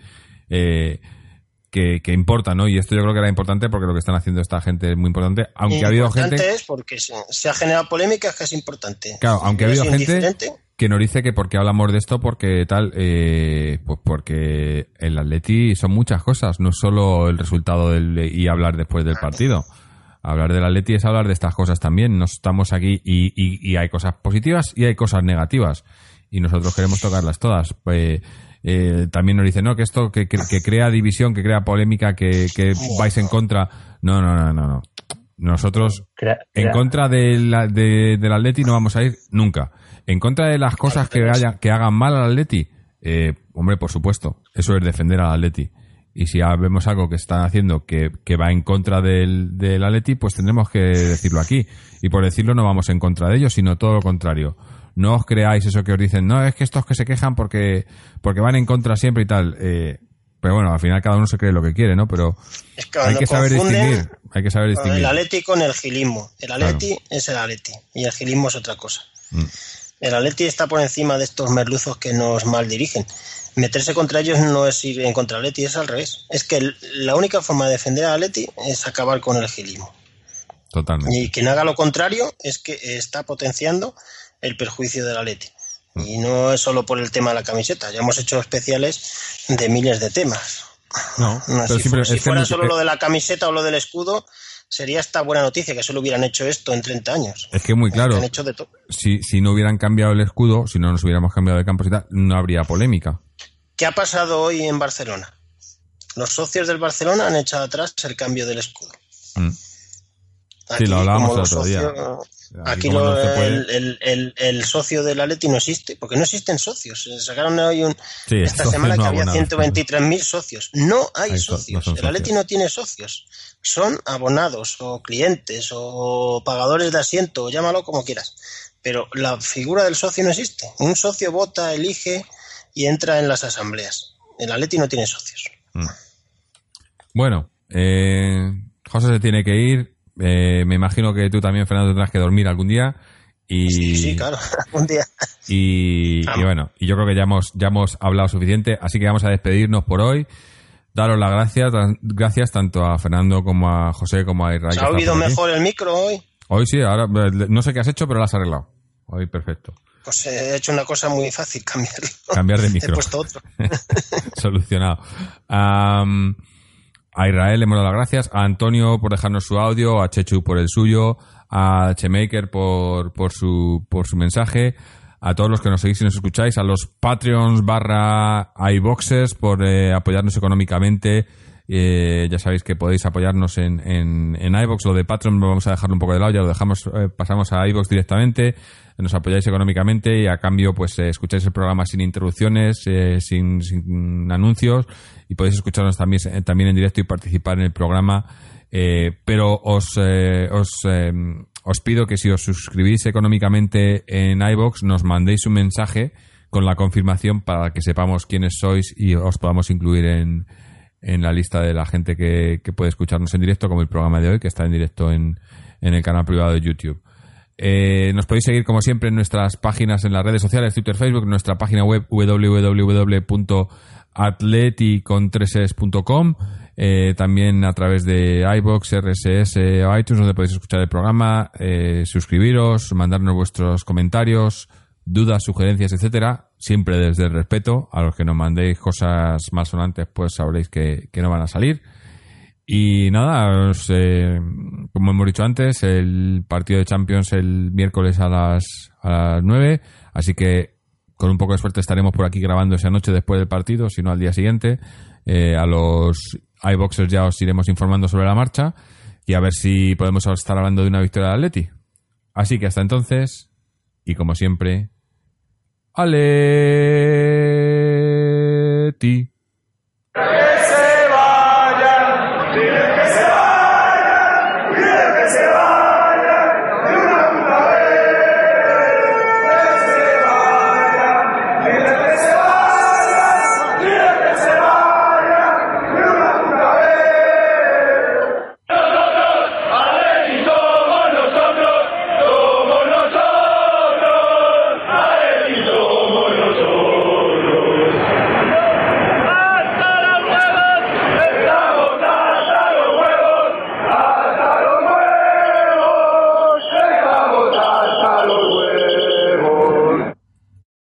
importan, ¿no? Y esto yo creo que era importante porque lo que están haciendo esta gente es muy importante. Aunque ha habido gente. Es porque se ha generado polémica, es que es importante. Claro, aunque ha habido gente que nos dice que por qué hablamos de esto, porque tal, pues porque el Atleti son muchas cosas, no solo el resultado y hablar después del partido. Hablar del Atleti es hablar de estas cosas también. Nos estamos aquí y hay cosas positivas y hay cosas negativas. Y nosotros queremos tocarlas todas. También nos dicen, no, que esto que crea división, que crea polémica, que vais en contra. No. Nosotros en contra del Atleti no vamos a ir nunca. En contra de las cosas que hagan mal al Atleti, hombre, por supuesto, eso es defender al Atleti. Y si vemos algo que están haciendo que va en contra del Atleti, pues tendremos que decirlo aquí. Y por decirlo no vamos en contra de ellos, sino todo lo contrario. No os creáis eso que os dicen, no, es que estos que se quejan porque van en contra siempre y tal. Pero bueno, al final cada uno se cree lo que quiere, ¿no? Pero es que hay que saber distinguir. El Atleti con el gilismo. El Atleti es el Atleti y el gilismo es otra cosa. El Atleti está por encima de estos merluzos que nos maldirigen. Meterse contra ellos no es ir en contra del Atleti, es al revés. Es que la única forma de defender al Atleti es acabar con el gilismo. Totalmente. Y quien haga lo contrario es que está potenciando el perjuicio del Atleti. Y no es solo por el tema de la camiseta. Ya hemos hecho especiales de miles de temas. No, pero si fuera solo lo de la camiseta o lo del escudo, sería esta buena noticia que solo hubieran hecho esto en 30 años. Es que muy claro. Han hecho de todo. Si no hubieran cambiado el escudo, si no nos hubiéramos cambiado de campos y tal, no habría polémica. ¿Qué ha pasado hoy en Barcelona? Los socios del Barcelona han echado atrás el cambio del escudo. Aquí, sí, lo hablábamos el otro día. Aquí el socio del Atleti no existe, porque no existen socios. Sacaron hoy esta semana que había 123.000 socios. No hay socios. El Atleti no tiene socios. Son abonados o clientes o pagadores de asiento, llámalo como quieras. Pero la figura del socio no existe. Un socio vota, elige y entra en las asambleas. El Atleti no tiene socios. Bueno, José se tiene que ir. Me imagino que tú también, Fernando, tendrás que dormir algún día. Sí, claro, algún día. Y bueno, y yo creo que ya hemos hablado suficiente, así que vamos a despedirnos por hoy. Daros las gracias tanto a Fernando como a José como a Israel. ¿Se ha oído mejor el micro hoy? Hoy sí, ahora no sé qué has hecho, pero lo has arreglado. Hoy perfecto. Pues he hecho una cosa muy fácil, cambiarlo. Cambiar de micro. He puesto otro. Solucionado. A Israel le hemos dado las gracias, a Antonio por dejarnos su audio, a Chechu por el suyo, a Chemaker por su mensaje, a todos los que nos seguís y nos escucháis, a los Patreons / iBoxes por apoyarnos económicamente. Ya sabéis que podéis apoyarnos en iVoox. Lo de Patreon vamos a dejarlo un poco de lado, ya lo dejamos, pasamos a iVoox directamente. Nos apoyáis económicamente y a cambio pues escucháis el programa sin interrupciones, sin anuncios, y podéis escucharnos también en directo y participar en el programa. Pero os pido que si os suscribís económicamente en iVoox nos mandéis un mensaje con la confirmación para que sepamos quiénes sois y os podamos incluir en la lista de la gente que puede escucharnos en directo, como el programa de hoy, que está en directo en el canal privado de YouTube. Nos podéis seguir como siempre en nuestras páginas en las redes sociales, Twitter, Facebook, nuestra página web www.atleticontreses.com, también a través de iVoox, RSS o iTunes, donde podéis escuchar el programa, suscribiros, mandarnos vuestros comentarios, dudas, sugerencias, etcétera, siempre desde el respeto. A los que nos mandéis cosas malsonantes pues sabréis que no van a salir. Y nada, como hemos dicho antes, el partido de Champions el miércoles a las 9, así que con un poco de suerte estaremos por aquí grabando esa noche después del partido, si no al día siguiente. A los iBoxers ya os iremos informando sobre la marcha y a ver si podemos estar hablando de una victoria del Atleti. Así que hasta entonces, y como siempre, ¡ale!